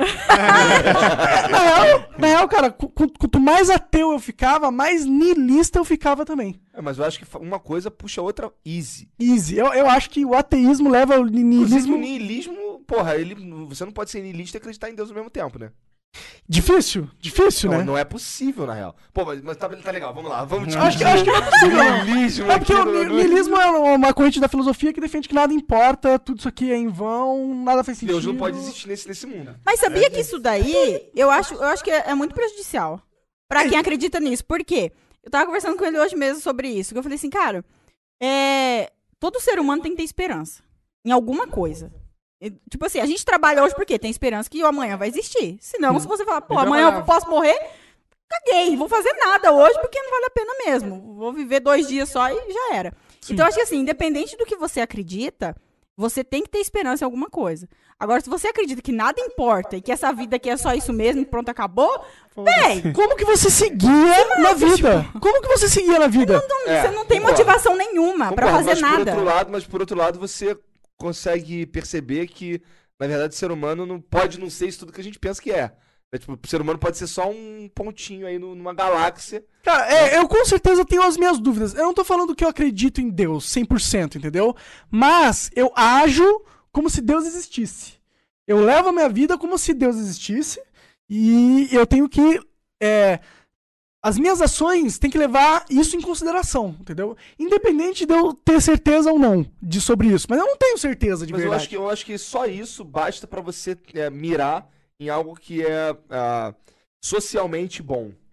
Na real, cara, quanto mais ateu eu ficava, mais niilista eu ficava também. Mas eu acho que uma coisa puxa a outra easy. Easy. Eu acho que o ateísmo leva ao Inclusive, niilismo. o niilismo, porra, você não pode ser niilista e acreditar em Deus ao mesmo tempo, né? Difícil, Não, né? não é possível, na real. Pô, mas tá legal, vamos lá. Vamos Acho que não é possível. não. niilismo É porque aqui o no- niilismo é uma corrente da filosofia que defende que nada importa, tudo isso aqui é em vão, nada faz sentido. Deus não pode existir nesse mundo. Mas sabia que isso daí, eu acho que é muito prejudicial pra quem acredita nisso. Por quê? Eu tava conversando com ele hoje mesmo sobre isso, que eu falei assim, cara, todo ser humano tem que ter esperança em alguma coisa. Tipo assim, a gente trabalha hoje porque tem esperança que o amanhã vai existir. Senão, se você falar, pô, amanhã eu posso morrer, caguei, não vou fazer nada hoje porque não vale a pena mesmo. Vou viver 2 dias só e já era. Então, eu acho que assim, independente do que você acredita, você tem que ter esperança em alguma coisa. Agora, se você acredita que nada importa e que essa vida aqui é só isso mesmo e pronto, acabou, véi, Como que você seguia na vida? Como que você seguia na vida? você não tem concordo. motivação nenhuma pra Concordo, fazer nada. Mas por outro lado, você consegue perceber que, na verdade, o ser humano não pode não ser isso tudo que a gente pensa que é. Tipo, o ser humano pode ser só um pontinho aí numa galáxia. Cara, eu com certeza tenho as minhas dúvidas. Eu não tô falando que eu acredito em Deus 100%, entendeu? Mas eu ajo como se Deus existisse. Eu levo a minha vida como se Deus existisse e eu tenho que... as minhas ações têm que levar isso em consideração, entendeu? Independente de eu ter certeza ou não sobre isso. Mas eu não tenho certeza de Mas verdade. eu acho que só isso basta pra você mirar em algo que é socialmente bom.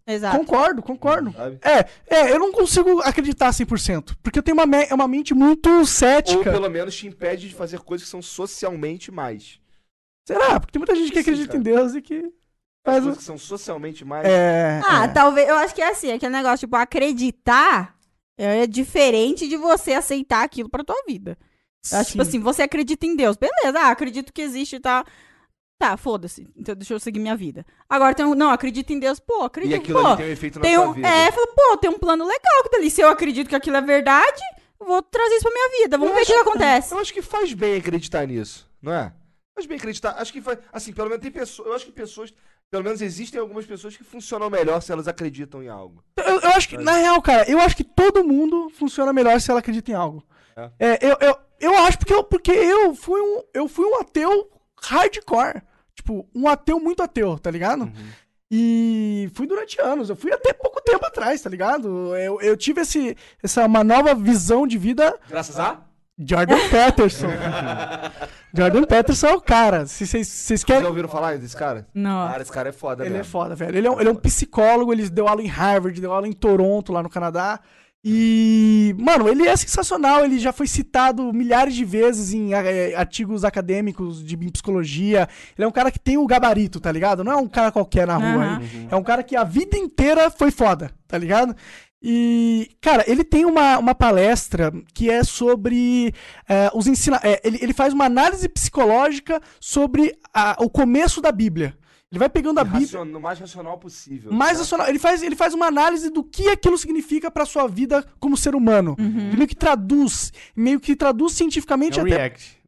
Exato. Concordo. Sabe? Eu não consigo acreditar 100%, porque eu tenho uma mente muito Ou cética. pelo menos te impede de fazer coisas que são socialmente mais. Será? Porque tem muita gente que Sim, acredita cara. em Deus e que As faz coisas que são socialmente mais. Talvez, eu acho que é assim, aquele negócio, tipo, acreditar é diferente de você aceitar aquilo pra tua vida. Eu acho, tipo Sim. assim, você acredita em Deus, beleza, acredito que existe e tal. Tá, foda-se, então deixa eu seguir minha vida. Agora, não, acredito em Deus, pô, acredito, E aquilo pô, ali tem um efeito na tem sua vida. tem um plano legal que dali, se eu acredito que aquilo é verdade, eu vou trazer isso pra minha vida, vamos ver o que acontece. Eu acho que faz bem acreditar nisso, não é? Faz bem acreditar. Acho que faz. Assim, pelo menos tem pessoas. Eu acho que pessoas. Pelo menos existem algumas pessoas que funcionam melhor se elas acreditam em algo. Eu acho que, na real, cara, eu acho que todo mundo funciona melhor se ela acredita em algo. Eu acho porque eu fui um ateu hardcore. Tipo, um ateu muito ateu, tá ligado? E fui durante anos. Eu fui até pouco tempo atrás, tá ligado? Eu tive uma nova visão de vida. Graças a? Jordan Peterson. Jordan Peterson é o cara. Se vocês Vocês querem. já ouviram falar desse cara? Não. Cara, esse cara é foda Ele mesmo. é foda, velho. Ele é um psicólogo, ele deu aula em Harvard, deu aula em Toronto, lá no Canadá. E, mano, ele é sensacional. Ele já foi citado milhares de vezes em artigos acadêmicos em psicologia. Ele é um cara que tem o gabarito, tá ligado? Não é um cara qualquer na rua. É um cara que a vida inteira foi foda, tá ligado? E, cara, ele tem uma palestra que é sobre os ensinamentos. Ele faz uma análise psicológica sobre o começo da Bíblia. Ele vai pegando a Bíblia. No mais racional possível. Mais né? racional. Ele faz uma análise do que aquilo significa pra sua vida como ser humano. Ele meio que traduz cientificamente É o até. React.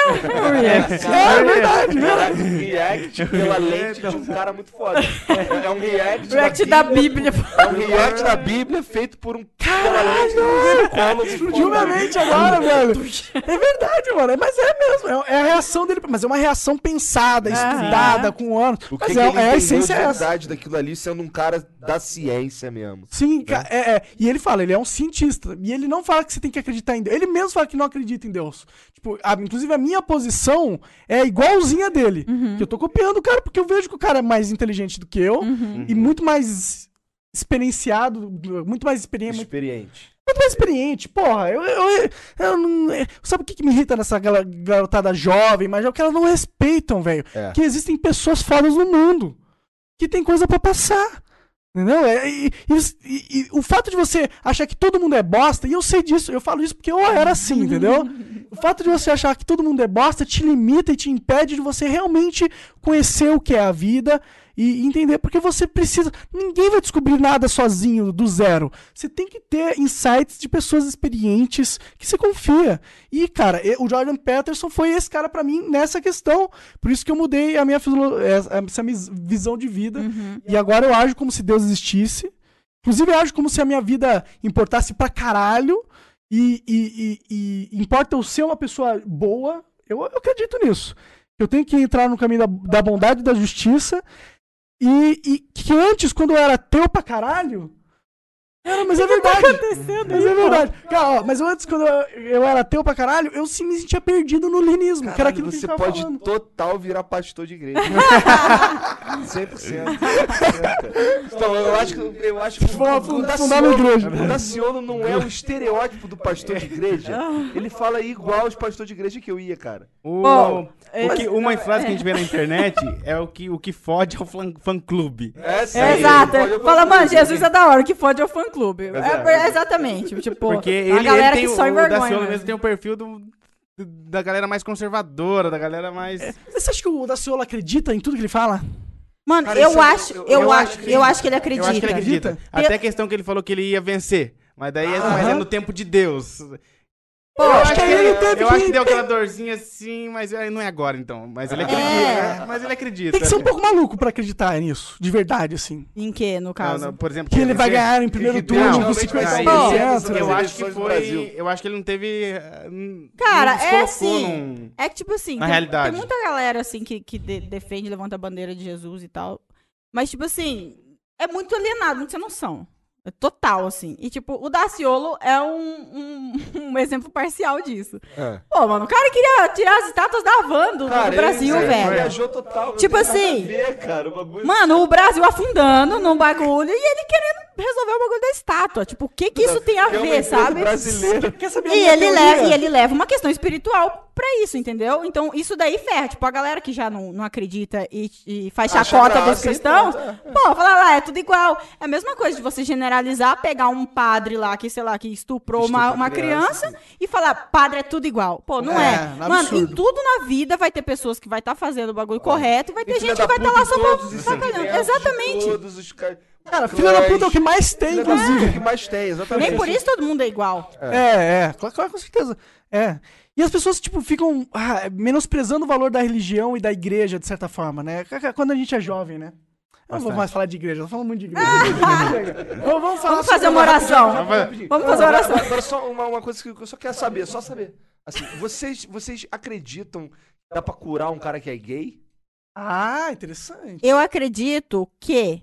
É verdade, verdade. React pela lente de um cara muito foda. É um react, React da Bíblia. É um react da Bíblia feito por um pela lente de um psicólogo. Explodiu minha mente agora, velho. É verdade, mano. Mas é mesmo. É a reação dele. Mas é uma reação pensada, estudada, com anos. O Mas que ele a entendeu essência de é essa. verdade daquilo ali, sendo um cara da ciência mesmo. Sim, cara, e ele fala, ele é um cientista. E ele não fala que você tem que acreditar em Deus. Ele mesmo fala que não acredita em Deus. Tipo, inclusive a minha posição é igualzinha dele. Que eu tô copiando o cara porque eu vejo que o cara é mais inteligente do que eu e muito mais experienciado, muito mais experiente. Muito mais experiente. Porra, eu não. Sabe o que me irrita nessa garotada jovem? Mas é que elas não respeitam, velho. Que existem pessoas fodas no mundo que tem coisa pra passar. Entendeu? E o fato de você achar que todo mundo é bosta, e eu sei disso, eu falo isso porque eu era assim, entendeu? O fato de você achar que todo mundo é bosta te limita e te impede de você realmente conhecer o que é a vida e entender, porque você precisa. Ninguém vai descobrir nada sozinho, do zero. Você tem que ter insights de pessoas experientes que você confia. E, cara, o Jordan Peterson foi esse cara pra mim nessa questão. Por isso que eu mudei essa minha visão de vida. E agora eu ajo como se Deus existisse. Inclusive, eu ajo como se a minha vida importasse pra caralho. E importa eu ser uma pessoa boa. Eu acredito nisso. Eu tenho que entrar no caminho da bondade e da justiça. E que antes, quando eu era ateu pra caralho. Mas é verdade. Mas é verdade. Cara, ó, mas antes, quando eu era ateu pra caralho, eu sim me sentia perdido no linismo. Caralho, que era aquilo que você a gente tava pode falando. total virar pastor de igreja. 100%. Então, eu acho que Fundar uma igreja. o Daciolo não é o estereótipo do pastor de igreja. Ele fala igual aos pastores de igreja que eu ia, cara. Uma frase que a gente vê na internet é o que fode é o fã-clube. Exato. Fala, mano, Jesus é da hora, o que fode é o fã-clube. Exatamente. Tipo, Porque a galera ele tem que só o envergonha. Daciolo mesmo. mesmo tem o perfil da galera mais conservadora, da galera mais... Você acha que o Daciolo acredita em tudo que ele fala? Mano, Cara, eu isso acho que ele Eu acho acredita. que ele acredita. Até a questão que ele falou que ele ia vencer. Mas daí mas é no tempo de Deus. Eu acho que deu aquela dorzinha assim, mas não é agora então. Mas ele acredita. Tem que ser um pouco maluco pra acreditar nisso, de verdade, assim. Em que, no caso? Não, por exemplo, Que ele vai ganhar em primeiro turno com 50%. Eu acho que ele não teve. Cara, não se é colocou assim. É que, tipo assim, na tem realidade. muita galera, assim, que defende, levanta a bandeira de Jesus e tal. Mas, tipo assim, é muito alienado, muito sem noção. Total, assim. E, tipo, o Daciolo é um exemplo parcial disso. É. Pô, mano, o cara queria tirar as estátuas da Havan do Brasil, ele velho. viajou total. não Tipo tem nada assim, a ver, cara, o bagulho- Mano, o Brasil afundando num bagulho e ele querendo resolver o bagulho da estátua. Tipo, o que isso tem a Que é uma ver, empresa sabe? brasileira. Quer saber a E minha ele, teoria? leva uma questão espiritual pra isso, entendeu? Então, isso daí ferra. Tipo, a galera que já não acredita e faz Acha chacota graça dos e cristãos, pronto, pô, fala lá, é tudo igual. É a mesma coisa de você generalizar, pegar um padre lá que, sei lá, que estuprou uma criança e falar, padre é tudo igual. Pô, não é. Mano, absurdo. em tudo na vida vai ter pessoas que vai estar fazendo o bagulho correto e vai ter Tem filha gente que da vai estar lá puta só em pra todos os sacaneando. segmentos, Exatamente. de todos os caras. Cara, filha da puta é o que mais tem, Filha da puta é inclusive. o que mais tem, exatamente. Nem por isso todo mundo é igual. Claro, com certeza. É. E as pessoas, tipo, ficam menosprezando o valor da religião e da igreja, de certa forma, né? Quando a gente é jovem, né? Eu não vou mais falar de igreja, eu tô falando muito de igreja. Vamos falar Vamos fazer sobre- uma oração. Rapidinho. Vamos fazer uma oração. Agora só uma coisa que eu só quero saber, só saber. Assim, vocês acreditam que dá pra curar um cara que é gay? Ah, interessante. Eu acredito que,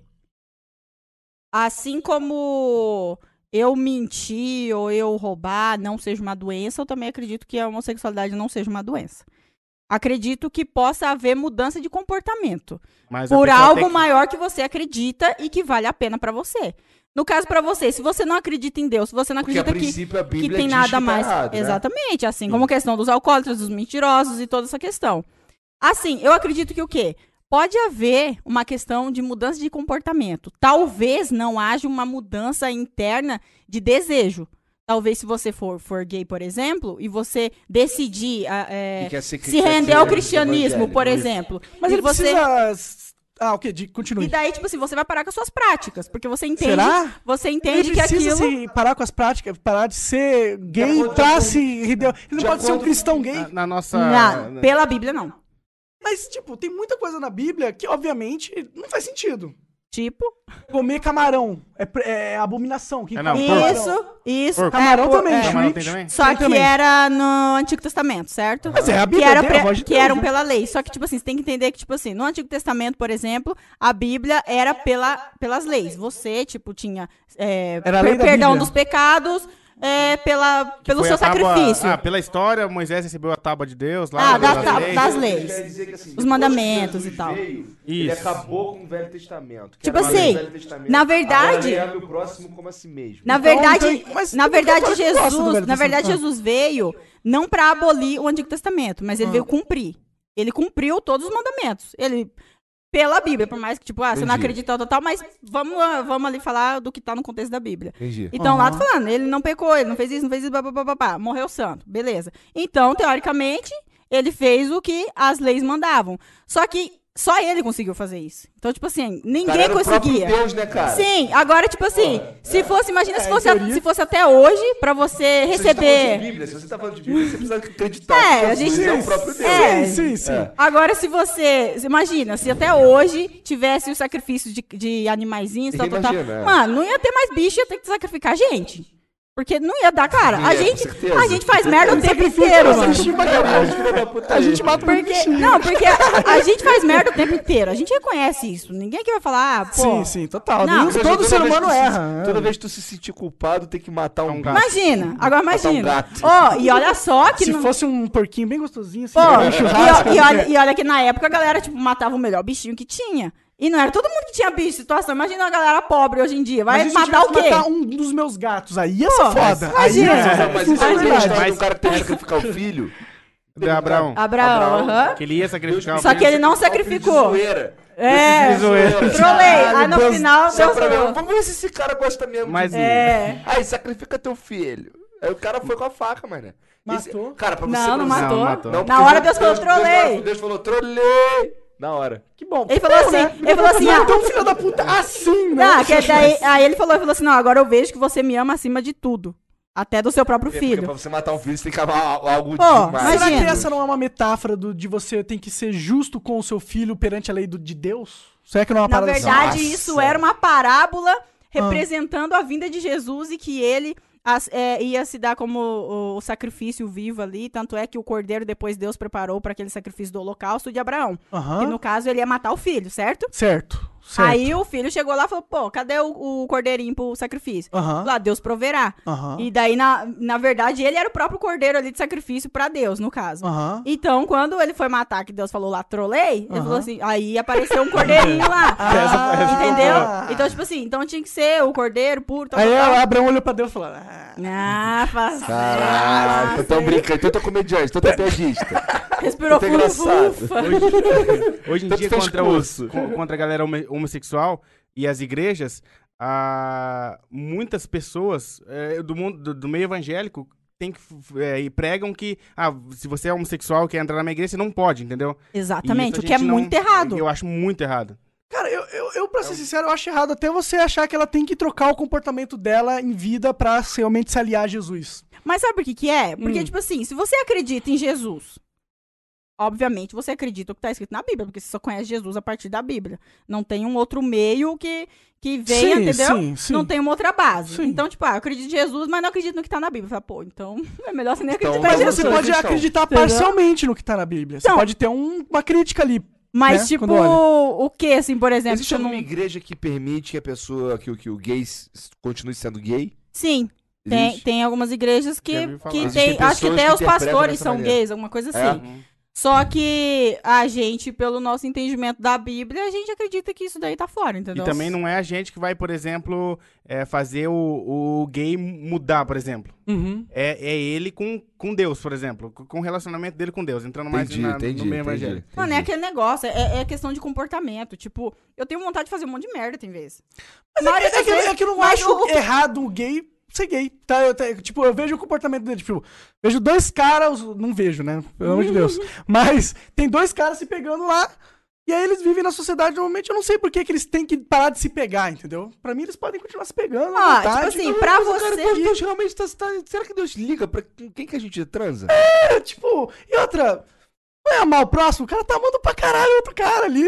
assim como eu mentir ou eu roubar não seja uma doença, eu também acredito que a homossexualidade não seja uma doença. Acredito que possa haver mudança de comportamento Mas a por pessoa algo tem que- maior que você acredita e que vale a pena pra você. No caso pra você, se você não acredita em Deus, se você não Porque a acredita princípio a que Bíblia tem diz nada que tá mais. errado, né? Exatamente, assim como a questão dos alcoólatras, dos mentirosos e toda essa questão. Assim, eu acredito que o quê? Pode haver uma questão de mudança de comportamento. Talvez não haja uma mudança interna de desejo. Talvez se você for gay, por exemplo, e você decidir Que quer ser- se quer render ser ao cristianismo, evangélico, por isso. exemplo. Mas e ele você... precisa... Ah, ok, continue. E daí, tipo assim, você vai parar com as suas práticas, porque você entende, Será? você Ele entende que precisa aquilo... se parar com as práticas, parar de ser gay acordo- pra se... Ele não de pode ser um acordo cristão gay. Na nossa... Pela Bíblia, não. Mas, tipo, tem muita coisa na Bíblia que, obviamente, não faz sentido. Tipo, Comer camarão é abominação. Quem É, não, come porco. camarão. isso. Porco. Camarão por- também, Camarão shrimp. tem também? Só Tem que também. era no Antigo Testamento, certo? Mas é, a Que, Bíblia era é a voz de que Deus, eram né? pela lei. Só que, tipo assim, você tem que entender que, tipo assim, no Antigo Testamento, por exemplo, a Bíblia era pelas leis. Você, tipo, tinha Era a lei da perdão Bíblia. dos pecados pelo Foi seu a tábua- sacrifício. pela história, Moisés recebeu a tábua de Deus lá. Das leis. Quer dizer que, assim, Os depois mandamentos que Jesus e tal. veio, ele Isso. acabou com o Velho Testamento. que Tipo era a lei assim, do Velho Testamento. na verdade- Agora, ame o próximo como a si mesmo. Na verdade, então, mas na por que verdade você gosta do Jesus, Velho na verdade Testamento? Jesus veio não para abolir o Antigo Testamento, mas ele veio cumprir. Ele cumpriu todos os mandamentos. Ele pela Bíblia, por mais que tipo, você não Entendi. acredita tal, mas vamos ali falar do que tá no contexto da Bíblia. Entendi. Então, lá tô falando, ele não pecou, ele não fez isso, babá, morreu santo, beleza. Então, teoricamente, ele fez o que as leis mandavam. Só que só ele conseguiu fazer isso. Então, tipo assim, Cara, ninguém era o próprio conseguia. Deus, né, cara? Sim, agora, tipo assim, se fosse, imagina se teoria. se fosse até hoje, pra você Se você tá falando de receber. Bíblia, se você tá falando de Bíblia, você precisa acreditar É, que a Jesus gente- é o próprio Deus. É. Sim. Agora, se você. Imagina, se até hoje tivesse os sacrifícios de animaizinhos, tal. Imagina, é. Mano, não ia ter mais bicho, ia ter que sacrificar gente. Porque não ia dar, cara. Sim, A com gente, certeza. a gente faz merda o tempo inteiro, mano. A gente mata um Porque, bichinho. não, porque a gente faz merda o tempo inteiro. A gente reconhece isso. Ninguém aqui vai falar, ah, pô. Sim, total. Não. Nem- Todo ser humano erra. Toda vez que tu se sentir culpado, tem que matar um gato. Imagina, agora Matar um imagina. gato. Ó, e olha só que. Se não- fosse um porquinho bem gostosinho, assim, Pô, um churrasco. e olha que na época a galera, tipo, matava o melhor bichinho que tinha. E não era todo mundo que tinha bicho, situação. Imagina uma galera pobre hoje em dia. Vai Mas e se eu matar o tivesse quê? que matar um dos meus gatos, aí ia ser foda. Aí imagina. ia Mas ser isso é verdade. verdade. Um cara que tem que sacrificar o filho. De Abraão. Abraão, aham. Que ele ia sacrificar o Só que ele não sacrificou. Zoeira. É, zoeira. trolei. Aí no Deus, final, Só Deus pra ver, falou. vamos ver se esse cara gosta mesmo Mas de mim. É. Aí, sacrifica teu filho. Aí o cara foi com a faca, mano. Matou? Cara, pra você... Não, não matou. Não, matou. Não, Na porque hora Deus falou, trolei. Deus falou, trolei. Na hora. Que bom. Ele falou assim, ele falou assim, Então, filho da puta, assim, né? não, que daí, aí ele falou assim, não, agora eu vejo que você me ama acima de tudo. Até do seu próprio Porque filho. pra você matar um filho, você tem que amar algo Pô, demais. Será imagina. que essa não é uma metáfora de você tem que ser justo com o seu filho perante a lei de Deus? Será que não é uma Na parada assim? verdade, Nossa. isso era uma parábola representando a vinda de Jesus e que ele ia se dar como o sacrifício vivo ali. Tanto é que o cordeiro depois Deus preparou para aquele sacrifício do holocausto de Abraão. Aham. Que no caso ele ia matar o filho, certo? Certo. Certo. Aí o filho chegou lá e falou, pô, cadê o cordeirinho pro sacrifício? Aham. Lá, Deus proverá. Aham. E daí, na verdade, ele era o próprio cordeiro ali de sacrifício pra Deus, no caso. Aham. Então, quando ele foi matar, que Deus falou lá, trolei, ele Aham. falou assim, aí apareceu um cordeirinho lá. Entendeu? Então, tipo assim, então tinha que ser o cordeiro puro, tal, Aí tal, tal. Abraão olhou pra Deus e falou: Faz Caralho, então brinca, então tá comediante, então tá piadista. Respirou Tá fundo, engraçado. ufa. Hoje em Tanto dia, fez contra, curso. contra a galera homossexual e as igrejas, muitas pessoas do mundo do meio evangélico e pregam que se você é homossexual e quer entrar na minha igreja, você não pode, entendeu? Exatamente, E isso o a que é gente não- muito errado. Eu acho muito errado. Cara, eu pra ser sincero, eu acho errado até você achar que ela tem que trocar o comportamento dela em vida pra realmente se aliar a Jesus. Mas sabe por que que é? Porque, tipo assim, se você acredita em Jesus, obviamente você acredita o que tá escrito na Bíblia, porque você só conhece Jesus a partir da Bíblia. Não tem um outro meio que venha, Sim, entendeu? sim, sim. Não tem uma outra base. Sim. Então, tipo, eu acredito em Jesus, mas não acredito no que tá na Bíblia. Fala, pô, então é melhor você nem Então, acreditar em Mas Mas Jesus. você pode cristão. acreditar Entendeu? parcialmente no que tá na Bíblia. Você Então- pode ter uma crítica ali. Mas, né, tipo, quando olha. o que, assim, por exemplo, Existe que eu não... alguma igreja que permite que a pessoa, que o gay continue sendo gay? Sim, Existe? tem algumas igrejas Já que ouvi falar. tem, Existem acho que pessoas até que os interpretam pastores dessa são maneira. gays, alguma coisa assim. É? Só que a gente, pelo nosso entendimento da Bíblia, a gente acredita que isso daí tá fora, E entendeu? também não é a gente que vai, por exemplo, fazer o gay mudar, por exemplo. Uhum. É ele com Deus, por exemplo. Com o relacionamento dele com Deus. Entrando mais no meio evangélico. Mano, é aquele negócio, é questão de comportamento. Tipo, eu tenho vontade de fazer um monte de merda, tem vezes. Mas Maioria das vezes, é que eu não mas acho errado o gay ser gay. Tá? Tipo, eu vejo o comportamento dele. Tipo, vejo dois caras. Não vejo, né? Pelo amor de Deus. Mas tem dois caras se pegando lá. E aí eles vivem na sociedade. Normalmente eu não sei por que eles têm que parar de se pegar, entendeu? Pra mim eles podem continuar se pegando. à vontade. tipo assim, pra Mas, cara, você... Deus realmente será que Deus liga pra quem que a gente transa? Tipo, e outra. Não é amar o próximo? O cara tá amando pra caralho outro cara ali.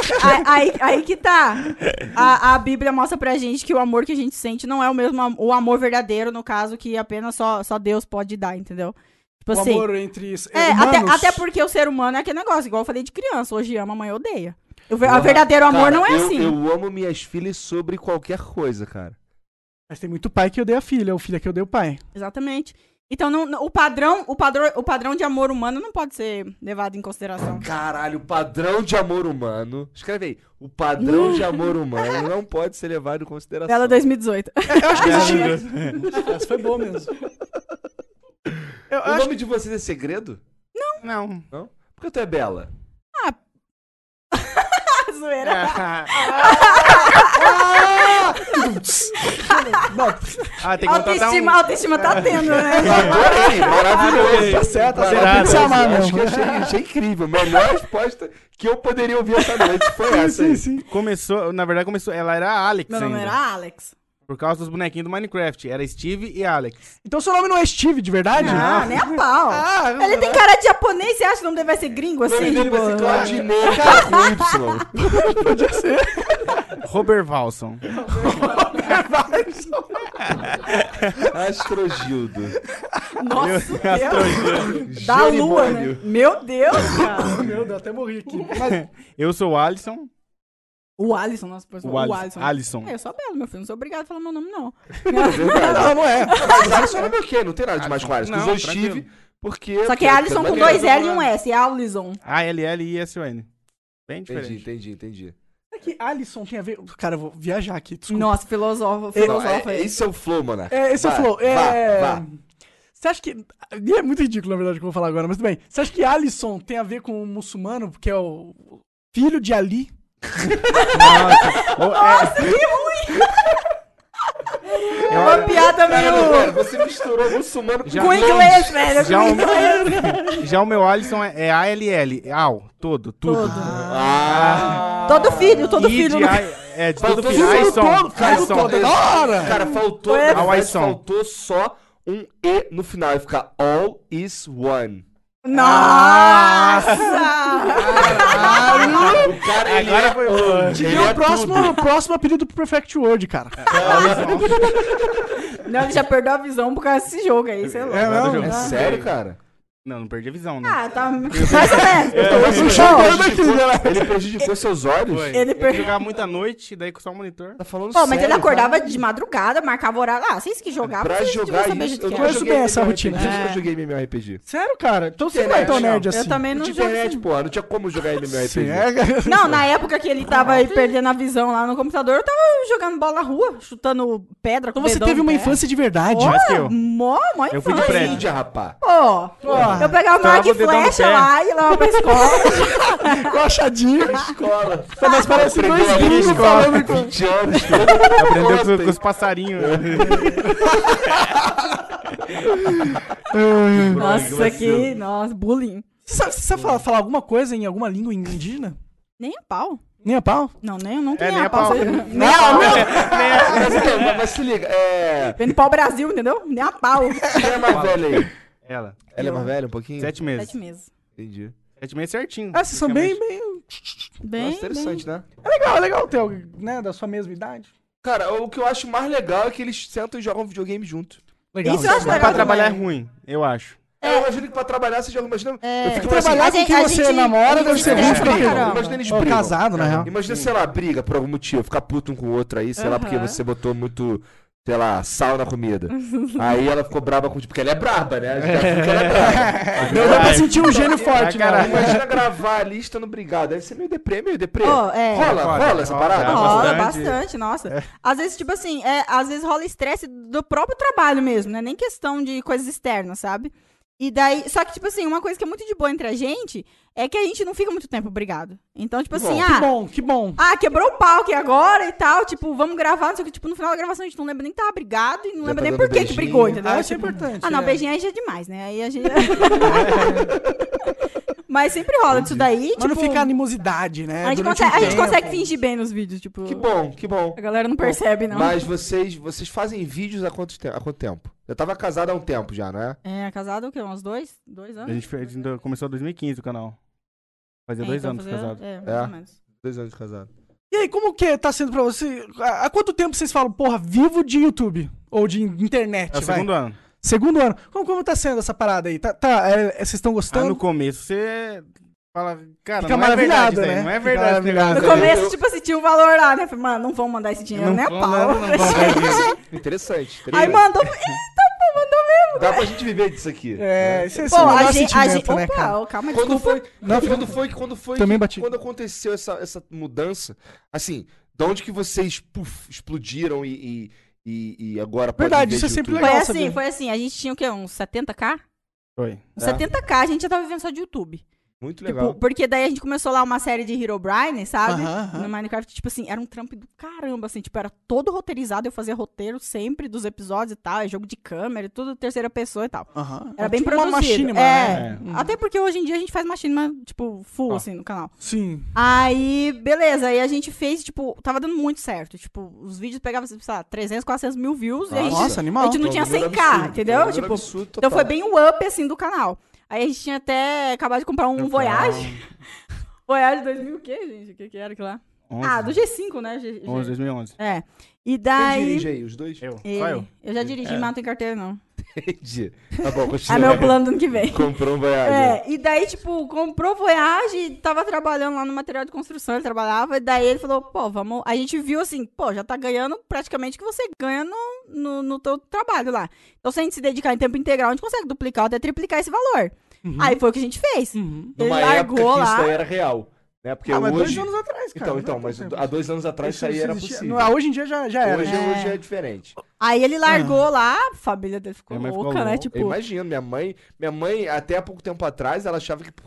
Aí que tá. A Bíblia mostra pra gente que o amor que a gente sente não é o mesmo o amor verdadeiro, no caso, que apenas só Deus pode dar, entendeu? Tipo O assim. amor entre Até humanos. porque o ser humano é aquele negócio, igual eu falei de criança. Hoje ama, amanhã odeia. O verdadeiro amor Cara, não é assim. Eu amo minhas filhas sobre qualquer coisa, cara. Mas tem muito pai que odeia a filha, ou filha que odeia o pai. Exatamente. Então, o padrão de amor humano não pode ser levado em consideração. Caralho, o padrão de amor humano. Escreve aí. O padrão de amor humano não pode ser levado em consideração. Bela 2018. Eu acho que existia. Essa foi boa mesmo. Eu O acho nome de vocês é segredo? Não. Não? Por que tu é Bela? Zoeira. Tem que contratar A autoestima tá tendo, né? Adorei, maravilhoso. Tá certo, tá certo. Será? Tem que se amar Acho mesmo. que achei incrível. Melhor resposta que eu poderia ouvir essa noite foi essa aí. Sim. Na verdade começou, ela era Alex Meu nome ainda. era Alex. Por causa dos bonequinhos do Minecraft. Era Steve e Alex. Então seu nome não é Steve, de verdade? Ah, nem a pau. Ah, Ele tem cara de japonês, você acha que o nome dele vai ser gringo O nome assim? dele vai ser Tipo, Claudinei, cara, com Y. Podia ser. Robert Valson. Astrogildo. Nossa, Deus. Da lua, né? Meu Deus, cara. Meu Deus, até morri aqui. Eu sou o Alisson. O Alisson, nossa, pessoa. O Alisson. Alisson. Eu sou belo, meu filho. Não sou obrigado a falar meu nome, não. Não, não é. Mas Alisson é o quê? Não tem nada demais com Alisson. Não, Usou tranquilo. Steve porque... Só que é Alisson com dois L e um S. É Alisson. A-L-L-I-S-O-N. Bem diferente. Entendi. É que Alisson tem a ver... Cara, eu vou viajar aqui, desculpa. Nossa, filosofa. Esse é o flow, mano. Esse é o flow. Vá. Você acha que... E é muito ridículo, na verdade, o que eu vou falar agora, mas tudo bem. Você acha que Alisson tem a ver com o muçulmano, porque é o filho de Ali? Nossa, É uma piada Cara, meio... você misturou muçulmano Já- Com inglês, velho. Já Com o- inglês. Já o meu Alisson é A-L-L. Al. Tudo. Todo. Ah. Todo filho. De no- de todo Faltou filho. filho Aisson. todo, cara. Aisson. Todo. Da hora! Cara, faltou, Foi na verdade, Aisson. faltou só um E no final. E fica All is One. Nossa! O cara, ele Agora é foi on. boa. Ele E é o próximo apelido pro Perfect World, cara. Não, ele já perdeu a visão por causa desse jogo aí, sei lá. É, não? tudo. É sério, cara? Não perdi a visão, né? Ah, tá mais ou menos. Ele prejudicou seus olhos? Foi. ele Eu jogava muito à noite, daí com só o monitor. Tá falando Pô, mas sério, ele acordava cara? de madrugada, marcava horário. Ah, vocês que jogavam, Pra vocês jogar deviam saber isso, de eu que nunca era. conheço joguei bem essa MMORPG, rotina. Eu nunca joguei MMORPG. Sério, cara? Então você não é tão nerd assim. Eu também não De jogo. internet, pô, não tinha como jogar MMORPG. Sim, é. Não, na época que ele tava aí perdendo a visão lá no computador, eu tava jogando bola na rua, chutando pedra com Então você dedão teve no uma pé. infância de verdade. Mais que eu. Mó Eu fui de infância. prédio. Índia, rapá. Pô, eu pegava uma Estourava arco e o dedão no flecha pé. lá e levava pra escola. Com a chadinha. Escola. Mas parece Aprendeu dois ali na gringos escola, falando com... 20 anos. Aprendeu com os passarinhos. Nossa, que... Nossa, bullying. Você sabe falar alguma coisa em alguma língua indígena? Nem a pau. Nem a pau? Não, nem É, nem a pau. pau. Nem a pau. Mas se liga, Vem do pau Brasil, entendeu? Nem a pau. quem é mais velha aí? Ela. Ela é mais velha um pouquinho? 7 meses. 7 meses. Entendi. 7 meses certinho. Ah, vocês são bem... Bem, Nossa, interessante, né? É legal ter alguém, né, da sua mesma idade. Cara, o que eu acho mais legal é que eles sentam e jogam videogame junto. Legal. Isso eu acho Mas legal pra trabalhar é também. ruim, eu acho. Eu imagino que pra trabalhar você joga. Imagina. Eu fico Trabalhar assim, com quem a você gente- namora a deve gente ser estressa muito pra tranquilo. caramba. Imagina eles Ou brigam. casado, na real. Imagina, sei lá, briga por algum motivo, ficar puto um com o outro aí, sei lá, porque você botou muito, sei lá, sal na comida. Aí ela ficou braba com porque ela é braba, né? A gente já viu que ela é braba. Não dá pra sentir um gênio forte, né? caralho. Imagina gravar ali estando brigado. Deve ser meio deprê. Ó, é. Rola essa parada? Rola bastante. bastante, nossa. Às vezes, tipo assim, às vezes rola estresse do próprio trabalho mesmo, né? Nem questão de coisas externas, sabe? E daí, só que, tipo assim, uma coisa que é muito de boa entre a gente é que a gente não fica muito tempo brigado. Então, tipo assim, Que bom. quebrou o pau aqui agora e tal, tipo, vamos gravar, não sei o que, tipo, no final da gravação a gente não lembra nem que tava brigado e não Já lembra tá nem dando por que beijinho. brigou, entendeu? Ah, isso é Tipo, importante. ah, não, é. beijinho aí já é demais, né? Aí a gente... Mas sempre rola disso daí, Mas não tipo... fica animosidade, né? A gente, Durante consegue, um a gente tempo. consegue fingir bem nos vídeos, tipo... Que bom, que bom. A galera não percebe, não. Mas vocês fazem vídeos há quanto tempo? Eu tava casado há um tempo já, não é? É, casado o quê? Uns 2 A anos? gente começou em 2015 o canal. Fazia 2 então anos fazia- casado. É, mais É. ou menos. 2 anos de casado. E aí, como que tá sendo pra você? Há quanto tempo vocês falam, porra, vivo de YouTube? Ou de internet, É o vai? segundo ano. Segundo ano. Como tá sendo essa parada aí? Vocês estão Ah, gostando? no começo você fala, cara, Fica não é verdade maravilhado, isso aí, né? não é Fica verdade esse maravilhado. negócio No aí. começo, tipo assim, tinha um valor lá, né? Falei, mano, não vão mandar esse dinheiro, né, pau? não vamos ganhar dinheiro. Interessante. Aí mandou... Dá pra gente viver disso aqui. É, isso é Pô, o melhor a gente... sentimento, né, Opa, cara? calma, Quando desculpa. foi, quando foi Também bati. quando aconteceu essa mudança, assim, de onde que vocês explodiram e agora pode Verdade, viver isso é de sempre YouTube? legal. Foi assim, a gente tinha o quê? Uns 70k? Foi. Uns É. 70k, a gente já tava vivendo só de YouTube. Muito Tipo, legal. porque daí a gente começou lá uma série de Herobrine, sabe? Aham. No Minecraft, tipo assim, era um trampo do caramba, assim, tipo, era todo roteirizado, eu fazia roteiro sempre dos episódios e tal, é jogo de câmera, tudo terceira pessoa e tal. Aham. Era bem tipo produzido. uma machinima, é. né? Até porque hoje em dia a gente faz machinima, tipo, full, assim, no canal. Sim. Aí, beleza, aí a gente fez, tipo, tava dando muito certo. Tipo, os vídeos pegavam, sei lá, 300, 400 mil views e a gente, Nossa, animal. a gente não tinha 100k, entendeu? Tipo, então foi bem o up, assim, do canal. Aí a gente tinha até acabado de comprar um Voyage. Voyage 2000 o quê, gente? O que era aquilo lá? 11, Ah, do G5, né? 11, 2011. É. E Quem daí... dirige aí, os dois? Eu. Ele- Só eu. já dirigi, mas não tem carteira, não. Entendi. Tá bom, É continua. meu plano do ano que vem. Comprou um Voyage. É, e daí, tipo, comprou Voyage, tava trabalhando lá no material de construção, ele trabalhava, e daí ele falou, pô, vamos... A gente viu assim, pô, já tá ganhando praticamente o que você ganha no teu trabalho lá. Então, se a gente se dedicar em tempo integral, a gente consegue duplicar ou até triplicar esse valor. Aí foi o que a gente fez. Ele Numa época largou que isso lá... daí era real. Né? Porque Mas hoje... 2 anos atrás, cara. Então, mas há 2 anos atrás isso aí era possível. Hoje em dia já era. Hoje né? é diferente. Aí ele largou lá, a família dele ficou Minha mãe ficou louca, né? louca. Tipo, Eu imagino, minha mãe, até há pouco tempo atrás, ela achava que... pô,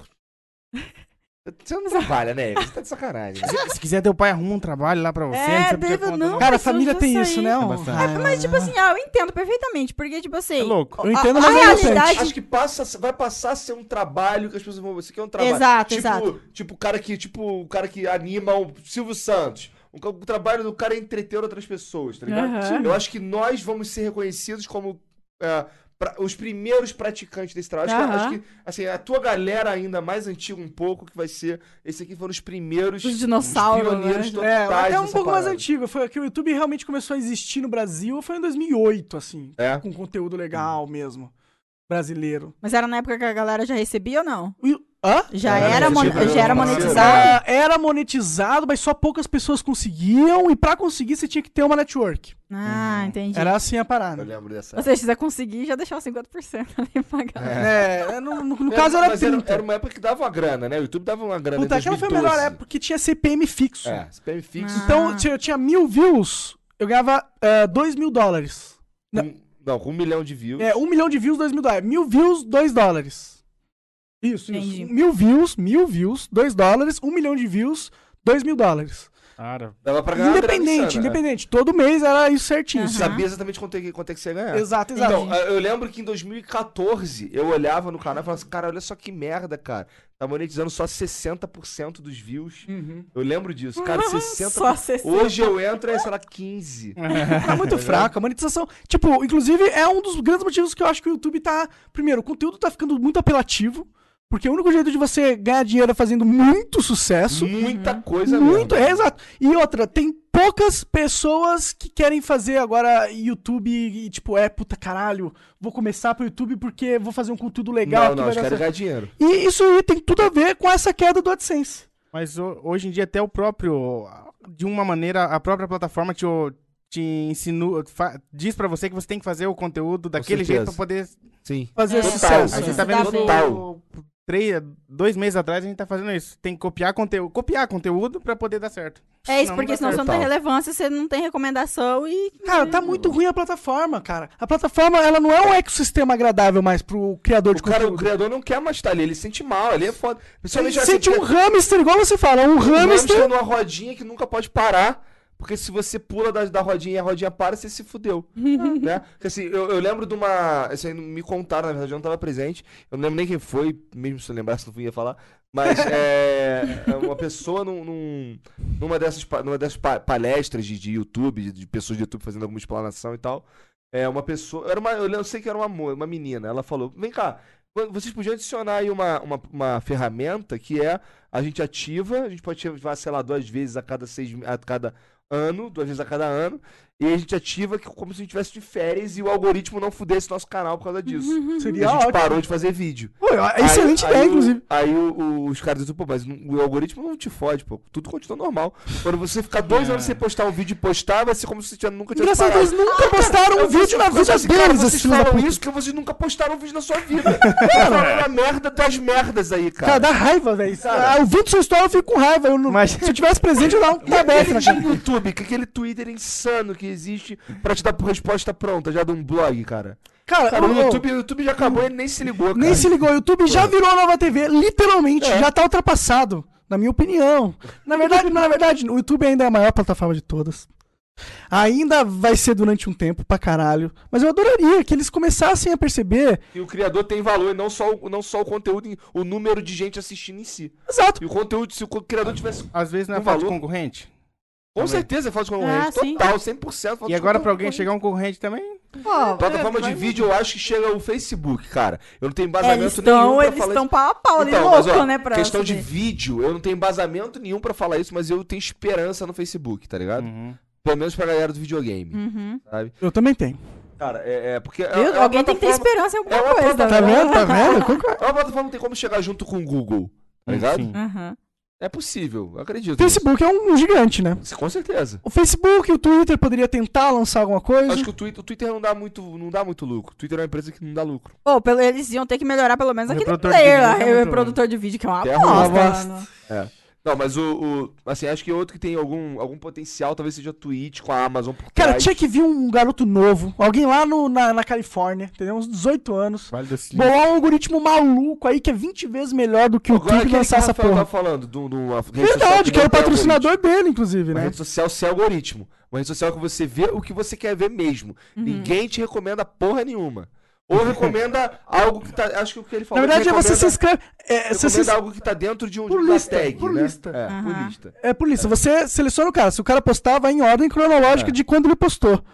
você não trabalha, né? Você tá de sacanagem. Né? Se quiser, teu pai arruma um trabalho lá pra você. É, não precisa daí pedir conta, não. Cara, a mas eu família já tem saí. isso, né? bastante. mas tipo assim, eu entendo perfeitamente, porque tipo assim... É louco. Eu entendo, a mas é realidade... Acho que vai passar a ser um trabalho que as pessoas vão... Você quer um trabalho. Exato, tipo, exato. Tipo o cara que anima o Silvio Santos. O trabalho do cara é entreter outras pessoas, tá ligado? Aham. Eu acho que nós vamos ser reconhecidos como os primeiros praticantes desse trabalho. Acho que, assim, a tua galera ainda mais antiga um pouco, que vai ser... Esse aqui foram os primeiros... Os dinossauros, os pioneiros né? totais até um dessa pouco mais parada. antigo. Foi que o YouTube realmente começou a existir no Brasil, foi em 2008, assim. É. Com conteúdo legal mesmo. brasileiro. Mas era na época que a galera já recebia ou não? Hã? Já Era, era, recebia, já era não, monetizado? Era monetizado, mas só poucas pessoas conseguiam, e pra conseguir você tinha que ter uma network. Ah, entendi. Era assim a Eu parada. lembro dessa. Ou seja, se quiser conseguir, já deixar os 50% ali pagar. No caso era Mas 30. era uma época que dava uma grana, né? O YouTube dava uma grana Puta, em aquela foi a 2012. melhor época, porque tinha CPM fixo. É, CPM fixo. Então, eu tinha 1000 views, eu ganhava $2.000. Não, com 1 milhão de views. 1 milhão de views, $2.000. 1000 views, $2. Isso. Entendi. 1000 views, $2. 1 milhão de views, $2.000. Cara, Dava pra ganhar uma grana insana, Independente. Todo mês era isso certinho. Aham. Você sabia exatamente quanto é que você ia ganhar. Exato. Então, eu lembro que em 2014 eu olhava no canal e falava assim, cara, olha só que merda, cara. Tá monetizando só 60% dos views. Eu lembro disso. Cara, 60%. Só 60%. Hoje eu entro e sei lá, 15%. Tá muito fraca. A monetização. Tipo, inclusive, é um dos grandes motivos que eu acho que o YouTube tá. Primeiro, o conteúdo tá ficando muito apelativo. Porque o único jeito de você ganhar dinheiro é fazendo muito sucesso. Muita coisa Muito, mesmo. exato. E outra, tem poucas pessoas que querem fazer agora YouTube e tipo, puta caralho, vou começar pro YouTube porque vou fazer um conteúdo legal. que Não, vai os dar caras certo. ganhar dinheiro. E isso aí tem tudo a ver com essa queda do AdSense. mas hoje em dia até o próprio, de uma maneira, a própria plataforma te insinua, diz pra você que você tem que fazer o conteúdo daquele jeito pra poder... Sim. Fazer Total. sucesso. A gente Isso tá dá vendo bem. Total. 2 meses atrás a gente tá fazendo isso. Tem que copiar conteúdo pra poder dar certo. É isso, Não porque dá senão você certo. não tem relevância, você não tem recomendação e... Cara, tá muito ruim a plataforma, cara. A plataforma, ela não é um ecossistema agradável mais pro criador de O conteúdo. criador não quer mais estar ali, ele se sente mal, ele é foda. Ele Principalmente sente assim, um hamster, igual você fala, um hamster. numa rodinha que nunca pode parar. Porque se você pula da rodinha e a rodinha para, você se fudeu. Né? Porque, assim, eu lembro de uma. Isso aí me contaram, na verdade, eu não tava presente. Eu não lembro nem quem foi, mesmo se eu lembrasse, não ia falar. Mas uma pessoa numa dessas palestras de YouTube, de pessoas de YouTube fazendo alguma explanação e tal. Uma pessoa. Eu sei que era uma menina. Ela falou: vem cá, vocês podiam adicionar aí uma ferramenta que a gente ativa, a gente pode ativar, sei lá, 2 vezes a cada ano, 2 vezes a cada ano, e a gente ativa como se a gente estivesse de férias e o algoritmo não fudesse nosso canal por causa disso. E Seria a gente ótimo. parou de fazer vídeo. Pô, excelente ideia, inclusive. Aí os caras dizem, pô, mas o algoritmo não te fode, pô, tudo continua normal. Quando você ficar 2 anos sem postar um vídeo e postar, vai ser como se você nunca tivesse Engraçado, parado. eles nunca postaram um vídeo na vida Assim, cara, deles, vocês esses filhos da falam puta. isso porque vocês nunca postaram um vídeo na sua vida. Falando a merda das merdas aí, Cara, cara. dá raiva, velho. Ouvindo sua história, eu fico com raiva. Se eu tivesse presente, eu dava um tabefe na cara. No YouTube, que aquele Twitter insano que existe pra te dar resposta pronta, já de um blog, cara. Cara, O YouTube já acabou e ele nem se ligou, cara. nem se ligou. O YouTube já virou a nova TV, literalmente. Já tá ultrapassado, na minha opinião. Na verdade, o YouTube ainda é a maior plataforma de todas. Ainda vai ser durante um tempo pra caralho. Mas eu adoraria que eles começassem a perceber. E o criador tem valor, e não só o conteúdo, o número de gente assistindo em si. Exato. E o conteúdo, se o criador tivesse. Às vezes não é Um falta de valor. concorrente. Com certeza faz concorrente. sim. Total, 100% falta E agora de pra alguém concorrente. chegar um concorrente também... Plataforma de vídeo, eu acho que chega o Facebook, cara. Eu não tenho embasamento Eles nenhum pra estão falar isso. pau a pau ali, Então, mas, louco, ó, né? Pra questão de saber. vídeo, eu não tenho embasamento nenhum pra falar isso, mas eu tenho esperança no Facebook, tá ligado? Pelo menos pra galera do videogame, sabe? Eu também tenho. Cara, porque... Viu? Alguém tem que ter esperança em alguma é uma coisa. plataforma- né? Tá vendo? Eu concordo. É uma plataforma que não tem como chegar junto com o Google, tá ligado? Sim. Aham. É possível, eu acredito. O Facebook é um gigante, né? nisso. Com certeza. O Facebook e o Twitter poderia tentar lançar alguma coisa. Acho que o Twitter não dá muito lucro. O Twitter é uma empresa que não dá lucro. Pô, eles iam ter que melhorar pelo menos O aquele reprodutor de player vídeo lá, é o muito reprodutor de vídeo, que é uma É bosta. bosta. mano. É. Não, mas assim, acho que outro que tem algum potencial, talvez seja a Twitch com a Amazon por Cara, trás. tinha que vir um garoto novo, alguém lá na Califórnia, entendeu? Uns 18 anos. Vale do Silício. Bolar um algoritmo maluco aí que é 20 vezes melhor do que o Agora YouTube aquele que lançar o essa Rafael porra. tava falando, de uma rede social Verdade, que era não o tem patrocinador dele, inclusive, Uma né? rede social sem algoritmo. Uma rede social que você vê o que você quer ver mesmo. Ninguém te recomenda porra nenhuma. Ou recomenda algo que tá... Acho que o que ele Na falou... verdade, recomenda, você se inscreve. Você recomenda se... algo que tá dentro de Por uma lista, tag, por né? lista. Por Aham. lista. É por isso, você seleciona o cara. Se o cara postar, vai em ordem cronológica de quando ele postou.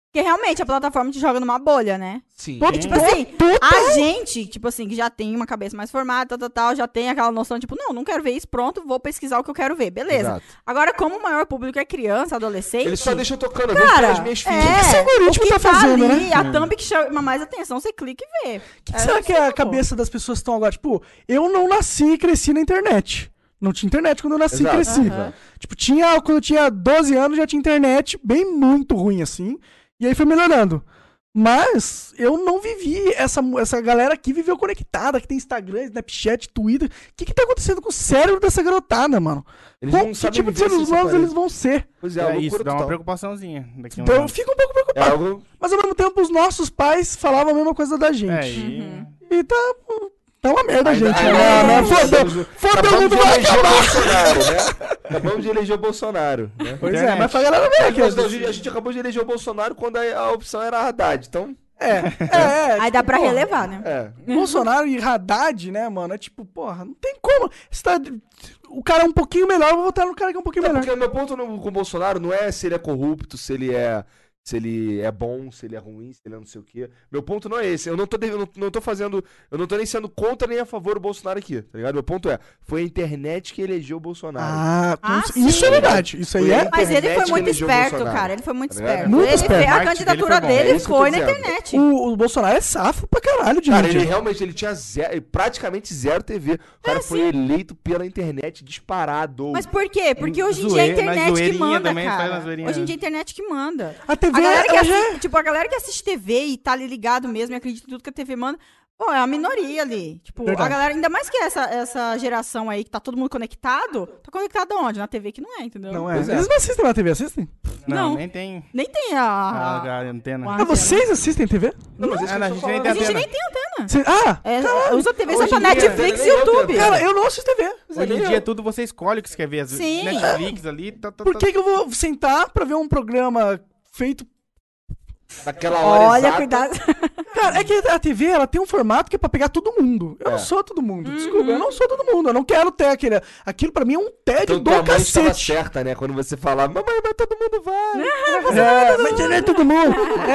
Porque realmente a plataforma te joga numa bolha, né? Sim. Todo- Tipo assim, total. a gente, tipo assim, que já tem uma cabeça mais formada, tal, já tem aquela noção, tipo, não quero ver isso, pronto, vou pesquisar o que eu quero ver, beleza. Exato. Agora, como o maior público é criança, adolescente... Eles só deixam tocando, eu vejo Cara, pelas minhas filhas. que esse algoritmo o que tá fazendo, ali, né? a thumb que chama mais atenção, você clica e vê. O que será que é a cabeça das pessoas que estão agora? Tipo, eu não nasci e cresci na internet. Não tinha internet quando eu nasci Exato. e cresci. Aham. Tipo, quando eu tinha 12 anos já tinha internet, bem muito ruim assim. E aí foi melhorando. Mas eu não vivi, essa galera aqui viveu conectada, que tem Instagram, Snapchat, Twitter. O que tá acontecendo com o cérebro dessa garotada, mano? Eles não Que sabem tipo de viver seres sem humanos esse eles vão ser? Pois é, É, uma isso, loucura dá uma total. preocupaçãozinha. Daqui a uns Então eu anos. fico um pouco É preocupado. algo... Mas ao mesmo tempo os nossos pais falavam a mesma coisa da gente. É, e... E tá uma merda, Ainda- gente. ainda- né? Fodeu, o Acabamos mundo de vai eleger o acabar. Bolsonaro, né? Acabamos de eleger o Bolsonaro, né? Pois é, Internet. mas pra galera ver aqui. Mas não, a gente acabou de eleger o Bolsonaro quando a opção era a Haddad, então... Aí dá pra porra, relevar, né? É. Bolsonaro e Haddad, né, mano? É tipo, porra, não tem como. O cara é um pouquinho melhor, eu vou votar no cara que é um pouquinho É melhor. porque o meu ponto com o Bolsonaro não é se ele é corrupto, se ele é bom, se ele é ruim, se ele é não sei o quê. Meu ponto não é esse. Eu não tô nem sendo contra nem a favor do Bolsonaro aqui, tá ligado? Meu ponto é, foi a internet que elegeu o Bolsonaro. Isso sim. é verdade. Isso aí é. Mas ele internet foi que muito elegeu o esperto, Bolsonaro. cara. Ele foi muito Tá ligado? esperto. Muito Ele esperto. fez- O a marketing candidatura dele foi bom. dele É isso que eu tô foi na dizendo. internet. O Bolsonaro é safo pra caralho de Cara, gente. ele realmente tinha praticamente zero TV. O cara foi eleito pela internet disparado. Mas por quê? Porque hoje em dia é a Zoeira, na internet que zoeirinha manda, também, faz na cara. zoeirinha. Hoje em dia é a internet que manda. A TV A galera, que ela já é- assiste, tipo, a galera que assiste TV e tá ali ligado mesmo e acredita em tudo que a TV manda, pô, é a minoria ali. Tipo, Verdade. a galera, ainda mais que essa geração aí que tá todo mundo conectado, tá conectado aonde? Na TV que não é, entendeu? Não é. Pois é. Eles não assistem na TV, assistem? Não. nem tem Nem tem a antena. a Ah, vocês assistem TV? Não, mas isso que eu a tô gente nem falando. tem A gente antena. nem tem antena. Usa TV Hoje só em pra dia, Netflix nem e eu YouTube. tenho Cara, eu não assisto TV. Hoje em dia é tudo você escolhe o que você quer ver. Sim. Netflix ali. Por que eu vou sentar pra ver um programa feito... Naquela hora Olha, exata. cuidado. Cara, é que a TV, ela tem um formato que é pra pegar todo mundo. Eu não sou todo mundo, desculpa, eu não sou todo mundo. Eu não quero ter aquele... Aquilo pra mim é um tédio Então do tua mãe estava cacete. certa, né? Quando você falava, mamãe, mas todo mundo vai. Mas não é todo mundo.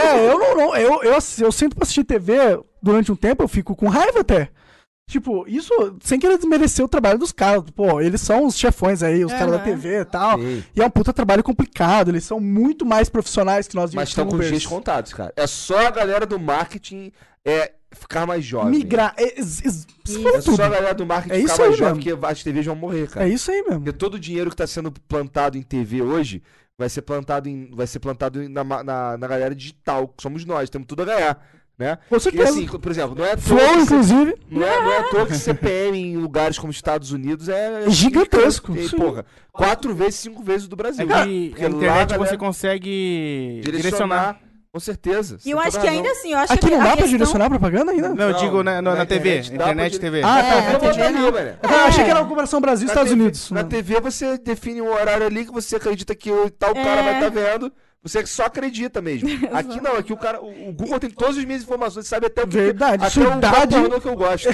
Eu sento pra assistir TV durante um tempo, eu fico com raiva até. Tipo, isso sem querer desmerecer o trabalho dos caras. Pô, eles são os chefões aí, os caras da TV e tal. Sim. E é um puta trabalho complicado, eles são muito mais profissionais que nós Mas estão com os dias contados, cara. É só a galera do marketing ficar mais jovem. Migrar. Você falou É só tudo. a galera do marketing É ficar isso aí mais jovem, mesmo. porque as TVs vão morrer, cara. É isso aí mesmo. Porque todo o dinheiro que tá sendo plantado em TV hoje vai ser plantado na galera digital, que somos nós, temos tudo a ganhar, né? Com E certeza. assim, por exemplo, não é à toa Flow, que inclusive. Não é à toa que CPM em lugares como Estados Unidos é Gigantesco, E, sim. porra, 4 vezes, 5 vezes do Brasil. É que Porque a lá internet galera você consegue direcionar. Com certeza. E eu acho que ainda assim, eu acho Aqui que não a dá pra questão... direcionar propaganda ainda? Não, eu digo na TV. dá pra Internet dire- TV. Ah, É, tá. na Eu vou TV ali, não. velho. Eu achei que era uma comparação Brasil e Estados Unidos. Na TV você define um horário ali que você acredita que tal cara vai estar vendo. Você só acredita mesmo. Aqui não, aqui o cara. O Google tem todas as minhas informações, sabe até o que. Verdade, até sua o idade. pornô que eu gosto.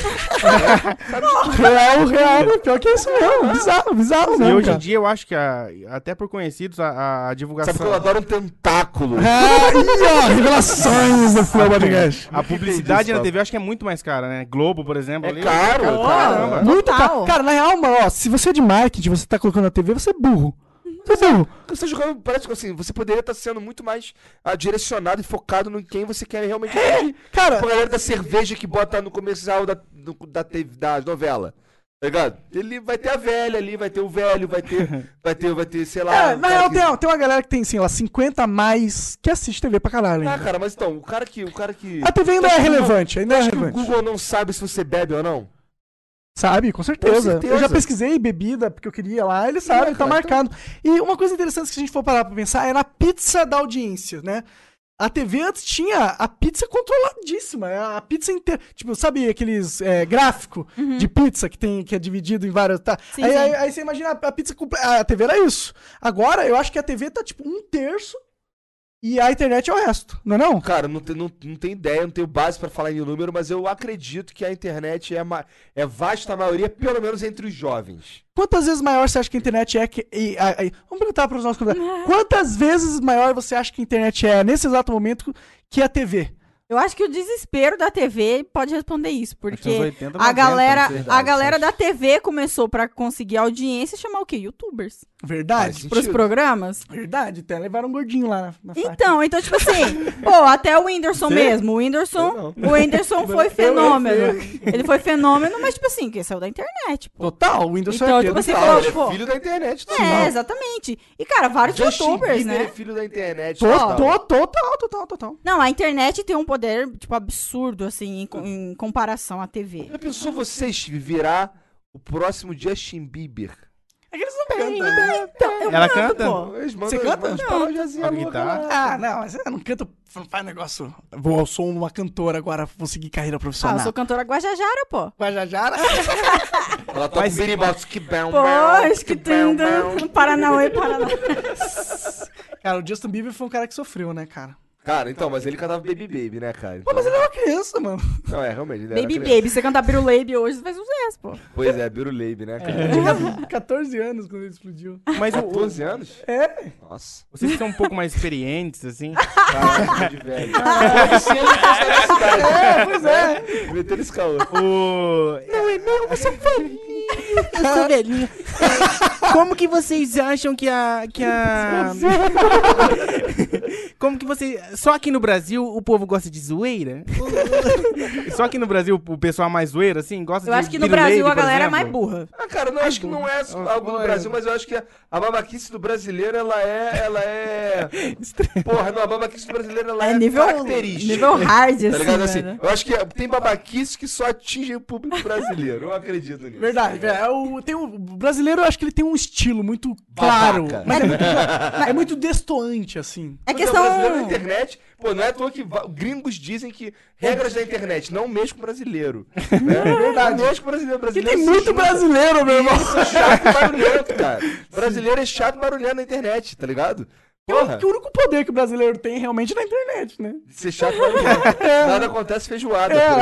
Real. Pior que é isso mesmo. Bizarro E mesmo, hoje em cara. dia eu acho que, até por conhecidos, a divulgação. Sabe que eu adoro um tentáculo. Ih, ó, revelações do Flow Podcast. A publicidade Entendi, na Paulo. TV eu acho que é muito mais cara, né? Globo, por exemplo. É ali, caro, cara, caramba. Muito Total. caro. Cara, na real, mano, ó, se você é de marketing, você tá colocando na TV, você é burro. Você é burro. Você tá jogando, parece que assim, você poderia estar sendo muito mais direcionado e focado no quem você quer realmente atingir. Cara, Tipo a galera da cerveja que bota no comercial da novela. Tá ligado? Ele vai ter a velha ali, vai ter o velho, vai ter, sei lá. na real, tem uma galera que tem, sei lá, 50 a mais que assiste TV pra caralho. Ah, ainda. cara, mas então, o cara que. A TV ainda Tu é acha que o relevante, ainda é Acho que o relevante. Google não sabe se você bebe ou não? Sabe, com certeza. certeza. Eu já pesquisei bebida, porque eu queria lá, ele sabe, tá cara, marcado. E uma coisa interessante que se a gente for parar pra pensar é na pizza da audiência, né? A TV antes tinha a pizza controladíssima, a pizza inteira. Tipo, sabe aqueles gráfico de pizza que é dividido em várias. Tá? Sim, Aí, sim. aí você imagina a pizza completa. A TV era isso. Agora eu acho que a TV tá tipo 1/3 E a internet é o resto, não é não? Cara, não tenho ideia, não tenho base pra falar em número, mas eu acredito que a internet é vasta maioria, pelo menos entre os jovens. Quantas vezes maior você acha que a internet é que... vamos perguntar para os nossos convidados. Quantas vezes maior você acha que a internet é, nesse exato momento, que a TV? Eu acho que o desespero da TV pode responder isso, Acho que uns porque 80, a 90, galera, não sei. a galera da TV começou pra conseguir audiência chamar o quê? YouTubers. Verdade? Faz Pros sentido. programas. Verdade, até levaram um gordinho lá na faca. Então, tipo assim, pô, até o Whindersson mesmo. O Whindersson foi fenômeno. Ele foi fenômeno, mas, tipo assim, que saiu da internet, pô. Total, o Windows Então, é tipo assim, Ele é pô, filho da internet. É, exatamente. E, cara, vários Justin youtubers, Bieber é né? filho da internet. Total. Não, a internet tem um poder, tipo, absurdo, assim, em comparação à TV. Já pensou vocês virar o próximo Justin Bieber? É que eles não cantam, né? Ela canta? Pô. Eles mandam, Você canta? Eles mandam parodiazinha Toca louca guitarra? lá. Ah, não, mas eu não canto, não faz negócio. Eu sou uma cantora agora, vou seguir carreira Ah, profissional. eu sou cantora Guajajara, pô. Guajajara. Ela toca um berimbau, que bam, Pô, acho que bam, tem bam. Paranauê, Paraná. Cara, o Justin Bieber foi um cara que sofreu, né, cara? Cara, então, mas ele cantava Baby Baby, né, cara? Pô, mas ele é uma criança, mano. Não, realmente, ele era Baby criança. Baby, você canta Biruleibe hoje, você faz sucesso, pô. Pois é, Biruleibe, né, cara? Tinha 14 anos quando ele explodiu. Mas 14 anos? É. Nossa. vocês que são um pouco mais experientes, assim. Caraca, de velho. Pode ser ele fez na cidade. É, pois é. Metendo esse caô. Eu sou velhinho. Como que vocês acham que a. Como que vocês. Só aqui no Brasil o povo gosta de zoeira? Só aqui no Brasil o pessoal mais zoeiro, assim, gosta de. Eu acho que no Biruleibe, Brasil a por galera é exemplo? mais burra. Ah, cara, não acho que não é algo do Brasil, mas eu acho que a babaquice do brasileiro, ela é... Porra, não, a babaquice do brasileiro, ela é nível característica. nível hard, Tá assim, ligado? Assim, velho. eu acho que tem babaquice que só atinge o público brasileiro. Eu acredito nisso. Verdade, velho. O brasileiro, eu acho que ele tem um estilo muito claro. Babaca. Mas é muito destoante, assim. É Mas questão... o brasileiro na internet, pô, não é à toa que gringos dizem que regras da internet não mexam com brasileiro. Né? É verdade. Não mexam com brasileiro. E Brasileiro tem se muito junta. brasileiro, meu irmão. Isso é chato e barulhento, cara. Brasileiro é chato e barulhento na internet, tá ligado? Porra, Que o único poder que o brasileiro tem realmente é na internet, né? de ser chato e barulhento. Nada acontece feijoada. É,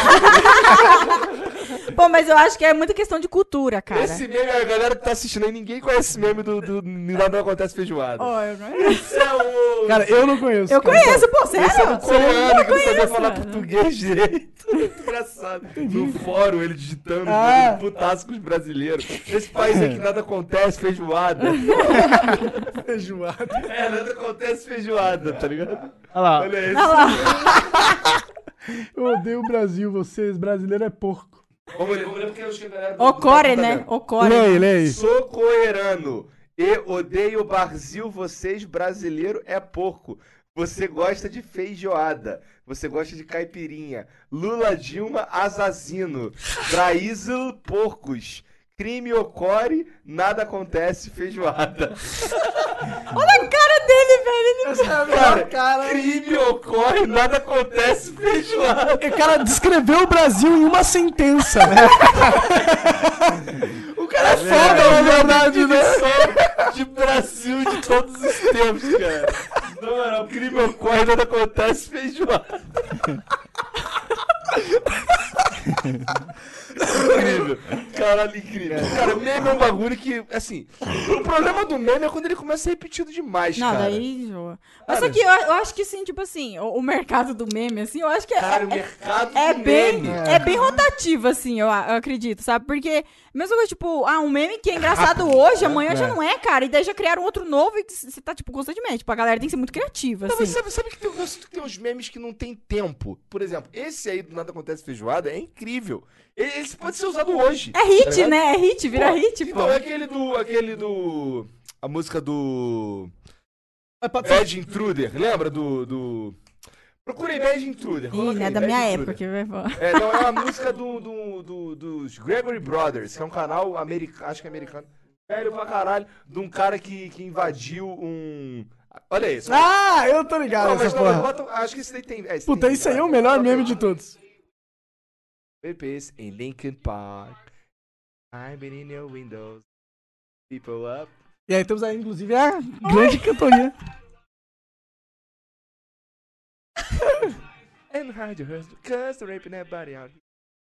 pô. Pô, mas eu acho que é muita questão de cultura, cara. Esse meme, a galera que tá assistindo aí, ninguém conhece esse meme do Nada Acontece Feijoada. Ó, eu não- Isso é o... Cara, eu não conheço. Eu cara. conheço, pô, sério? Esse é do coreano, que não sabia conheço, falar mano. português direito. Muito engraçado. No fórum, ele digitando, Ah. putaço com os brasileiros. Esse país aqui nada acontece, feijoada. Feijoada. É, nada acontece, feijoada, tá ligado? Olha lá. Olha isso. Olha lá. Eu odeio o Brasil, vocês. Brasileiro é porco. Vamos ler porque eu acho que a galera do Ocore, papo tá né? vendo. Ocore. Lei. Sou coerano e odeio Brasil, vocês brasileiro é porco. Você gosta de feijoada, você gosta de caipirinha. Lula, Dilma, assassino. Brasil, porcos. Crime ocorre, nada acontece, feijoada. Olha a cara dele, velho. Cara, crime ocorre, nada acontece, feijoada. O cara descreveu o Brasil em uma sentença, né? O cara é foda, na verdade, né? De Brasil de todos os tempos, cara. Não, mano, o crime ocorre, nada acontece, feijoada. Incrível. Caralho, incrível. Cara, meme é um bagulho que, assim, o problema do meme é quando ele começa a ser repetido demais, Não, cara. daí enjoa. Mas Cara. só que eu acho que sim, tipo assim, o mercado do meme, assim, eu acho que Cara, o mercado é do bem, meme. é bem rotativo, assim, eu acredito, sabe? Porque, mesma coisa, tipo, um meme que é engraçado hoje, amanhã já não é, cara. E daí já criaram outro novo e você tá, tipo, constantemente. Tipo, a galera tem que ser muito criativa, Não, assim. mas sabe que tem uns memes que não tem tempo? Por exemplo, esse aí do Nada Acontece Feijoada é incrível. Ele pode ser usado hoje. É hit, tá ligado? né? É hit, vira Pô, hit, pô. Então é aquele do... A música do... Pode ser. Bad Intruder, lembra Procurei Bad Intruder. Ih, coloca não é aí, da Bad minha Intruder. época que vai falar. É, não, é uma música dos Gregory Brothers, que é um canal americano, acho que é americano. Velho pra caralho, de um cara que invadiu um... Olha isso. Ah, eu tô ligado Não, nessa mas não, porra. bota- acho que esse daí tem... esse Puta, tem, isso aí é o cara. melhor meme de todos. Purpose em Linkin Park. I've been in your windows. People up. E aí temos aí, inclusive, a grande cantoria. And hide your husband, cause they're raping everybody out.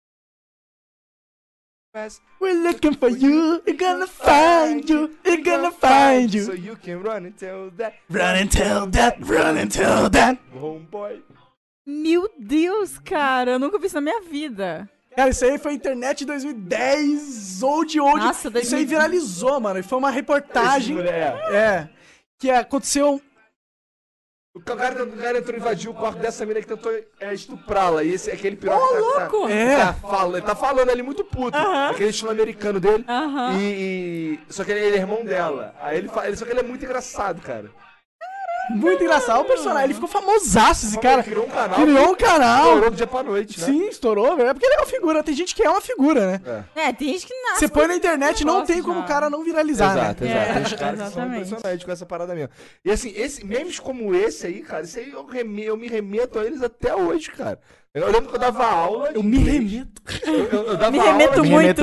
We're looking for you, we're gonna find you, we're gonna find So you. you can run and tell that. Run and tell that, run and tell that. Homeboy. Meu Deus, cara, eu nunca vi isso na minha vida. Cara, isso aí foi internet de 2010, old. Nossa, Isso aí 2010. viralizou, mano. E foi uma reportagem. É. Que aconteceu. O cara entrou e invadiu o quarto dessa menina que tentou estuprá-la. E esse, aquele piroca louco! ele tá falando ali muito puto. Aquele estilo americano dele. Aham. Só que ele é irmão dela. Aí ele fala. Só que ele é muito engraçado, cara. Muito engraçado. O personagem, ele ficou famosaço, esse cara. Criou um canal. Criou um canal. Estourou do dia pra noite, né? Sim, estourou, velho. É porque ele é uma figura. Tem gente que é uma figura, né? É, tem gente que nasce. Você põe na internet, não negócio tem como já. o cara não viralizar, Exato, né? exato. Tem uns caras que são exatamente. impressionantes com essa parada mesmo. E assim, memes como esse aí, cara, isso aí eu me remeto a eles até hoje, cara. Eu lembro que eu dava aula. Eu me remeto. Eu dava Me aula remeto de- muito.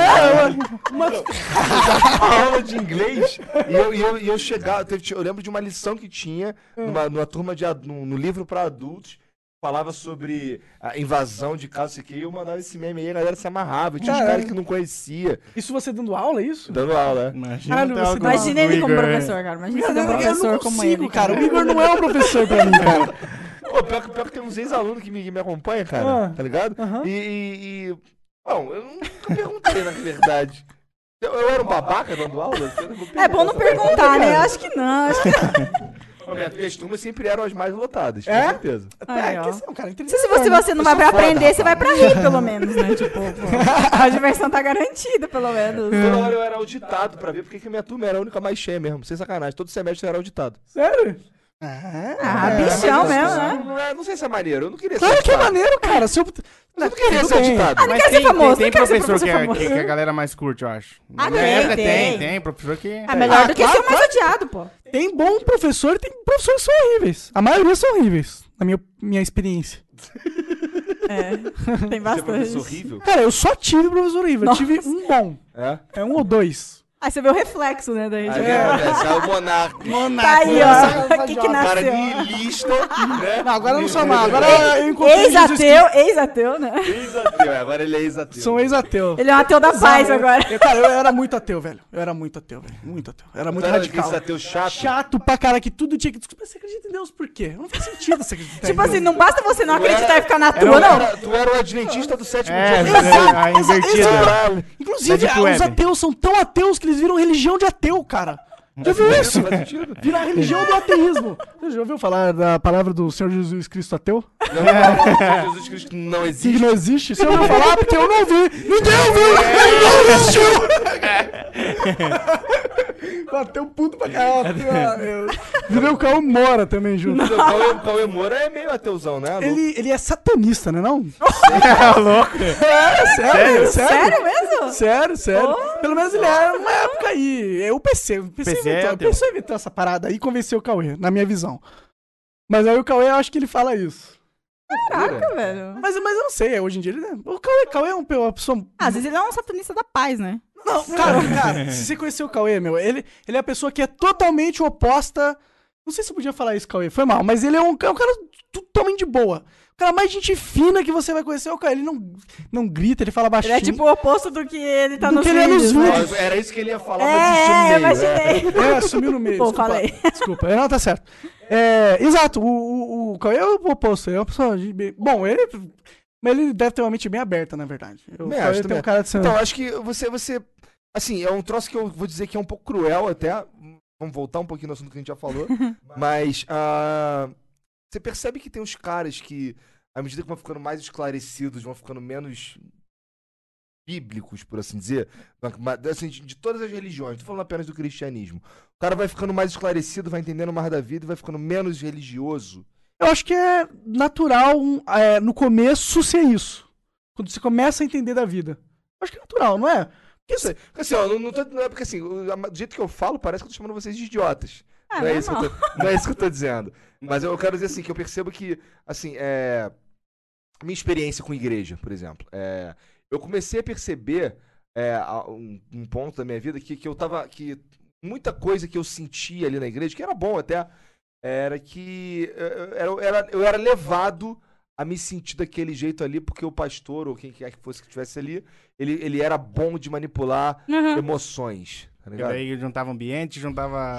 aula de inglês e eu chegava. Eu lembro de uma lição que tinha numa turma no livro pra adultos. Falava sobre a invasão de casa, e eu mandava esse meme aí, a galera se amarrava. Tinha uns Caralho. caras que não conhecia. Isso você dando aula, é isso? Dando aula, né? Imagina, Caralho, ter você- algo Imagina ele como Igor, professor, cara. Imagina você ter um Eu não professor como consigo, ele. cara. O Igor não é um professor pra mim, cara. Pô, pior que tem uns ex-alunos que me acompanham, cara. Ah. Tá ligado? Aham. Bom, eu nunca perguntei, na verdade. Eu era um babaca dando aula? Eu não vou É bom não perguntar, né? Acho que não. Acho que... Minhas turmas sempre eram as mais lotadas, com É? certeza. Aí, É, ó. que esse é um cara Se inteligente. você não vai pra sou foda, aprender, você vai rapaz. pra rir, pelo menos, né? Tipo, pô, a diversão tá garantida, pelo menos. Toda hora eu era auditado pra ver porque que a minha turma era a única mais cheia mesmo. Sem sacanagem. Todo semestre eu era auditado. Sério? Ah, bichão mesmo, né? Não sei se é maneiro. Eu não queria ser Claro que é auditado. maneiro, cara. Se eu... Eu não queria Tudo ser bem. auditado. Não quero ser famoso, tem não quero ser professor famoso. que a galera mais curte, eu acho. Ah, Na minha tem, época tem. tem professor que... É melhor do que claro, ser o mais odiado, pô. Tem bom professor e tem professores que são horríveis. A maioria são horríveis, na minha experiência. É, tem Você é professor bastante. horrível? Cara, eu só tive professor horrível. Eu tive um bom. É? É um ou dois. Aí você vê o reflexo, né, da gente. Aí acontece, é o monarca. Tá aí, ó. O que Cara nasceu? niilista, né? Não, agora eu não sou mal. Agora eu encontrei Jesus Ex-ateu, né? Ex-ateu, agora ele é ex-ateu. Sou um ex-ateu. Ele é um ateu da paz agora. Cara, eu era muito ateu, velho. Eu era muito ateu, velho. Muito ateu. Eu era muito Era radical. ex-ateu chato? Chato pra cara que tudo tinha que descobrir. Você acredita em Deus por quê? Não faz sentido você acreditar Tipo em assim, Deus. não basta você não Tu era- acreditar e ficar na Tu tua, não. tu era o adventista do sétimo É, dia. a invertida. Caralho. Inclusive, Da Deep os Web. ateus são tão ateus que eles viram religião de ateu, cara. Já viu isso? Faz sentido? Virar a religião do ateísmo. Você já ouviu falar da palavra do Senhor Jesus Cristo ateu? Jesus Cristo não Que existe. não existe? Você ouviu falar porque eu não vi. Ninguém ouviu. Ele não existiu. Bateu puto pra caralho. Virei o Cauê Mora também junto. O Cauê Moura é meio ateuzão, né? Ele é satanista, né não? É louco. É, sério. Sério mesmo? Sério. Pelo menos ele era uma época aí. É o PC. O PC PC é inventou, o ateu. PC inventou essa parada aí e convenceu o Cauê, na minha visão. Mas aí o Cauê, eu acho que ele fala isso. Caraca, velho. Mas eu não sei, hoje em dia ele... O Cauê é uma pessoa... Às vezes ele é um satanista da paz, né? Não, cara, se você conhecer o Cauê, meu, ele é a pessoa que é totalmente oposta... Não sei se eu podia falar isso, Cauê, foi mal, mas ele é um cara totalmente de boa. O cara mais gente fina que você vai conhecer é o Cauê. Ele não grita, ele fala Ele baixinho. é tipo o oposto do que ele tá Do nos que ele é nos vídeos, né? vídeos. Era isso que ele ia falar, mas desistiu no meio. imaginei. Sumiu no meio. Pô, desculpa. falei. Desculpa, não, tá certo. Exato, o Cauê é o oposto. Ele é uma pessoa bom, mas ele deve ter uma mente bem aberta, na verdade. O Também Cauê acho, tem também. um cara de ser... Então, acho que você... Assim, é um troço que eu vou dizer que é um pouco cruel até. Vamos voltar um pouquinho no assunto que a gente já falou. Mas você percebe que tem uns caras que, à medida que vão ficando mais esclarecidos, vão ficando menos bíblicos, por assim dizer, assim, de todas as religiões, não tô falando apenas do cristianismo. O cara vai ficando mais esclarecido, vai entendendo mais da vida e vai ficando menos religioso. Eu acho que é natural no começo ser isso. Quando você começa a entender da vida. Eu acho que é natural, não é? Porque, assim, ó, não é porque assim, do jeito que eu falo, parece que eu tô chamando vocês de idiotas. Ah, Não é, normal. não é isso que eu tô dizendo. Mas eu quero dizer assim, que eu percebo que, assim, minha experiência com igreja, por exemplo, eu comecei a perceber um ponto da minha vida que eu tava, que muita coisa que eu sentia ali na igreja, que era bom até, era que eu era levado a me sentir daquele jeito ali, porque o pastor, ou quem quer que fosse que estivesse ali, ele era bom de manipular emoções, tá E ligado? daí juntava ambiente, juntava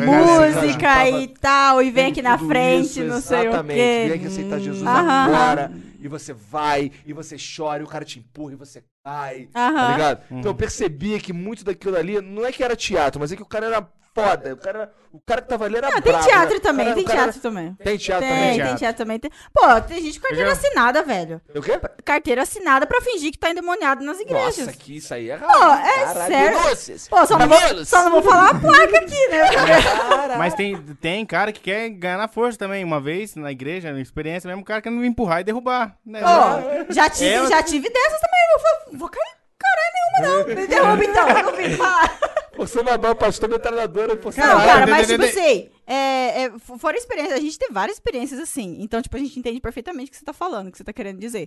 Música e tal, e vem aqui na Tudo frente, isso, não sei o exatamente. quê. Vem aqui aceitar Jesus Aham. agora, e você vai, e você chora, e o cara te empurra, e você cai, tá Aham. ligado? Então eu percebia que muito daquilo ali, não é que era teatro, mas é que o cara era foda, o cara que tava ali era Tem brabo, teatro né? também, O tem cara teatro também. Tem teatro Tem também? teatro também. Pô, tem gente com carteira assinada, velho. O quê? Carteira assinada pra fingir que tá endemoniado nas igrejas. Nossa, que isso aí é raro. Pô, é Caralho, sério? denúncias. Pô, só não vou falar a placa aqui, né? Mas tem cara que quer ganhar na força também. Uma vez na igreja, na experiência mesmo, o cara quer me empurrar e derrubar. Né? Pô, já tive dessas também. Eu vou cair caralho nenhuma, não. Me derruba então, eu não vim falar. Você não é pastor metralhadora, pô. Não, cara, mas tipo assim, fora experiência, a gente tem várias experiências assim. Então, tipo, a gente entende perfeitamente o que você tá falando, o que você tá querendo dizer.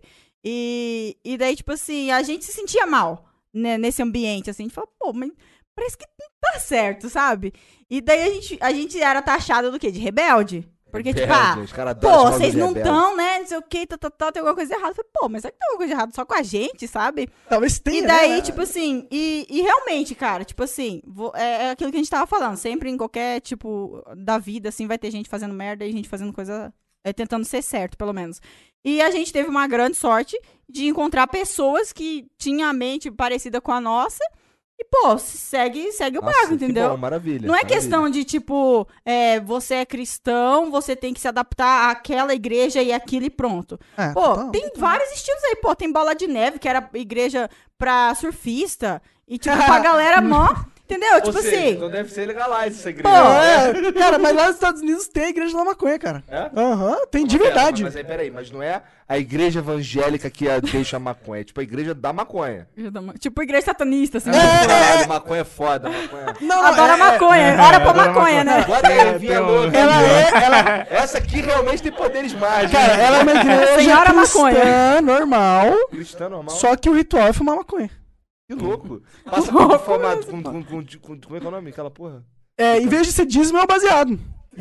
E daí, tipo assim, a gente se sentia mal, né, nesse ambiente, assim. A gente fala, pô, mas parece que não tá certo, sabe? E daí a gente era taxado do quê? De rebelde. Porque, tipo, pô, vocês não estão, né? Não sei o que, tem alguma coisa errada. Eu falei, pô, mas será que tem alguma coisa errada só com a gente, sabe? Talvez tenha, E daí, né? tipo assim, e realmente, cara, tipo assim, é aquilo que a gente tava falando. Sempre em qualquer, tipo, da vida, assim, vai ter gente fazendo merda e gente fazendo coisa, tentando ser certo, pelo menos. E a gente teve uma grande sorte de encontrar pessoas que tinham a mente parecida com a nossa. E, pô, segue o barco, entendeu? Bom, maravilha. Não é maravilha. questão de, tipo, você é cristão, você tem que se adaptar àquela igreja e aquilo e pronto. Pô, total, tem vários estilos aí. Pô, tem Bola de Neve, que era igreja pra surfista. E, tipo, pra galera mó... Entendeu? Tipo assim... Então deve ser legalize essa igreja. Pô, cara, mas lá nos Estados Unidos tem a igreja da maconha, cara. É? Aham, tem de verdade. Mas aí, peraí, mas não é a igreja evangélica que deixa a maconha, é tipo a igreja da maconha. Tipo, igreja satanista, assim. Caralho, maconha é foda, maconha. Não, Adora maconha. Ora pra maconha, né? Bota aí, vinha louca. ela Essa aqui realmente tem poderes mágicos. Cara, ela é uma igreja Senhora cristã maconha. normal, Cristã normal. só que o ritual é fumar maconha. Que louco. Passa por formato com como é que é o nome? Aquela porra. Em vez de ser dízimo, é o baseado.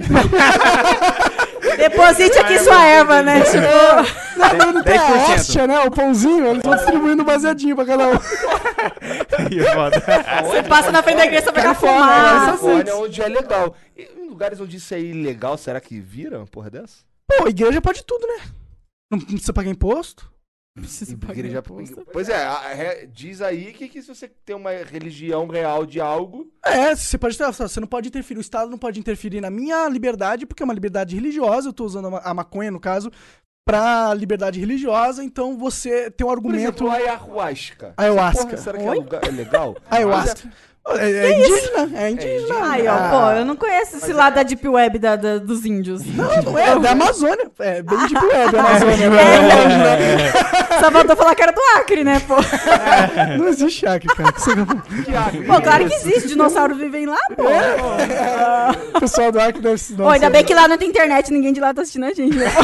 Deposite aqui sua erva, né? Tipo... Não tem a 10%. hóstia, né? O pãozinho, eles vão distribuindo baseadinho pra cada um. Você passa na frente da igreja pra pegar Califórnia, fumar. Califórnia, onde é legal. E em lugares onde isso é ilegal, será que vira uma porra dessa? Pô, igreja pode tudo, né? Não precisa pagar imposto. Igreja... Pois é, diz aí que se você tem uma religião real de algo... Você pode ter, você não pode interferir, o Estado não pode interferir na minha liberdade, porque é uma liberdade religiosa, eu tô usando a maconha, no caso, pra liberdade religiosa, então você tem um Por argumento... exemplo, a ayahuasca. Ayahuasca. Essa porra, será que é legal? Ayahuasca. É indígena, é indígena. Ai, ó, pô, eu não conheço esse lado da Deep Web dos índios. Não é da Amazônia. É bem deep web, a Amazônia. Né? Só faltou falar que era do Acre, né, pô? Não existe Acre, cara. Pô, claro que existe, dinossauros vivem lá, pô. O pessoal do Acre deve se... Pô, ainda bem que lá não tem internet, ninguém de lá tá assistindo a gente, né?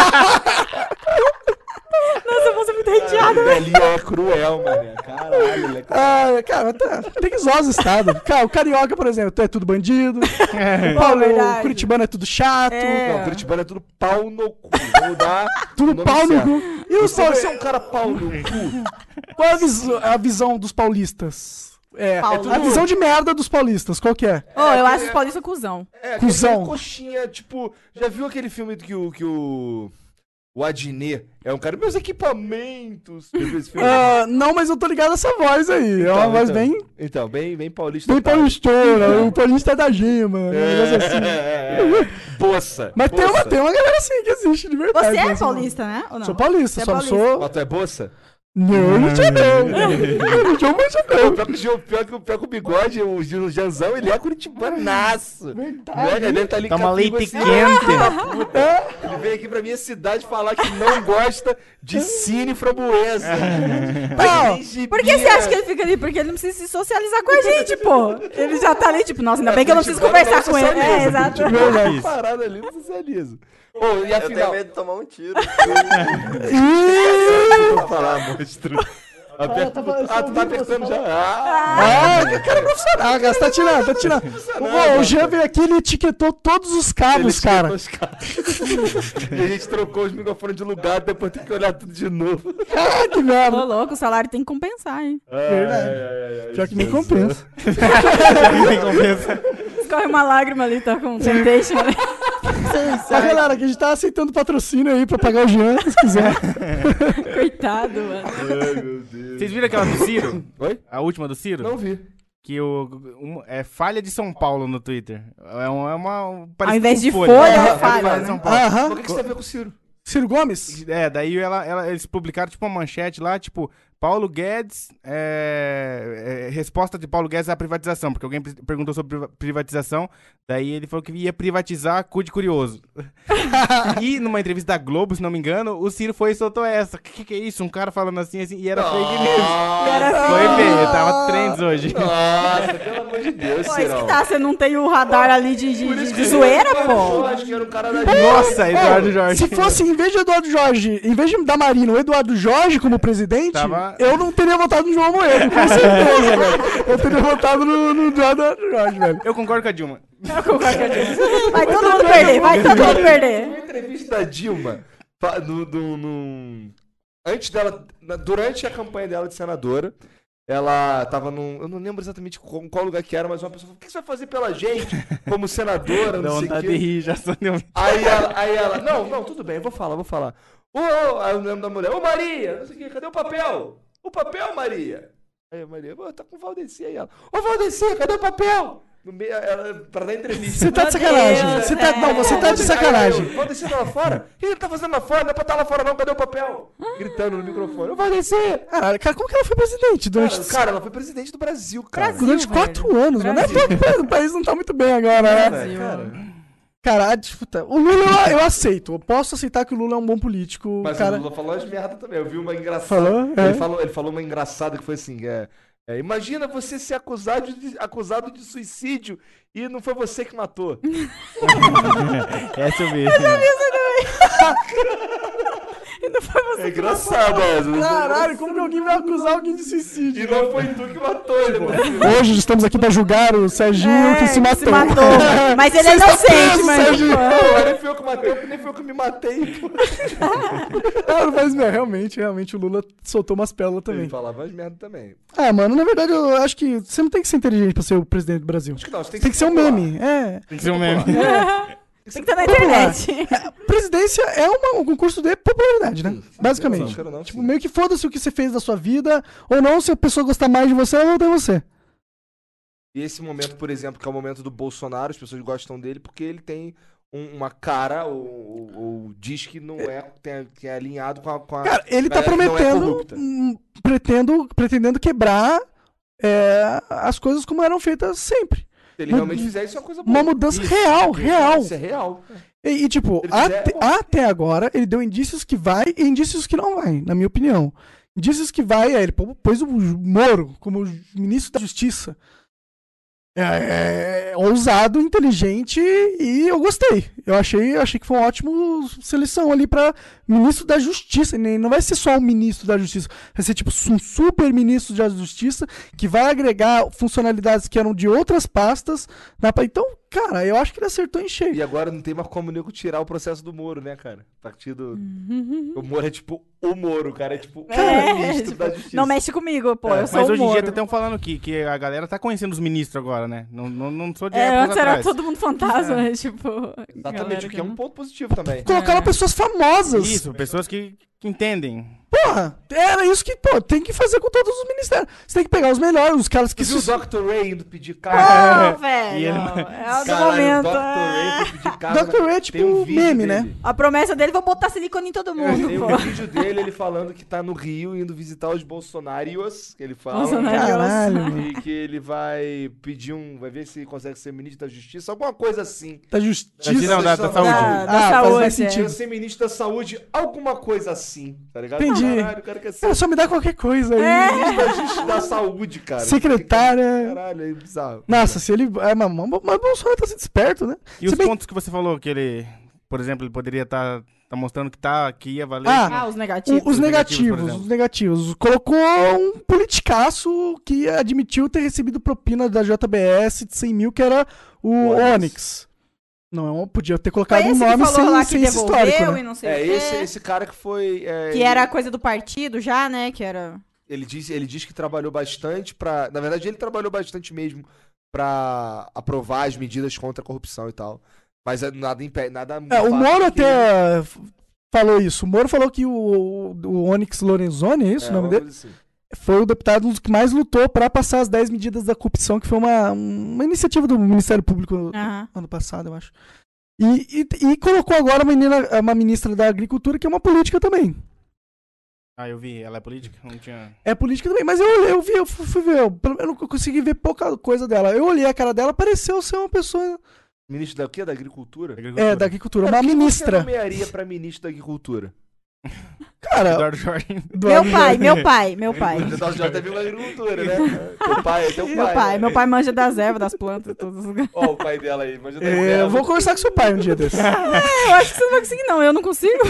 Nossa, eu vou ser muito hateado, velho. Ali é cruel, mano. Caralho, legal. Cara, tem que zoar os estados. Cara, o carioca, por exemplo, é tudo bandido. verdade. O curitibano é tudo chato. Não, Curitibano é tudo pau no cu. Vamos dar Tudo o nome pau no certo. cu. E os Você é um cara pau no cu. Qual é a visão dos paulistas? A visão de merda dos paulistas, qual que é? Ô, eu acho os paulistas cuzão. Cusão. Aquele coxinha, tipo... Já viu aquele filme que o Adnet é um cara... Meus equipamentos... Já viu esse filme? Não, mas eu tô ligado a essa voz aí. É uma voz bem... Então, bem paulista. Bem paulistona. O paulista é da gema. Um negócio assim. Boça. Mas tem uma galera assim que existe, de verdade. Você é né? paulista, né? Ou não? Sou paulista, Você é só não paulista. sou... Mas tu é boça? Não, não sou não. Eu não sou mais não. Pior que o bigode, o Janzão, ele é curitibanaço. Verdade. Ele tá ali Toma capigo leite assim, quente. filho da puta. Ele veio aqui pra minha cidade falar que não gosta de cine framboesa. Por que você acha que ele fica ali? Porque ele não precisa se socializar com a gente, pô. Ele já tá ali, tipo, nossa, ainda bem que eu não preciso conversar com ele. É, exato. Verdade. Parada ali, não socializa. Ô, e Eu afinal... tenho medo de tomar um tiro. Vou falar, monstro. Aperta o botão. Tá Tu tá apertando já. Que cara profissional, cara. Você tá tirando. O Jean veio aqui, ele etiquetou todos os cabos, cara. E a gente trocou os microfones de lugar, depois tem que olhar tudo de novo. Que Ô, merda. louco, o salário tem que compensar, hein? Verdade. Pior que nem compensa. Escorre uma lágrima ali, tá com temptation, né? Mas galera, que a gente tá aceitando patrocínio aí pra pagar o Jean, se quiser. Coitado, mano. Ai, meu Deus. Vocês viram aquela do Ciro? Oi? A última do Ciro? Não vi. Que é falha de São Paulo no Twitter. É uma Ao parecido invés com de Folha. folha, É, é falha, Folha de né? São Paulo. Mas o que você tem a ver com o Ciro? Ciro Gomes? Daí eles publicaram tipo uma manchete lá, tipo, Paulo Guedes, resposta de Paulo Guedes à privatização, porque alguém perguntou sobre privatização, daí ele falou que ia privatizar cu de curioso. E numa entrevista da Globo, se não me engano, o Ciro foi e soltou essa. Que é isso? Um cara falando assim, e era fake news. Foi ver, tava trends hoje. Nossa, pelo amor de Deus, Pô, isso Cirão. que tá, você não tem o radar ali de zoeira, Eu pô? acho que era um cara da Nossa, Eduardo Jorge. Se fosse, em vez de Eduardo Jorge, em vez de da Marina, o Eduardo Jorge como presidente, eu não teria votado no João Moedo, com certeza, velho. Eu teria votado no Eduardo Jorge, velho. Eu concordo com a Dilma. Vai todo mundo perder, vai todo mundo perder. Uma entrevista da Dilma, antes dela, durante a campanha dela de senadora, ela tava eu não lembro exatamente qual lugar que era, mas uma pessoa falou, o que você vai fazer pela gente, como senadora, Dá não sei o vontade quê. de rir, já só deu. Aí ela, não, tudo bem, eu vou falar. Aí eu lembro da mulher, ô Maria, não sei o quê, cadê o papel? O papel, Maria? Aí a Maria, tá com o Valdeci aí, ela, ô Valdeci, cadê o papel? No meio, pra dar entrevista. Você tá de sacanagem. Você tá de sacanagem. O Valdeci tá lá fora? O que ele tá fazendo lá fora? Não é pra estar lá fora não, cadê o papel? Gritando no microfone, ô Valdeci! Caralho, cara, como que ela foi presidente durante... Cara, ela foi presidente do Brasil, cara. Durante 4 anos, mano. O país não tá muito bem agora, né? Cara, disputa. O Lula eu aceito. Eu posso aceitar que o Lula é um bom político. Mas cara... o Lula falou as merda também. Eu vi uma engraçada. Falou? É. Ele falou uma engraçada que foi assim: imagina você ser acusado de suicídio e não foi você que matou. Essa eu vi. E não foi você. É engraçado essa. Caralho, como que alguém vai acusar alguém de suicídio? E não foi tu que matou ele. Hoje estamos aqui pra julgar o Serginho que se matou. Mas ele é inocente, mas... Serginho. Nem foi eu que matei, nem foi eu que me matei. Pô. Não, mas realmente o Lula soltou umas pérolas também. Ele falava as merda também. Mano, na verdade eu acho que você não tem que ser inteligente pra ser o presidente do Brasil. Acho que não, você Tem que ser um popular. meme. Tem que ser um meme. Tem que estar na internet. Presidência é um concurso de popularidade, né? Basicamente. Não, Tipo, meio que foda-se o que você fez da sua vida, ou não, se a pessoa gostar mais de você, ela vai votar em você. E esse momento, por exemplo, que é o momento do Bolsonaro, as pessoas gostam dele porque ele tem uma cara, ou diz que não que é alinhado com a Cara, ele tá galera que não é prometendo, corrupta. pretendendo quebrar as coisas como eram feitas sempre. Se ele realmente fizer isso, é uma coisa boa. Uma mudança real. Isso é real. E tipo, Se ele fizer, até agora, ele deu indícios que vai e indícios que não vai, na minha opinião. Indícios que vai, ele pôs o Moro como ministro da Justiça. Ousado, inteligente e eu gostei. Eu achei que foi uma ótima seleção ali pra ministro da Justiça. Não vai ser só um ministro da Justiça, vai ser tipo um super ministro da Justiça que vai agregar funcionalidades que eram de outras pastas. Então, cara, eu acho que ele acertou em cheio. E agora não tem mais como o nego tirar o processo do Moro, né, cara? Partido. O Moro é tipo o Moro, o cara é tipo o ministro da Justiça. Não mexe comigo, pô, eu sou Mas o hoje em dia Moro. estão falando que a galera tá conhecendo os ministros agora, né? Não sou de épocas Antes era atrás. todo mundo fantasma, né? Tipo... Exatamente, o que é um ponto positivo também. Colocaram pessoas famosas. Isso, pessoas que entendem. Porra, era isso que, tem que fazer com todos os ministérios. Você tem que pegar os melhores, os caras que Tu viu se... o Dr. Ray indo pedir carro? Não, velho. E ele- É o do Caralho, momento. Dr. Ray foi pedir carro. Dr. Ray é tipo Tem um vídeo meme, né? dele. A promessa dele, vou botar silicone em todo mundo, Tem pô. um vídeo dele, ele falando que tá no Rio indo visitar os bolsonários, que ele fala. Bolsonários. Caralho, mano. E que ele vai pedir vai ver se consegue ser ministro da Justiça, alguma coisa assim. Da justiça. Não, da saúde. Da faz saúde, sentido. Tinha ser ministro da Saúde, alguma coisa assim, tá ligado? Entendi. Caralho, o cara quer ser Cara, só me dá qualquer coisa aí. ministro da Saúde, cara. Secretária. Caralho, é bizarro. Nossa, se ele... Mas o Bolsonaro tá sendo esperto, né? E os Se bem- pontos que você falou que ele, por exemplo, ele poderia estar Tá mostrando que ia valer. Ah, os negativos. Os negativos, por negativos, exemplo. os negativos. Colocou um politicaço que admitiu ter recebido propina da JBS de 100 mil, que era o Onyx. Não, podia ter colocado Foi um esse que nome falou lá sem que esse devolveu histórico, né? e não sei o quê. Esse cara que foi... Que era coisa do partido já, né? Que era... Ele diz que trabalhou bastante pra... Na verdade, ele trabalhou bastante mesmo pra aprovar as medidas contra a corrupção e tal. Mas nada impede... O Moro até falou isso. O Moro falou que o Onyx Lorenzoni, é isso o nome dele? Assim. Foi o deputado que mais lutou pra passar as 10 medidas da corrupção, que foi uma iniciativa do Ministério Público ano passado, eu acho. E colocou agora uma ministra da Agricultura, que é uma política também. Ah, eu vi. Ela é política? Não tinha... É política também, mas eu fui ver. Eu não consegui ver pouca coisa dela. Eu olhei a cara dela, pareceu ser uma pessoa... Ministro da quê? Da Agricultura? É, da Agricultura. Cara, Uma quem ministra. você nomearia pra ministra da Agricultura? Cara... Eduardo Jorge. Meu pai. O Eduardo Jorge teve uma agricultura, né? Teu pai, é teu pai. Meu pai manja das ervas, das plantas, todos os lugares. Ó, o pai dela aí, manja das Eu ervas. vou conversar com seu pai um dia desse. Eu acho que você não vai conseguir, não. Eu não consigo.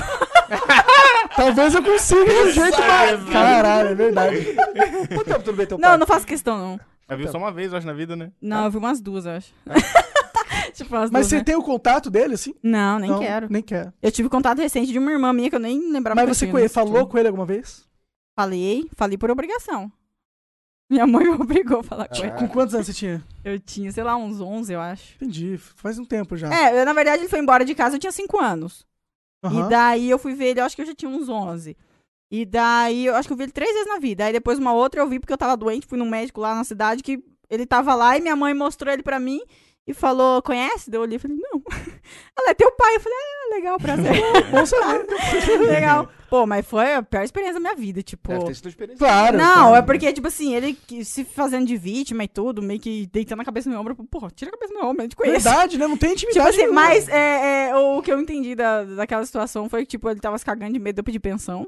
Talvez eu consiga de um jeito mais... Caralho, é verdade. Quanto tempo tu não vê teu pai? Não, não faço questão, não. Já viu só uma vez, eu acho, na vida, né? Não, eu vi umas duas, eu acho. Tipo, umas Mas duas, você né? tem o contato dele, assim? Não, nem Não, quero. Nem quero. Eu tive contato recente de uma irmã minha que eu nem lembrava Mas que eu você tinha, né? falou com ele alguma vez? Falei por obrigação. Minha mãe me obrigou a falar com ele. Com quantos anos você tinha? Eu tinha, sei lá, uns 11, eu acho. Entendi, faz um tempo já. Na verdade, ele foi embora de casa, eu tinha 5 anos. Aham. E daí eu fui ver ele, eu acho que eu já tinha uns 11. E daí eu acho que eu vi ele 3 vezes na vida. Aí depois uma outra eu vi porque eu tava doente, fui num médico lá na cidade que ele tava lá e minha mãe mostrou ele pra mim e falou, conhece? Daí eu olhei e falei, não. Ela é teu pai. Eu falei, legal, prazer. Bom saber. Legal. Pô, mas foi a pior experiência da minha vida, tipo... Deve ter sido uma experiência. Claro. Não, claro. é porque, tipo assim, ele se fazendo de vítima e tudo, meio que deitando a cabeça no meu ombro. Porra, tira a cabeça do meu ombro, eu te conheço. Verdade, né? Não tem Tipo intimidade. assim, nenhuma. mas o que eu entendi daquela situação foi que, tipo, ele tava se cagando de medo de eu pedir pensão.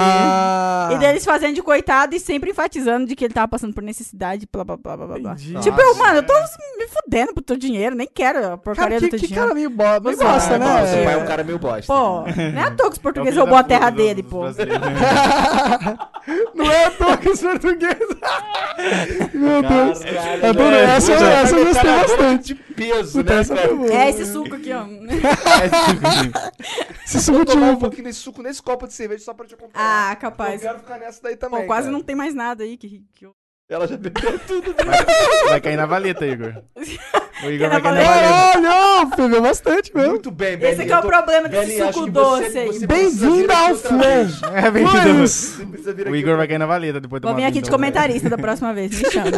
E daí eles fazendo de coitado e sempre enfatizando de que ele tava passando por necessidade, blá, blá, blá, blá, blá. Entendi. Tipo, eu tô me fudendo pro teu dinheiro, nem quero a porcaria Cara, do teu que dinheiro. cara meio bosta, Nossa, né? Seu pai é um cara meio bosta. Pô, não é à toa que os É o portugueses filho roubou a da terra puta dele, dos pô. brasileiros, né? Não é à toa que os portugueses... Meu Deus. Caralho, Adoro né? essa, Hoje essa eu gostei cara bastante. de peso, Puta, né, essa cara? foi boa. É esse suco aqui, ó. Esse suco de Tomar um uva. pouquinho desse suco nesse copo de cerveja só pra te acompanhar. Ah, capaz. Eu quero ficar nessa daí também. Pô, quase cara. não tem mais nada aí que eu... Ela já bebeu tudo. Vai cair na valeta, Igor. O Igor vai cair na valeta. valeta. Caralho, bebeu bastante mesmo. Muito bem, Esse Belinha. aqui é o problema desse Belinha, acho suco que doce aí. você Bem-vindo precisa vir ao aqui outra vez. Flow. É, bem Mas- Você precisa vir O aqui Igor outra vai cair na valeta depois do Vou vir aqui de comentarista da próxima vez, me chama.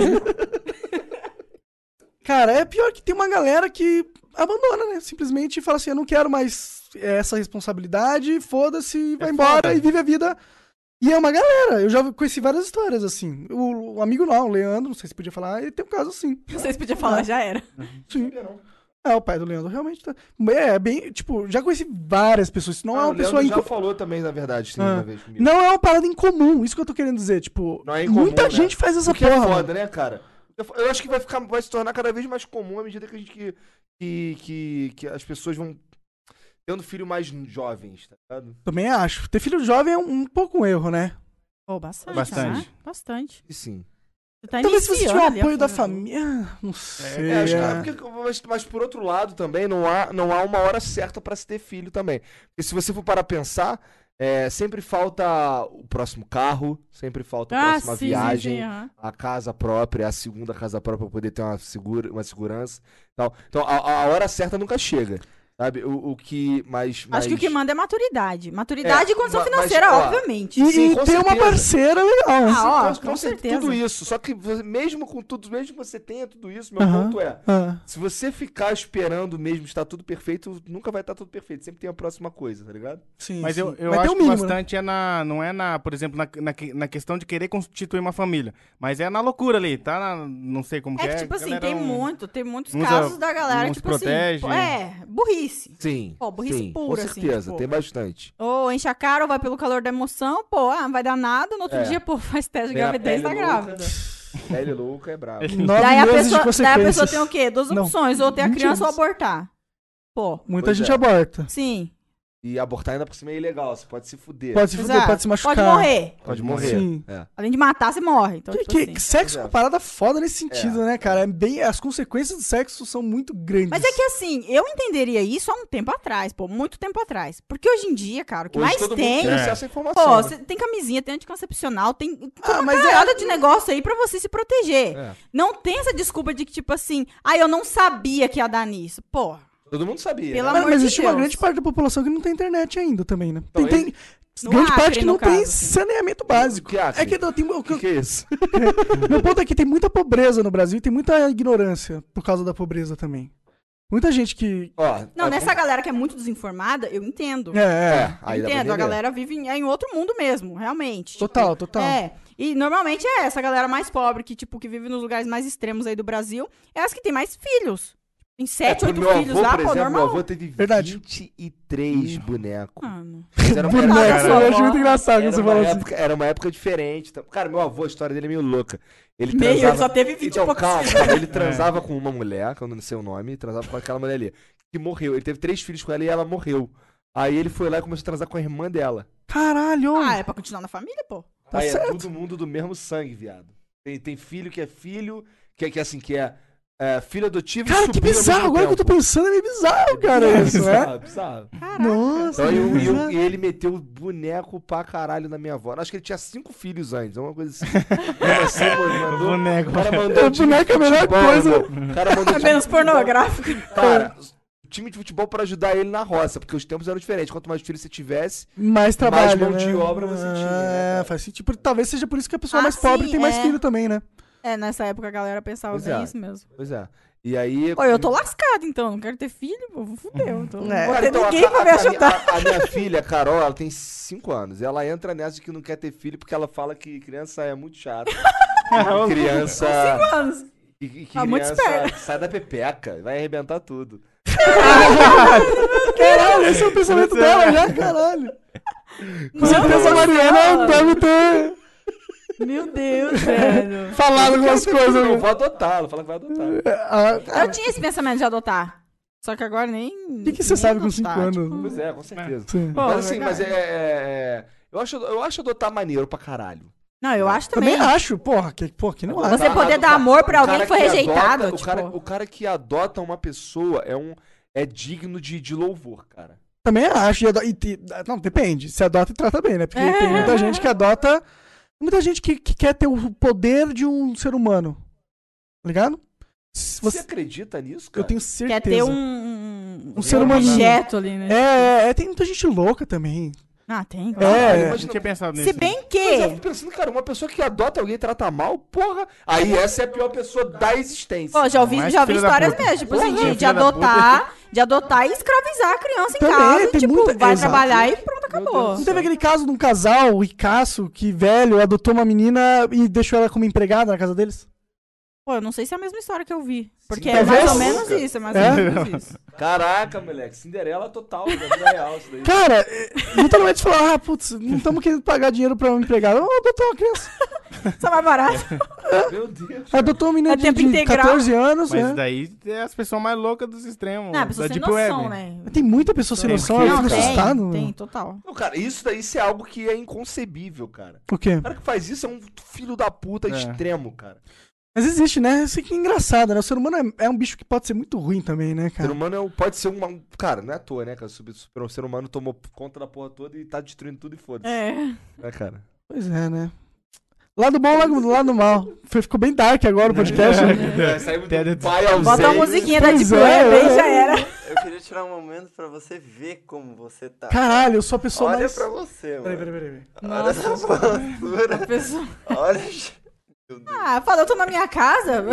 Cara, é pior que tem uma galera que abandona, né? Simplesmente fala assim, eu não quero mais essa responsabilidade, foda-se, vai embora foda. e vive a vida. E é uma galera, eu já conheci várias histórias, assim. O amigo não, o Leandro, não sei se podia falar, ele tem um caso assim. Vocês podiam falar, já era. Sim. É, o pai do Leandro realmente tá... É, bem, tipo, já conheci várias pessoas, isso não é o uma pessoa... Leandro já inco- falou também, na verdade, sim, Ah. uma vez comigo. Não é uma parada incomum, isso que eu tô querendo dizer, tipo... Não é incomum, muita né? gente faz essa O que porra. é mano. foda, né, cara? Eu acho que vai se tornar cada vez mais comum à medida que a gente que as pessoas vão tendo filho mais jovens, tá ligado? Também acho. Ter filho jovem é um pouco um erro, né? Pô, bastante. Bastante. Né? Bastante. E sim. Você tá Talvez se você iniciando tiver o ali a apoio da coisa. família... Não sei. Acho que, mas por outro lado também não há uma hora certa pra se ter filho também. Porque se você for parar a pensar, sempre falta o próximo carro, sempre falta a próxima viagem, aham. a casa própria, a segunda casa própria pra poder ter uma segurança e tal. Então a hora certa nunca chega, sabe? O que mais... Acho que o que manda é maturidade. Maturidade e condição mas, financeira, ó, obviamente. E, Sim, e com ter uma certeza. parceira legal. Ah, ó, com com certeza. tudo isso. Só que mesmo com tudo, mesmo que você tenha tudo isso, meu Aham. ponto é... Ah, Se você ficar esperando mesmo estar tudo perfeito, nunca vai estar tudo perfeito. Sempre tem a próxima coisa, tá ligado? sim, Mas sim. eu Vai ter acho o que mínimo, né? bastante não é por exemplo, na questão de querer constituir uma família. Mas é na loucura ali, tá? Não sei como É que, tipo a assim, galera tem não- muitos uns casos a- da galera que, uns tipo protege. assim, burrice. Sim. Pô, burrice sim, pura, com assim, certeza, tipo. tem bastante. Ou enche a cara ou vai pelo calor da emoção, pô, não vai dar nada. No outro É. dia, pô, faz teste de Tem a gravidez e tá pele louca. grávida. Pele louca é brabo. 9 Daí a, meses de pessoa, daí a consequências. pessoa tem o quê? Duas Não, opções, ou ter a 20 criança ou anos. abortar. Pô, Muita Pois gente é. aborta. sim. E abortar ainda por cima é ilegal, você pode se fuder. Pode se fuder, Exato. pode se machucar. Pode morrer. Pode morrer. Sim. É. Além de matar, você morre. Então, tipo assim. Sexo é uma parada foda nesse sentido, É. né, cara? As consequências do sexo são muito grandes. Mas é que assim, eu entenderia isso há um tempo atrás, pô, muito tempo atrás. Porque hoje em dia, cara, o que Hoje mais todo mundo tem... tem É. acesso à informação. Pô, né? você tem camisinha, tem anticoncepcional, tem mas uma caralhada de negócio aí pra você se proteger. É. Não tem essa desculpa de que, tipo assim, eu não sabia que ia dar nisso. Pô, Todo mundo sabia. Pelo né? amor Mas de existe uma Deus. grande parte da população que não tem internet ainda também, né? Então, Tem No grande Acre, parte que no não tem caso, assim. saneamento básico. Que Acre? É que tem, O que é isso? meu ponto é que tem muita pobreza no Brasil e tem muita ignorância por causa da pobreza também. Muita gente que... Ó, não, é nessa galera que é muito desinformada, eu entendo. aí dá pra Entendo, a entender. galera vive em outro mundo mesmo, realmente. Total. E normalmente é essa galera mais pobre, que, tipo, que vive nos lugares mais extremos aí do Brasil, é as que tem mais filhos. Tem 7, 8 meu filhos avô, lá, por pô, exemplo, normal. meu avô teve Verdade. 23 bonecos. Mano. Mas era uma Boneco, época- eu acho muito engraçado quando era você uma fala assim. época, era uma época diferente. Então, cara, meu avô, a história dele é meio louca. Ele Meio, transava... ele só teve 20 e Então, poucos calma, filhos. calma, ele transava com uma mulher, que eu não sei o nome, transava com aquela mulher ali, que morreu. Ele teve 3 filhos com ela e ela morreu. Aí ele foi lá e começou a transar com a irmã dela. Caralho! É pra continuar na família, pô. Tá Aí certo. é todo mundo do mesmo sangue, viado. Tem filho, que é filho adotivo Cara, e que sobrinho ao bizarro! mesmo Agora que eu tô tempo. pensando, é meio bizarro, cara, isso, né? Bizarro. Nossa, Então, que bizarro. e ele meteu o boneco pra caralho na minha avó. Acho que ele tinha 5 filhos antes, uma coisa assim. Mesmo assim, mandou, Boneco. o cara mandou O boneco é a melhor futebol, coisa. irmão. O cara mandou É menos pornográfico. Cara, time de futebol pra ajudar ele na roça, porque os tempos eram diferentes. Quanto mais filhos você tivesse, Mais trabalho, mão né? de obra você tinha, né, cara? Faz sentido. Talvez seja por isso que a pessoa Ah, mais pobre sim, tem mais é. filho também, né? É, nessa época a galera pensava Pois bem é. isso mesmo. pois é. E aí... Pô, eu tô lascado então, não quero ter filho, pô, fudeu. Então, não vou Cara, ter então, ninguém pra me ajudar. a minha filha, a Carol, ela tem 5 anos. Ela entra nessa de que não quer ter filho porque ela fala que criança é muito chata. Que criança... 5 anos. E que Tá muito criança esperta. sai da pepeca, vai arrebentar tudo. Caralho, esse é o pensamento dela já, caralho. Com certeza a Mariana deve ter Meu Deus, velho. falado algumas coisas. Eu né? vou adotar, ela fala que vai adotar. Ah, Eu tinha esse pensamento de adotar. Só que agora nem. O que você sabe com 5 anos? Pois é, com certeza. Sim. Pô, Mas assim, verdade. eu acho adotar maneiro pra caralho. Não, eu acho também. Também acho, porra, que não acho. Você poder dar amor pra O alguém cara que foi rejeitado, adota- tipo. o cara que adota uma pessoa é digno de louvor, cara. Também acho. Não, depende. Se adota e trata bem, né? Porque tem muita gente que adota. Muita gente que quer ter o poder de um ser humano. Tá ligado? Se Você Você, acredita nisso, cara? eu tenho certeza. Quer ter um ser humano. objeto ali, né? Tem muita gente louca também. Ah, tem. É. Não tinha pensado nisso. Se bem Mas eu fico que. pensando, cara, uma pessoa que adota alguém e trata mal, porra, aí essa é a pior pessoa da existência. Pô, já ouvi Mais filho filho da histórias puta. mesmo, tipo assim, Porra, de filho da adotar e escravizar a criança em Também, casa. tem Tipo, muita- vai Exato. trabalhar e pronto, acabou. Deus. Não teve aquele caso de um casal ricaço que, velho, adotou uma menina e deixou ela como empregada na casa deles? Pô, eu não sei se é a mesma história que eu vi. Porque Sim, é mais ou talvez. menos isso, é mais É? ou menos isso. Caraca, moleque, Cinderela total, da vida real isso daí. Cara, literalmente falar, putz, não estamos querendo pagar dinheiro pra uma empregada. Adotou uma criança. Só mais barato. Meu Deus. Adotou uma menina É tempo de integral. 14 anos, Mas né? daí é as pessoas mais loucas dos extremos. Não, a pessoa da sem Deep noção, Web. né? Tem muita pessoa sem Tem, noção, porque- eu Não, fico assustado. tem, total. Não, cara, isso é algo que é inconcebível, cara. O quê? O cara que faz isso é um filho da puta extremo, cara. Mas existe, né? Isso aqui é engraçado, né? O ser humano é um bicho que pode ser muito ruim também, né, O ser cara? humano pode ser um... Cara, não é à toa, né, cara? O ser humano tomou conta da porra toda e tá destruindo tudo e foda-se. É. Né, cara? Pois é, né? Lado bom, lado mal. Ficou bem dark agora o podcast. né? Saímos Ted- do pai ausente. Bota uma musiquinha da Pois Deep é, Web aí é. já era. Eu queria tirar um momento pra você ver como você tá. Caralho, eu sou a pessoa Olha mais... pra você, mano. Peraí. Olha essa postura. A pessoa... Olha. Meu Deus. Ah, fala, eu tô na minha casa.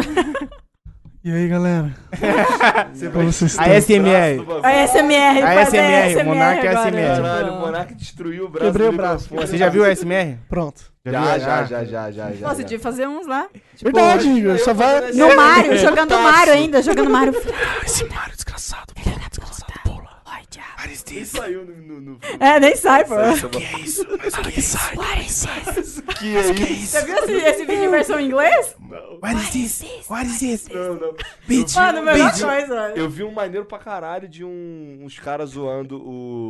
E aí, galera? Como vocês estão? A SMR. A SMR, A faz SMR, o Monarca é agora, ASMR. tipo. Caralho, o Monark destruiu o braço. Quebrei do o braço. microfone. Você já viu o SMR? Pronto. Já. Nossa, devia fazer uns lá. Verdade, Igor. Só vai... No Mario, jogando Mario ainda, jogando Mario. Esse Mario desgraçado. Pula. Oi, diabo. Nem saiu no Nem sai, pô. que é isso? Mas o que sai? Que é isso? Você viu esse vídeo em versão em inglês? What is this? What is this? Não. Bitch. Mano, melhor vídeo- coisa. Eu vi um maneiro pra caralho de uns caras zoando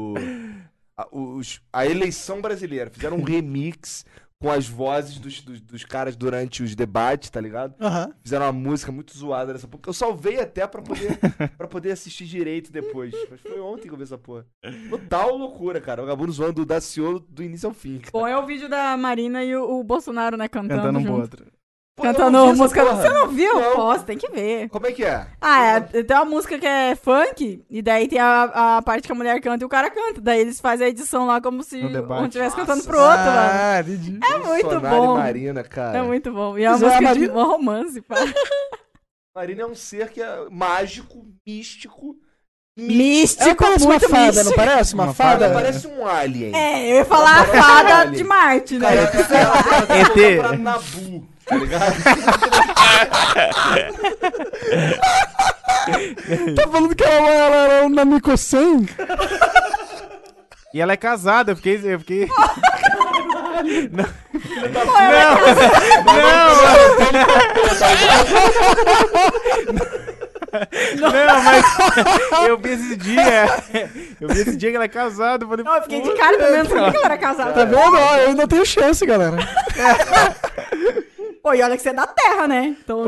a eleição brasileira. Fizeram um remix com as vozes dos caras durante os debates, tá ligado? Aham. Fizeram uma música muito zoada dessa porra. Eu salvei até pra poder assistir direito depois. Mas foi ontem que eu vi essa porra. Total loucura, cara. O Vagabundo zoando o Daciolo do início ao fim. Cara. Bom, é o vídeo da Marina e o Bolsonaro, né, cantando Cantando um pro junto. outro. Pô, eu Cantando não vi essa música. porra. Você não viu? Não. Pô, você tem que ver. Como é que é? Tem uma música que é funk, e daí tem a parte que a mulher canta e o cara canta. Daí eles fazem a edição lá como se No debate. um estivesse cantando Nossa. pro outro, mano. Ah, entendi. É muito Bolsonaro bom. e Marina, cara. É muito bom. E é uma Mas é a música de Marina- um romance, pá. Marina é um ser que é mágico, místico. Místico, Ela parece uma muito fada, místico. não parece? Uma Uma fada? Ela parece um alien. É, eu ia falar a fada de Marte, né? Cara, ela tá ET. voltando pra Nabu, tá ligado? Tá falando que ela era uma Miko-sen? E ela é casada, eu fiquei... Não, mas eu vi esse dia que ela é casada, eu falei... Não, eu fiquei de cara também, não sabia que ela era casada. Tá vendo? Ó, eu ainda tenho chance, galera. Pô, e olha que você é da Terra, né? Então,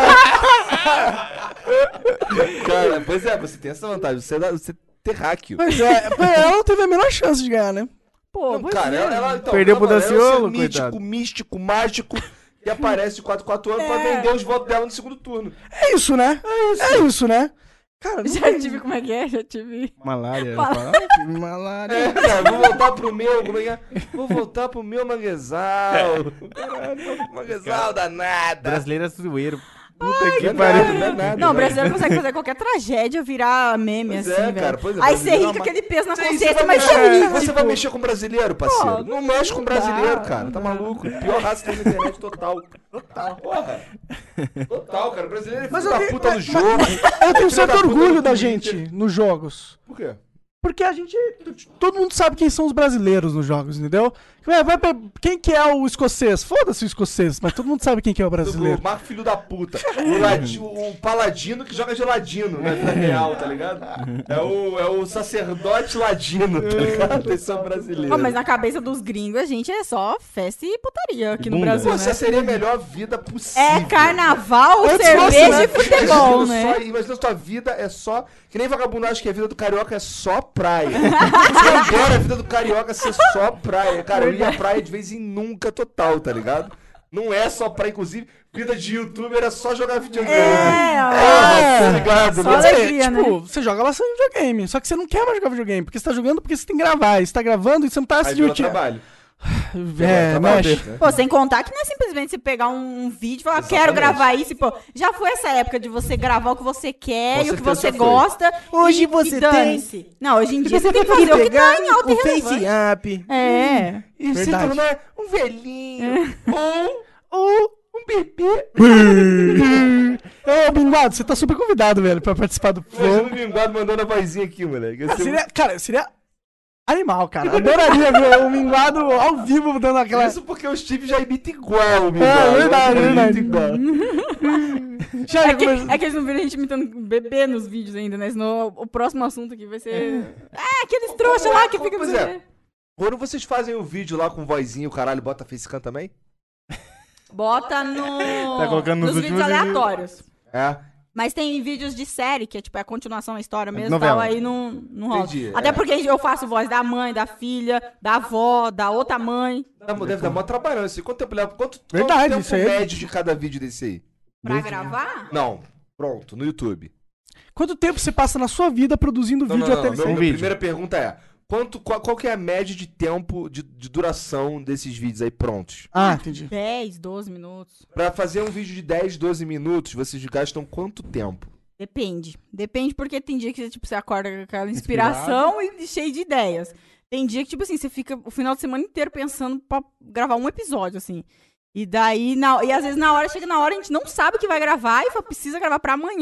Cara, pois é, você tem essa vantagem. Você é terráqueo. Pois é, ela não teve a menor chance de ganhar, né? pô, Não, pois cara, é. ela então, Perdeu pro ela é um ser Daciolo, mítico, coitado. místico, mágico, que aparece de 4 anos pra vender os votos dela no segundo turno. É isso, né? É isso, né? Cara, não Já tive, como é que é? Já tive... Malária. Malária. Malária. É, cara, vou voltar pro meu, como é que é? Vou voltar pro meu manguezal. Caralho, manguezal danada. Brasileiro é zoeiro. Puta Não que é pariu. nada, não é nada. Não, o brasileiro consegue fazer qualquer tragédia virar meme, Pois assim, é, velho. cara, pois é, Aí você brasileiro ri é com uma- aquele peso na Sim, consciência, mas você ri. Você tipo, vai mexer com brasileiro, parceiro? Pô, não mexe com não brasileiro, dá, cara. Tá não maluco? Pior raça que tem na internet, total. Total. Porra. Total, cara. O brasileiro é Mas filho eu da vi- puta no mas- jogo. Eu tenho certo da puta orgulho no da Twitter. gente nos jogos. Por quê? Porque a gente. Todo mundo sabe quem são os brasileiros nos jogos, entendeu? Quem que é o escocês? Foda-se o escocês, mas todo mundo sabe quem que é o brasileiro. O Marco Filho da Puta. O paladino que joga de ladino na vida real, tá ligado? É o sacerdote ladino, tá ligado? Esse é o brasileiro. Ó, mas na cabeça dos gringos, a gente é só festa e putaria aqui no Bunda. Brasil, Pô, né? essa seria a melhor vida possível. É carnaval, Antes cerveja fosse, e futebol, Imagina né? só- Imagina sua vida é só... Que nem vagabundo acha que a vida do carioca é só praia. Você adora a vida do carioca ser só praia. Cara, eu ia à praia de vez em nunca total, tá ligado? Não é só praia, inclusive, vida de youtuber é só jogar videogame. Tá ligado? Só né? alegria, né? Tipo, você joga bastante videogame, só que você não quer mais jogar videogame, porque você tá jogando porque você tem que gravar, e você tá gravando e você não tá se Aí virou divertindo. trabalho. É, mexe. né? Pô, sem contar que não é simplesmente você pegar um vídeo e falar, quero gravar isso, e, pô, já foi essa época de você gravar o que você quer Com e o que certeza você já foi. gosta. Hoje e você dane-se. Não, hoje em dia você tem que fazer o que tá em alta e o Face relevante. Up. É. E se Verdade. tornar um velhinho ou um bebê. Ô, Binguado, você tá super convidado, velho, pra participar do Imagina Flow. o Minguado mandando a vozinha aqui, moleque. Ia ser Seria animal, cara. Adoraria ver o Minguado ao vivo dando aquela... Isso porque o Steve já imita igual o É, Minguado. verdade, Ele imita verdade. igual. Já, É que eles não viram a gente imitando bebê nos vídeos ainda, né? Senão o próximo assunto aqui vai ser... aqueles trouxas lá que ficam... Pois é. Quando vocês fazem o vídeo lá com vozinha, o caralho, bota facecam também? Bota no... Tá colocando nos vídeos últimos aleatórios. É. Mas tem vídeos de série, que é tipo a continuação da história mesmo, Novela. tal, aí não rola. Entendi, Até é. porque eu faço voz da mãe, da filha, da avó, da outra mãe. Deve dar mó trabalhando. Assim. Quanto tempo leva? Quanto Verdade, tempo isso aí. médio de cada vídeo desse aí? Pra gravar? Não. Pronto, no YouTube. Quanto tempo você passa na sua vida produzindo Não, vídeo não, até não. ele Minha sair? vídeo. primeira pergunta é: qual que é a média de tempo de duração desses vídeos aí prontos? Ah, entendi. 10, 12 minutos. Pra fazer um vídeo de 10, 12 minutos, vocês gastam quanto tempo? Depende. Depende porque tem dia que tipo, você acorda com aquela inspiração e cheio de ideias. Tem dia que, tipo assim, você fica o final de semana inteiro pensando pra gravar um episódio, assim. E daí, e às vezes chega na hora, a gente não sabe o que vai gravar e fala, precisa gravar pra amanhã.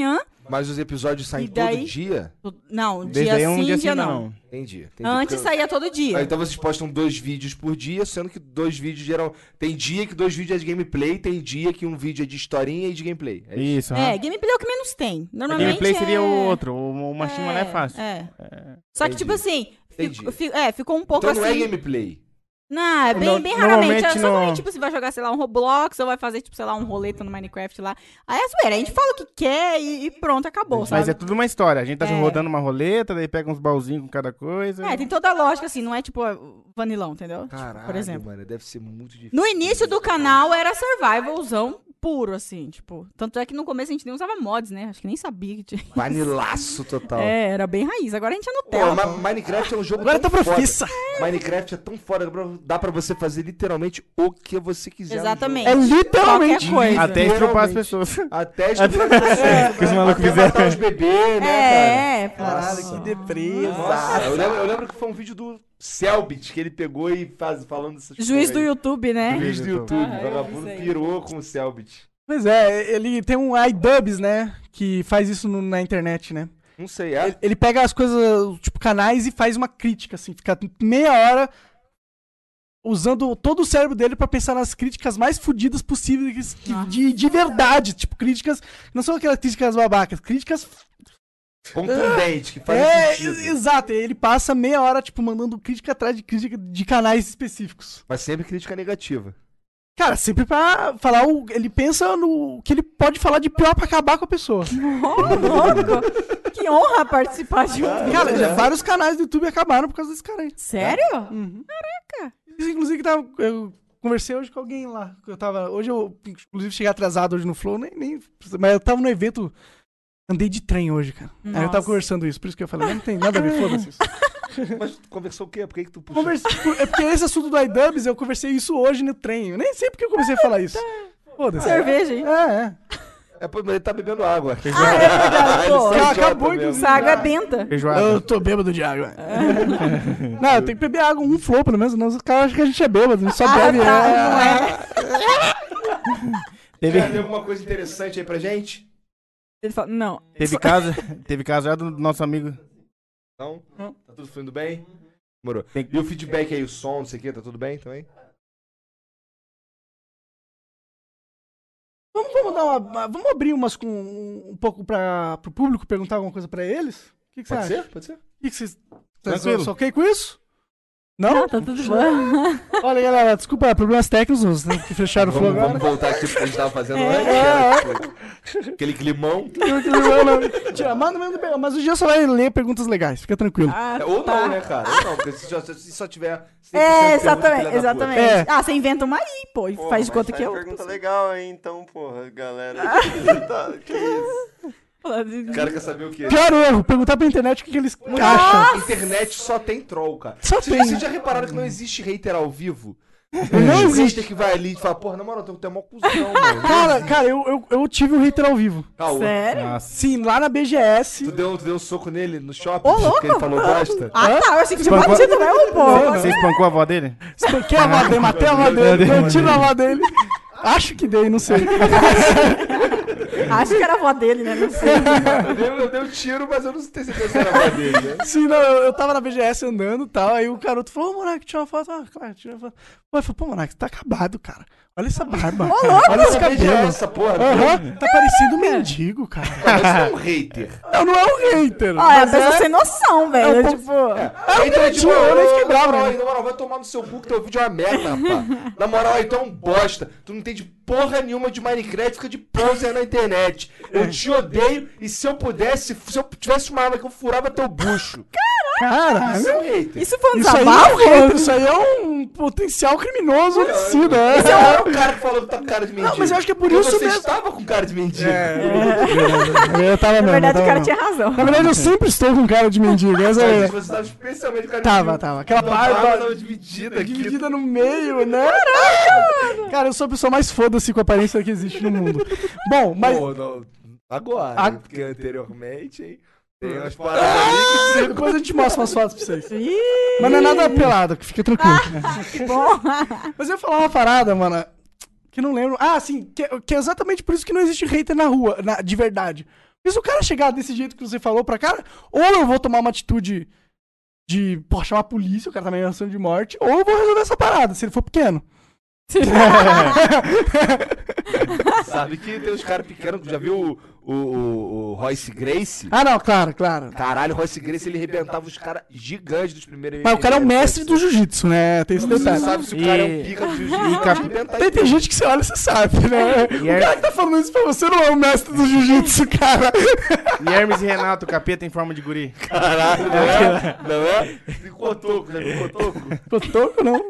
Mas os episódios saem E daí? todo dia? Não, Desde dia aí um sim, dia dia sim, não. Entendi. Antes Porque- saía todo dia. Ah, então vocês postam 2 vídeos por dia, sendo que 2 vídeos geral. Tem dia que 2 vídeos é de gameplay, tem dia que um vídeo é de historinha e de gameplay. É isso. Isso, aham. Gameplay é o que menos tem. Normalmente Gameplay seria é... o outro. O machinho não é fácil. Só que, Entendi. tipo assim, Entendi. ficou um pouco Então não assim... é gameplay. Não, é bem, No- bem raramente. É normalmente só no- quando, tipo, você vai jogar, sei lá, um Roblox ou vai fazer, tipo, sei lá, um roleta no Minecraft lá. Aí é zoeira. A gente fala o que quer e pronto, acabou, Mas sabe? é tudo uma história. A gente tá É. rodando uma roleta, daí pega uns baúzinhos com cada coisa. Tem toda a lógica, assim, não é tipo vanilão, entendeu? Caralho, Por exemplo. mano, deve ser muito difícil. No início do canal era survivalzão puro, assim, tipo. Tanto é que no começo a gente nem usava mods, né? Acho que nem sabia que tinha. Vanilaço total. Era bem raiz. Agora a gente é Pô, Nutella. pô. Minecraft é um jogo Agora tão tá foda. profissa. Minecraft é tão foda, dá pra você fazer literalmente o que você quiser. no Exatamente. É literalmente. Qualquer coisa. Até estrupar as literalmente. pessoas. jogo. Até estuprar que os malucos até matar fizeram. os bebês, né, cara? Caralho, que depresa. Nossa, eu lembro que foi um vídeo do Selbit que ele pegou e falando dessas Juiz porra do aí. YouTube, né? Juiz do YouTube. Ah, O vagabundo isso aí. pirou com o Selbit. Pois é, ele tem um iDubbbz, né? Que faz isso na internet, né? Não sei, é? Ele pega as coisas, tipo, canais e faz uma crítica, assim. Fica meia hora usando todo o cérebro dele pra pensar nas críticas mais fodidas possíveis de verdade. Tipo, críticas... Não são aquelas críticas babacas, críticas... Contundente, que faz sentido. Exato. Ele passa meia hora, tipo, mandando crítica atrás de crítica de canais específicos. Mas sempre crítica negativa. Cara, sempre pra falar ele pensa no que ele pode falar de pior pra acabar com a pessoa. Louco! Que honra participar de um. Cara, já vários canais do YouTube acabaram por causa desse cara aí. Sério? Isso, inclusive, eu conversei hoje com alguém lá. Hoje eu, inclusive, cheguei atrasado hoje no Flow, mas eu tava no evento. Andei de trem hoje, cara. Aí eu tava Nossa. conversando isso, por isso que eu falei, não tem nada a ver, foda-se isso. Mas tu conversou o quê? Por que tu puxou? É porque esse assunto do iDubbbz, eu conversei isso hoje no trem. Eu nem sei porque eu comecei a falar isso. Foda-se. Cerveja, hein? Pô, mas ele tá bebendo água. É verdade, pô. Ele só Acabou, jota inclusive. mesmo. Essa água é benta. Feijoada. Eu tô bêbado de água. Não, eu tenho que beber água, um flow pelo menos, senão os caras acham que a gente é bêbado, a gente só bebe. Não Teve, Tem alguma coisa interessante aí pra gente? Ele fala, não. teve caso já do nosso amigo. Não? Tá tudo fluindo bem? Demorou. Tem- E o feedback aí, o som, não sei o que, tá tudo bem também? Vamos abrir umas com um pouco pro público, perguntar alguma coisa pra eles? O que você Pode acha? ser? Pode ser? O que vocês... Tranquilo. Só ok com isso? Não? Tá tudo bom. Olha, galera, desculpa, problemas técnicos, né, que fecharam o flow Vamos agora. voltar aqui pro que a gente tava fazendo antes, que era tipo, aquele climão. Tira, manda mesmo, mas o Jean só vai ler perguntas legais, fica tranquilo. Ou não, né, cara? Ou não, porque se só tiver 100% Exatamente, pergunta, exatamente. É. Ah, você inventa uma aí, pô, e Pô, faz de mas conta que faz eu. pergunta legal aí, então, porra, galera. Que isso? O cara quer saber o quê? Pior erro, perguntar pra internet o que eles acham. Internet só tem troll, cara. Só tem. Vocês já repararam que não existe hater ao vivo? Não existe existe. que vai ali e fala, porra, na moral, tu é mó cuzão, mano. Cara, eu tive um hater ao vivo. Calma. Sério? Nossa. Sim, lá na BGS. Tu deu um soco nele no shopping? Ô, louco! Porque ele falou bosta? Ah, tá, eu achei que tinha Espancou- batido mesmo, pô. Você espancou a avó dele? Espanquei a avó dele, matei a avó dele, deu tiro na avó dele. Acho que dei, não sei. Acho que era a avó dele, né? Não sei. Eu dei um tiro, mas eu não tenho certeza se era a dele, né? Sim, não, eu tava na BGS andando e tal, aí o garoto falou, ô, Monark, tira uma foto. Ah, claro, tira uma foto. Pô, eu falei, pô, Monark, você tá acabado, cara. Olha essa barba. Olha esse cabelo. Essa porra. Aham, tá parecendo um mendigo, cara. Mas você é um hater. Não é um hater. Ó, é a mas pessoa sem noção, velho. Tipo, Hater é tipo, eu nem fiquei bravo, na né? moral, vai tomar no seu cu que teu vídeo é uma merda, rapaz. Na moral, aí tu é um bosta. Tu não entende porra nenhuma de Minecraft, fica de poser na internet. Eu te odeio e se eu pudesse, se eu tivesse uma arma que eu furava teu bucho. Caralho. Isso é um hater. isso foi um Isso aí, desabafo? hater, isso aí é um potencial criminoso homicida. Esse é o cara que falou que tá com cara de mendigo. Não, mas eu acho que é por Porque isso você mesmo. estava com cara de mendigo. Eu tava Na mesmo, verdade, eu o tava cara mesmo. tinha razão. Na verdade, eu sempre estou com cara de mendigo. Essa é Mas você tava especialmente com cara de Tava, mendigo. tava. Aquela Tua barba tava dividida aqui. dividida no meio, né? Cara, eu sou a pessoa mais foda-se com a aparência que existe no mundo. Bom, mas... Pô, não. Agora, Ah. hein? Porque anteriormente, hein? Tem umas paradas aí que Depois a gente mostra umas fotos pra vocês. Mas não é nada pelado, que fica tranquilo. Que bom. Mas eu ia falar uma parada, mano, que não lembro. Ah, sim, que é exatamente por isso que não existe hater na rua, de verdade. Porque se o cara chegar desse jeito que você falou pra cara, ou eu vou tomar uma atitude de, pô, chamar a polícia, o cara tá meio ameaçando de morte, ou eu vou resolver essa parada, se ele for pequeno. Sabe que tem uns caras pequenos, já viu o Royce Gracie? Ah, não, claro. Caralho, o Royce Gracie, ele arrebentava os caras gigantes dos primeiros... Mas o cara é o mestre do jiu-jitsu, né? Tem esse Você detalhe. sabe se o cara é um pica do jiu-jitsu. Tem gente que você olha e você sabe, né? O cara que tá falando isso pra você não é o mestre do jiu-jitsu, cara. E Hermes e Renato, o capeta em forma de guri. Caralho, não é? Não é? Ficou toco, já ficou toco? Cotoco, não.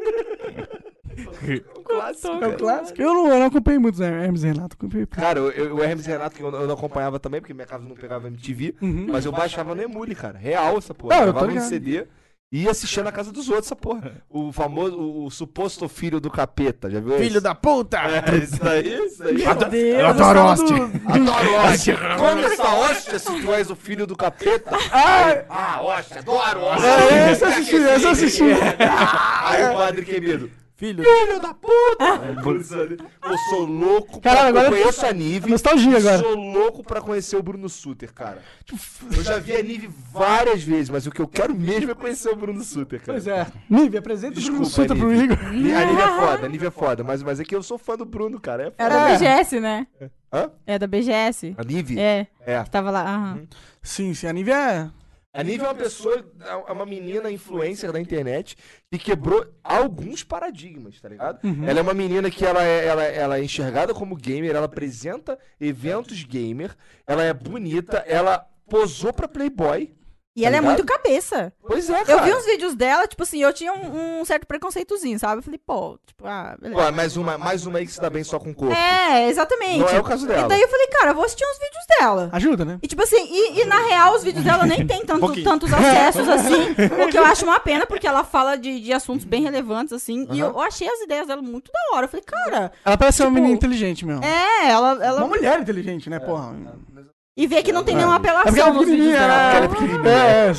Clássico. É o clássico. Eu não acompanhei muito Hermes e Renato. Cara, o Hermes e Renato que eu não acompanhava também, porque minha casa não pegava MTV, mas eu baixava no Emule, cara. Real essa porra. Não, eu Gravava tô no ligado. CD e ia assistir na casa dos outros essa porra. O famoso, o suposto filho do capeta, já viu esse? Filho da puta! Isso aí. Meu Deus, Eu adoro hóstia. Adoro hóstia. Come essa hóstia se tu és o filho do capeta. Hóstia, adoro hóstia. Esse eu assisti. Aí o padre querido. Filho Da puta! Eu sou louco Caralho, agora eu conheço a Nive. nostalgia agora. Sou louco pra conhecer o Bruno Sutter, cara. Eu já vi a Nive várias vezes, mas o que eu quero mesmo é conhecer o Bruno Sutter, cara. Pois é. Nive, apresenta o Bruno Desculpa, Sutter pro Nive. Igor. A Nive é foda, mas é que eu sou fã do Bruno, cara. É foda. É da BGS, né? Hã? É da BGS. A Nive? É, É. que tava lá. Aham. Sim, a Nive é... A Nive é uma pessoa, é uma menina influencer da internet que quebrou alguns paradigmas, tá ligado? Ela é uma menina que ela é enxergada como gamer, ela apresenta eventos gamer, ela é bonita, ela posou pra Playboy. E ela é ligado? muito cabeça. Pois é, Eu cara. vi uns vídeos dela, tipo assim, eu tinha um certo preconceitozinho, sabe? Eu falei, pô, tipo, beleza. Pô, mais uma aí que se dá bem só com o corpo. É, exatamente. Não é o caso dela. E daí eu falei, cara, eu vou assistir uns vídeos dela. Ajuda, né? E tipo assim, e na real os vídeos dela nem tem Pouquinho. tantos acessos assim, o que eu acho uma pena, porque ela fala de assuntos bem relevantes, assim, e eu achei as ideias dela muito da hora. Eu falei, cara, Ela parece ser uma Tipo, menina inteligente mesmo. ela Uma mulher inteligente, né, porra? e vê que não tem nenhuma É porque apelação ela é nos vídeos pequenininha, dela. né? Ela é pequenininha.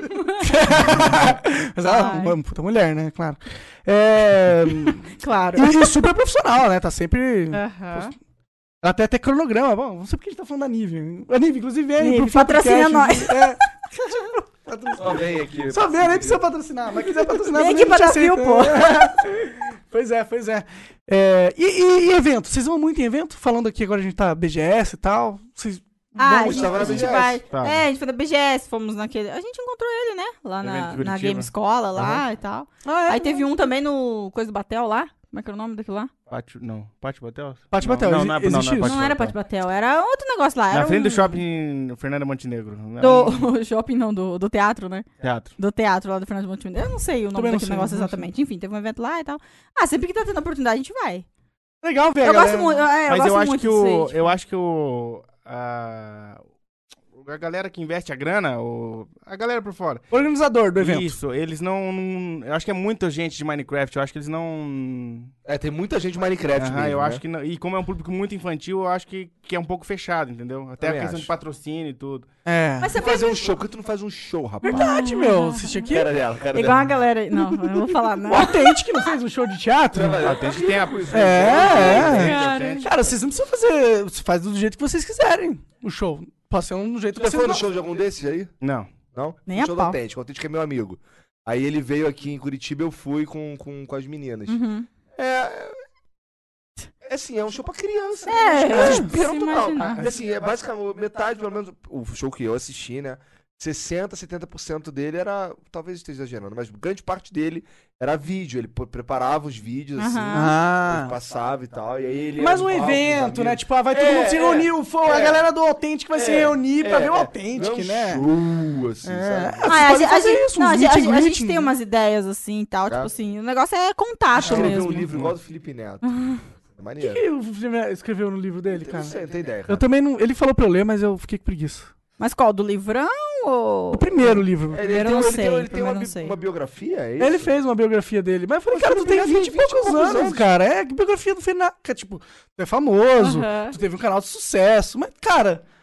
Sim. Mas ela é Ai. uma puta mulher, né? Claro. É... Claro. E super profissional, né? Tá sempre... Aham. Ela tem até cronograma. Bom, não sei porque a gente tá falando da Nive. A Nive, inclusive, vem Nive, pro patrocina podcast. nós. Só vem aqui. Só vem, nem precisa patrocinar. Mas quiser patrocinar, Vem também aqui pra a gente dar fio, aceita. Pois é. E evento? Vocês vão muito em evento? Falando aqui agora a gente tá BGS e tal. Vocês Ah, Vamos, tava na a gente BGS. vai. Tava. É, a gente foi da BGS, fomos naquele. A gente encontrou ele, né? Lá Evento de na Curitiba. Game Escola lá e tal. Aí teve um também no Coisa do Batel lá. Como é que era o nome daquilo lá? Pátio Batel? Pátio Batel, Não, não é existe isso? Pátio Não era Batel. Pátio Batel, era outro negócio lá. Na Era frente do um- shopping Fernanda Montenegro. Do shopping, não, do teatro, né? Teatro. Do teatro lá do Fernando Montenegro. Eu não sei o nome Também não daquele sei, negócio não exatamente. Enfim, teve um evento lá e tal. Ah, sempre que tá tendo oportunidade, a gente vai. Legal, velho. Eu gosto muito. Eu Mas gosto eu acho muito que disso aí, o. tipo. Eu acho que o. A galera que investe a grana, a galera por fora. Organizador do evento. Isso, eles não. Eu acho que é muita gente de Minecraft, eu acho que eles não. É, tem muita gente de Minecraft Aham, mesmo, eu né? acho que não. E como é um público muito infantil, eu acho que é um pouco fechado, entendeu? Até Também a questão acho. de patrocínio e tudo. É. Mas você Fazer fez um show, por que tu não faz um show, rapaz? Verdade, meu. Assiste aqui. Cara dela, cara igual dela. a galera. Não, eu não vou falar, não. O Atente que não fez um show de teatro. Tem que ter a. É. Cara, vocês não precisam fazer. Você faz do jeito que vocês quiserem o show. Pode ser um jeito que Você vocês foi no não- show de algum desses aí? Não. Não? Nem No a show do pau. Autêntico. O Autêntico é meu amigo. Aí ele veio aqui em Curitiba, eu fui com as meninas. Uhum. É assim, é um show pra criança. É, né? Elas se piram total. imaginar. Assim, é basicamente metade, pelo menos, o show que eu assisti, né? 60%, 70% dele era, talvez esteja exagerando, mas grande parte dele era vídeo. Ele preparava os vídeos, assim, Ah. ele passava e tal. E aí ele Mais ia um no palco com os evento, né? amigos. Tipo, vai todo mundo se reunir. A galera do Authentic vai se reunir pra ver o Authentic, não é um né? show, assim, É. sabe? Vocês Ah, podem fazer isso, não, uns a meet and gente greet, tem né? umas ideias assim e tal. Tá. Tipo assim, o negócio é contato Escreveu mesmo. um livro igual do Felipe Neto. É O maneiro. que o Felipe escreveu no livro dele, Eu cara? não sei, não tem ideia, Eu cara. também não. Ele falou pra eu ler, mas eu fiquei com preguiça. Mas qual? Do livrão ou. O primeiro livro. Primeiro eu não sei, Ele tem primeiro eu não sei. uma biografia, é isso? Ele fez uma biografia dele. Mas eu falei, Pô, cara, tu Felipe tem Neto 20 e poucos anos, cara. É, que biografia não fez nada. Tipo, tu é famoso, Aham. tu teve um canal de sucesso. Mas, cara,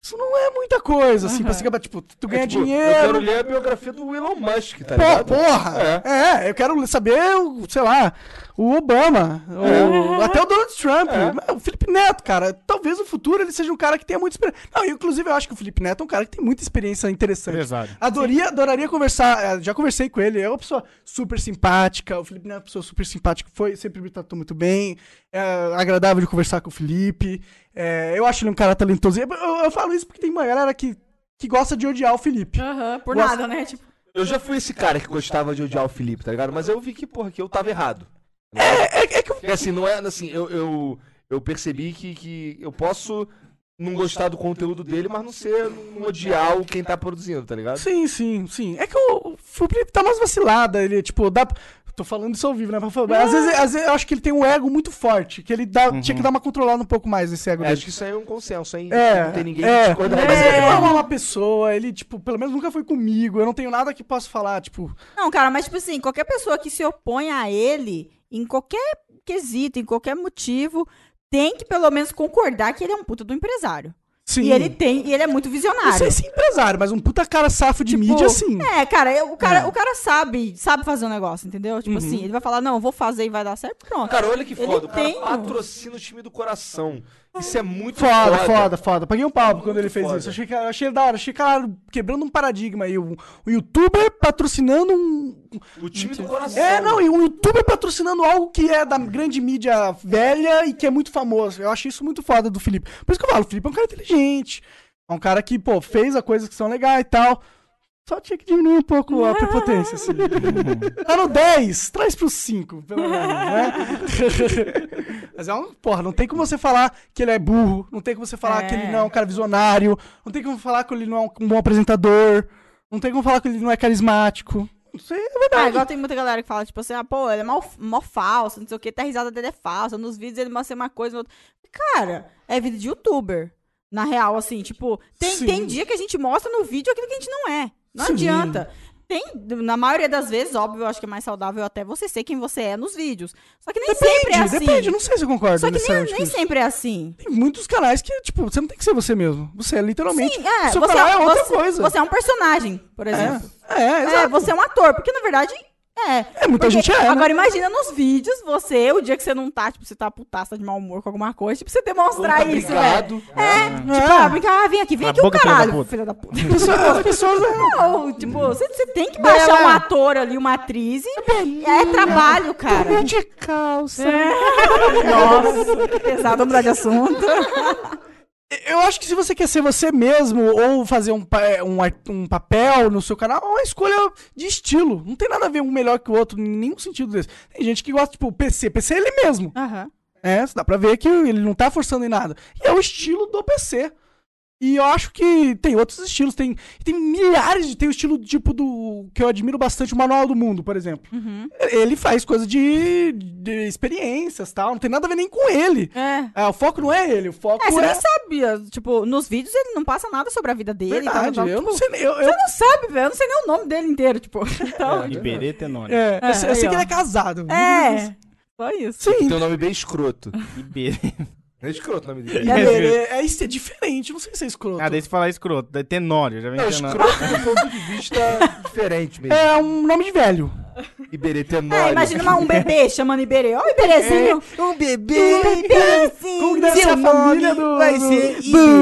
isso não é muita coisa, assim, pra você acabar, tipo, tu ganha Eu dinheiro. quero ler a biografia do Elon Musk, tá Pô, ligado? porra! Eu quero saber, sei lá, o Obama, até o Donald Trump, o Felipe Neto, cara. Talvez no futuro ele seja um cara que tenha muita experiência. Não, inclusive eu acho que o Felipe Neto é um cara que tem muita experiência interessante. Pesado. Adoraria conversar, já conversei com ele, é uma pessoa super simpática, o Felipe Neto é uma pessoa super simpática, sempre me tratou muito bem, é agradável de conversar com o Felipe, eu acho ele um cara talentoso. Eu falo isso porque tem uma galera que gosta de odiar o Felipe. Por Gosta- nada, né? Tipo, Eu já fui esse cara que gostava de odiar o Felipe, tá ligado? Mas eu vi que, porra, que eu tava errado. Porque assim, não é assim, eu percebi que eu posso não gostar do conteúdo dele, mas não odiar quem tá produzindo, tá ligado? Sim. É que o Felipe tá mais vacilada, ele, tipo, tô falando isso ao vivo, né? Mas às vezes eu acho que ele tem um ego muito forte, que ele tinha que dar uma controlada um pouco mais nesse ego dele. Acho que isso aí é um consenso, hein? É, Não tem ninguém é. que discorda Mas mais. ele não é uma má pessoa, ele, tipo, pelo menos nunca foi comigo, eu não tenho nada que possa falar, tipo... não, cara, mas tipo assim, qualquer pessoa que se opõe a ele, em qualquer quesito, em qualquer motivo, tem que pelo menos concordar que ele é um puta do empresário. Sim. E ele é muito Não visionário. sei se empresário, mas um puta cara safo de Tipo, mídia, sim. Cara, o cara sabe fazer um negócio, entendeu? Tipo assim, ele vai falar, não, eu vou fazer e vai dar certo, pronto. Cara, olha que Ele foda, o cara tem- patrocina o time do coração. Isso é muito foda. Foda. Paguei um pau quando ele fez foda. isso. Achei da hora. Achei, cara, quebrando um paradigma aí. O youtuber patrocinando O time do coração. e um youtuber patrocinando algo que é da grande mídia velha e que é muito famoso. Eu achei isso muito foda do Felipe. Por isso que eu falo, o Felipe é um cara inteligente. É um cara que, pô, fez a coisas que são legais e tal. Só tinha que diminuir um pouco a prepotência, assim. Tá no 10, traz pro 5, pelo menos, né? Mas porra, não tem como você falar que ele é burro, não tem como você falar que ele não é um cara visionário, não tem como falar que ele não é um bom apresentador, não tem como falar que ele não é carismático. Isso aí é verdade. Igual tem muita galera que fala, tipo assim, ele é mó falso, não sei o que, até a risada dele é falsa, nos vídeos ele mostra uma coisa, no outro. Cara, é vida de youtuber. Na real, assim, tipo, tem dia que a gente mostra no vídeo aquilo que a gente não é. Não Sim. adianta. Na maioria das vezes, óbvio, eu acho que é mais saudável até você ser quem você é nos vídeos. Só que nem sempre é assim. Depende, eu não sei se eu concordo Só que necessariamente nem com isso. sempre é assim. Tem muitos canais que, tipo, você não tem que ser você mesmo. Você é literalmente. Sim, o seu canal é outra coisa. Você é um personagem, por exemplo. Exato. Você é um ator, porque na verdade muita gente é, né? Agora imagina nos vídeos, o dia que você não tá, tipo, você tá putaça, tá de mau humor com alguma coisa, tipo, você demonstrar isso, velho. Vem aqui Cala o a boca, caralho, filha da puta. As pessoas. Não, tipo, você tem que baixar um ator ali, uma atriz e é trabalho, cara. de calça. Nossa, que pesado, vamos mudar de assunto. Eu acho que se você quer ser você mesmo ou fazer um papel no seu canal, é uma escolha de estilo. Não tem nada a ver um melhor que o outro, em nenhum sentido desse. Tem gente que gosta, tipo, PC é ele mesmo. Aham. Dá pra ver que ele não tá forçando em nada. E é o estilo do PC. E eu acho que tem outros estilos, tem milhares tem o estilo tipo do que eu admiro bastante, o Manual do Mundo, por exemplo. Ele faz coisa de experiências, tal, não tem nada a ver nem com ele. O foco não é ele, o foco Você nem sabia, tipo, nos vídeos ele não passa nada sobre a vida dele. Verdade, tal, eu tipo, não sei, Você não sabe, velho, eu não sei nem o nome dele inteiro, tipo. Então, Iberê Tenório. eu sei aí, que ó. ele é casado. Só isso. Sim. Tem um nome bem escroto. Iberê. É escroto o nome dele. Isso é diferente, não sei se é escroto. Ah, daí você falar escroto. Daí Tenório, já vem Não, Tenório. escroto do ponto de vista diferente mesmo. É um nome de velho. Iberê Tenório. Imagina um bebê chamando Iberê. Ó, o Iberezinho. Um bebê. Como que deve ser a família do... vai ser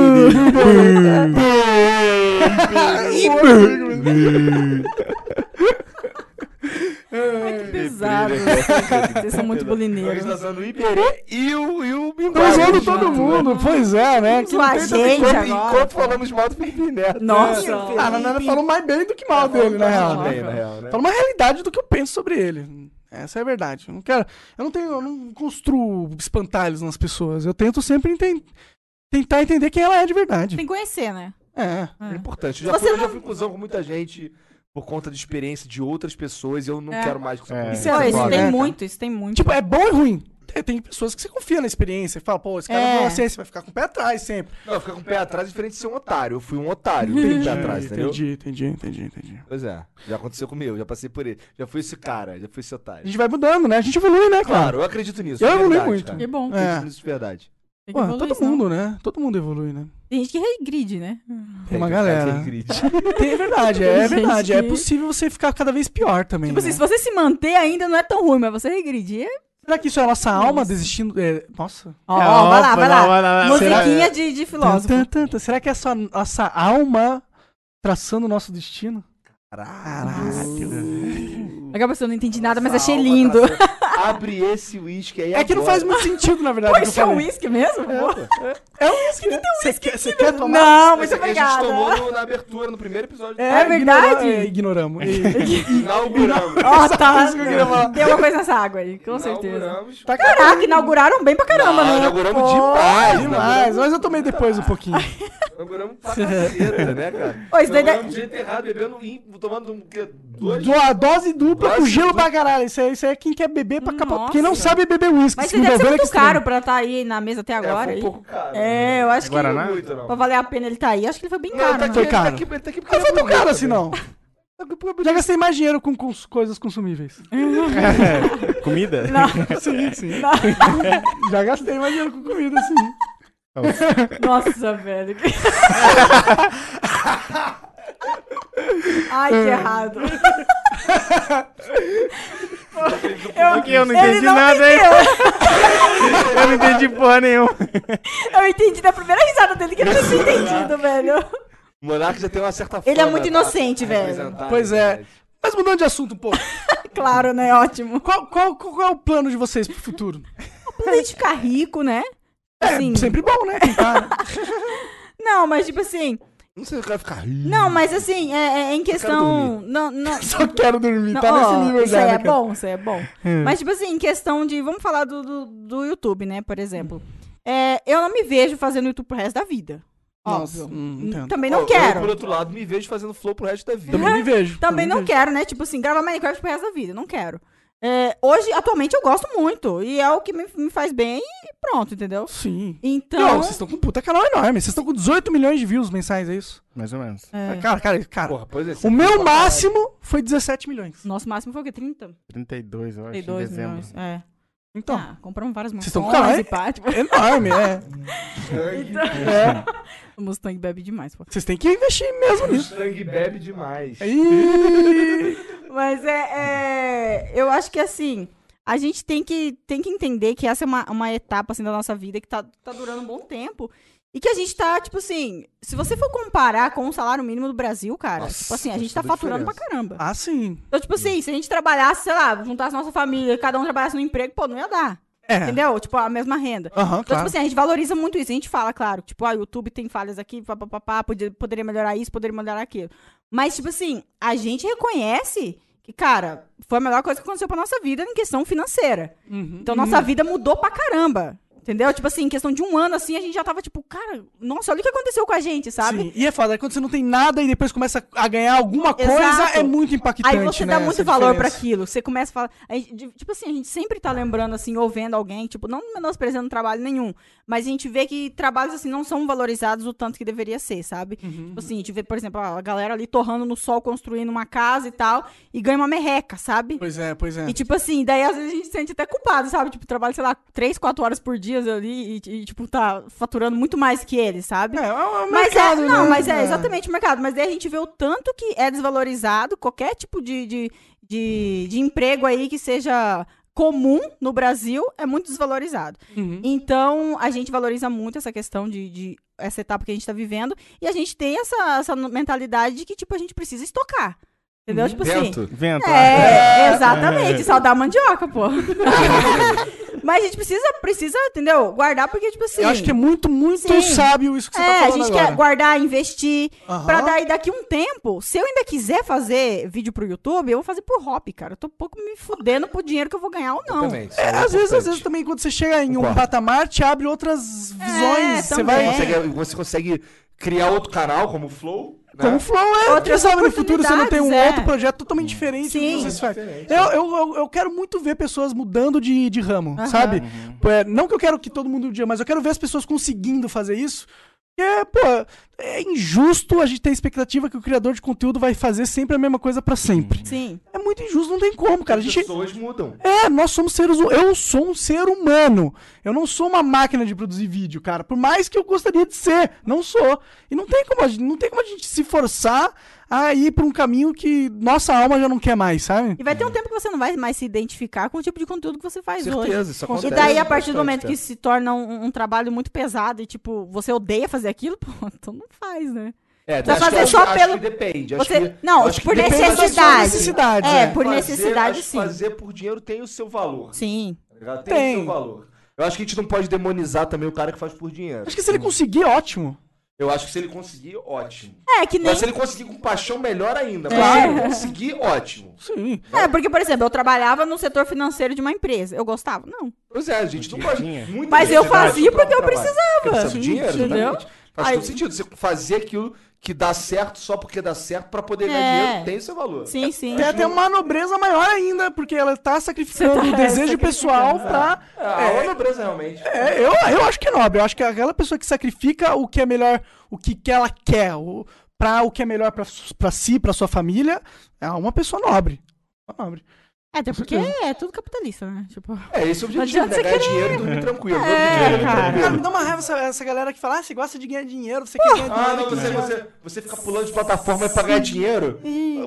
Ai, que pesado. Vocês são muito A bulineiros. gente tá usando o Iberê e o Tô Mingau. usando todo mundo, pois é, né? Que Zoar não a tem gente tanto- agora. Enquanto falamos mal do Felipe Neto. Nossa. A Nana falou mais bem do que mal dele, na real. Bem, na real, né? Fala uma realidade do que eu penso sobre ele. Essa é a verdade. Eu não construo espantalhos nas pessoas. Eu tento sempre tentar entender quem ela é de verdade. Tem que conhecer, né? É. É importante. Você Eu já fui cuzão com muita gente por conta de experiência de outras pessoas e eu não quero mais que Isso é Isso foda, tem né? muito, isso tem muito. Tipo, é bom e ruim. Tem pessoas que você confia na experiência. Fala, pô, esse cara é bom assim, você vai ficar com o pé atrás sempre. Não, ficar com o pé atrás é diferente de ser um otário. Eu fui um otário, não tenho pé atrás, entendeu? Entendi. Pois é, já aconteceu comigo, já passei por ele. Já fui esse cara, já fui esse A otário. gente vai mudando, né? A gente evolui, né, cara? Claro, eu acredito nisso. Eu de evolui verdade, muito. cara. Que bom. Eu acredito nisso de verdade. Tem que Pô, evoluir, todo senão- mundo, né? Todo mundo evolui, né? Tem gente que regride, né? Tem uma galera. É verdade, Tem é gente verdade. É que- possível você ficar cada vez pior também. Tipo assim, né? se você se manter ainda não é tão ruim, mas você regredir... Será que isso é a nossa alma desistindo? Nossa. Ó, vai lá, vai lá. Será- Musiquinha de filósofo. Será que é só nossa alma traçando o nosso destino? Caralho. Aquela pessoa não entendi nada, mas achei lindo. Abre esse uísque aí É que não agora. faz muito sentido, na verdade. Pô, o que eu isso é um falei. uísque mesmo? É um uísque, né? Você quer tomar? Não, muito Esse aqui a gente obrigada. tomou na abertura, no primeiro episódio. É verdade? Ignoramos. Inauguramos. Ó, tá. Isso que eu queria falar. Tem uma coisa nessa água aí, com certeza. Inauguramos. Caraca, inauguraram bem pra caramba, né? Inauguramos Pô. demais. Demais, mas eu tomei depois um pouquinho. Inauguramos pra caceta, né, cara? Ô, isso daí Inauguramos do jeito errado, bebendo, tomando um quê? Dois? A dose dupla com Dose gelo dupla. pra caralho. Isso aí é quem quer beber pra capotar. Nossa. Quem não sabe beber uísque. Mas se isso deve ser envolver muito é extremo. caro pra estar aí na mesa até agora. Foi aí. um pouco caro. É, eu acho que Guaraná? Não muito, não. pra valer a pena ele tá aí, acho que ele foi bem Não, caro, tá né? aqui, Foi ele caro. tá aqui, ele tá aqui porque Não foi tão bonito caro assim, também. não. Já gastei mais dinheiro com coisas consumíveis. Comida? Sim, sim. Já gastei mais dinheiro com comida, sim. Nossa, velho. Ai, que errado. Aqui eu não Ele entendi não nada, hein? entendeu. Eu não entendi porra nenhuma. Eu entendi da primeira risada dele que ele não tinha entendido, velho. O Monark já tem uma certa Ele é fama muito pra inocente, velho. representar a Pois é. realidade. Mas mudando de assunto um pouco. Claro, né? Ótimo. Qual é o plano de vocês pro futuro? A gente ficar rico, né? Assim, Sempre bom, né? Quem tá- não, mas tipo assim... Não sei se eu quero ficar rico. Não, mas assim, é em questão... Não, Só quero dormir. não, Tá nesse ó, nível isso já, aí né, é cara? bom, isso aí é bom. Mas tipo assim, em questão de... Vamos falar do YouTube, né? Por exemplo. Eu não me vejo fazendo YouTube pro resto da vida. Nossa, Óbvio. entendo. Também não Eu, quero. por outro lado, me vejo fazendo flow pro resto da vida. Também me vejo. Também não vejo. quero, né? Tipo assim, gravar Minecraft pro resto da vida. Não quero. Hoje, atualmente, eu gosto muito. E é o que me faz bem e pronto, entendeu? Sim. Então... Não, vocês estão com um puta canal enorme. Vocês estão com 18 milhões de views mensais, é isso? Mais ou menos. Cara. Porra, pois é. O meu máximo foi 17 milhões. Nosso máximo foi o quê? 30? 32, eu acho, em 32 dezembro. milhões. É. Então, Compramos várias Vocês estão com Mustangs canal, e pá, tipo, enorme, é. o Mustang bebe demais, pô. Vocês têm que investir mesmo nisso. Sangue bebe demais. Ih, Mas eu acho que assim, a gente tem que entender que essa é uma etapa assim da nossa vida que tá durando um bom tempo. E que a gente tá, tipo assim, se você for comparar com o salário mínimo do Brasil, cara, Nossa, tipo assim, a gente tá faz toda a faturando pra diferença. caramba. Ah, sim. Então, tipo assim, se a gente trabalhasse, sei lá, juntasse nossa família, cada um trabalhasse no emprego, pô, não ia dar. É. Entendeu? Tipo, a mesma renda. Aham, Então, claro. tipo assim, a gente valoriza muito isso. A gente fala, claro, tipo, o YouTube tem falhas aqui, papapá, poderia melhorar isso, poderia melhorar aquilo. Mas, tipo assim, a gente reconhece que, cara, foi a melhor coisa que aconteceu pra nossa vida em questão financeira. Então, nossa vida mudou pra caramba. Entendeu? Tipo assim, em questão de um ano, assim, a gente já tava tipo, cara, nossa, olha o que aconteceu com a gente, sabe? Sim. E é foda, quando você não tem nada e depois começa a ganhar alguma coisa, Exato. é muito impactante, Aí você né, dá muito essa valor pra diferença. aquilo. Você começa a falar. Tipo assim, a gente sempre tá lembrando, assim, ou vendo alguém, tipo, não menosprezando trabalho nenhum. Mas a gente vê que trabalhos, assim, não são valorizados o tanto que deveria ser, sabe? Tipo assim, a gente vê, por exemplo, a galera ali torrando no sol, construindo uma casa e tal, e ganha uma merreca, sabe? Pois é. E tipo assim, daí às vezes a gente se sente até culpado, sabe? Tipo, trabalha, sei lá, 3, 4 horas por dia ali e tipo, tá faturando muito mais que ele, sabe? É o Mas mercado, não, né? mas é exatamente o mercado. Mas daí a gente vê o tanto que é desvalorizado qualquer tipo de emprego aí que seja comum no Brasil, é muito desvalorizado. Então, a gente valoriza muito essa questão de essa etapa que a gente tá vivendo, e a gente tem essa mentalidade de que, tipo, a gente precisa estocar. Entendeu? Tipo assim. Vento. Exatamente. Saudar a mandioca, pô. Mas a gente precisa, entendeu? Guardar, porque, tipo assim. Eu acho que é muito Sim. sábio isso que você tá a falando gente agora. quer guardar, investir, Aham. pra daí daqui um tempo, se eu ainda quiser fazer vídeo pro YouTube, eu vou fazer por hobby, cara. Eu tô um pouco me fudendo pro dinheiro que eu vou ganhar ou não. Também. isso É, é às vezes importante. também, quando você chega em um Concordo. patamar, te abre outras visões. Você também. vai. Você consegue criar outro canal como o Flow, né? Como Flow é, Outras quem sabe no futuro você não tem um oportunidades, outro projeto totalmente diferente do Sim. que vocês fazem. Eu quero muito ver pessoas mudando de ramo, sabe? Não que eu quero que todo mude de ramo, mas eu quero ver as pessoas conseguindo fazer isso. Porque, pô, é injusto a gente ter a expectativa que o criador de conteúdo vai fazer sempre a mesma coisa pra sempre. Sim. É muito injusto, não tem como, cara. A As gente... pessoas mudam. Nós somos eu sou um ser humano. Eu não sou uma máquina de produzir vídeo, cara. Por mais que eu gostaria de ser, não sou. E não tem como a gente se forçar a ir pra um caminho que nossa alma já não quer mais, sabe? E vai ter um tempo que você não vai mais se identificar com o tipo de conteúdo que você faz hoje. Certeza, isso acontece. E daí, a partir do bastante, momento cara. que se torna um trabalho muito pesado e, tipo, você odeia fazer aquilo, pô, então não faz, né? Então Vai fazer só pelo- que depende. Não, acho que por depende da sua necessidade. necessidade, Por Fazer- necessidade, acho que sim. Fazer por dinheiro tem o seu valor. Sim. Tá ligado? Tem. Tem o seu valor. Eu acho que a gente não pode demonizar também o cara que faz por dinheiro. Acho que se ele conseguir, ótimo. Eu acho que se ele conseguir, ótimo. Que nem... Mas se ele conseguir com paixão, melhor ainda. Mas É. se ele conseguir, ótimo. Sim. Porque, por exemplo, eu trabalhava no setor financeiro de uma empresa. Eu gostava? Não. Pois é, a gente não pode. Muita Mas gente eu faz fazia o porque eu próprio trabalho. Porque precisa Sim, de dinheiro, entendeu? exatamente. Faz Aí- todo sentido. Você fazer aquilo que dá certo só porque dá certo pra poder ganhar É. dinheiro tem o seu valor. Sim, sim. Tem até uma nobreza maior ainda, porque ela tá sacrificando o desejo pessoal pra... A nobreza, realmente. Eu acho que é nobre. Eu acho que aquela pessoa que sacrifica o que é melhor, o que ela quer, pra o que é melhor pra si, pra sua família, é uma pessoa nobre. Nobre. Até porque é tudo capitalista, né? Tipo... Esse é o objetivo, adianta né? você Ganhar querer. dinheiro e dormir tranquilo. cara. Cara, me dá uma raiva essa galera que fala, você gosta de ganhar dinheiro, você quer ganhar Ah, dinheiro. não, você fica pulando de plataforma pra ganhar dinheiro?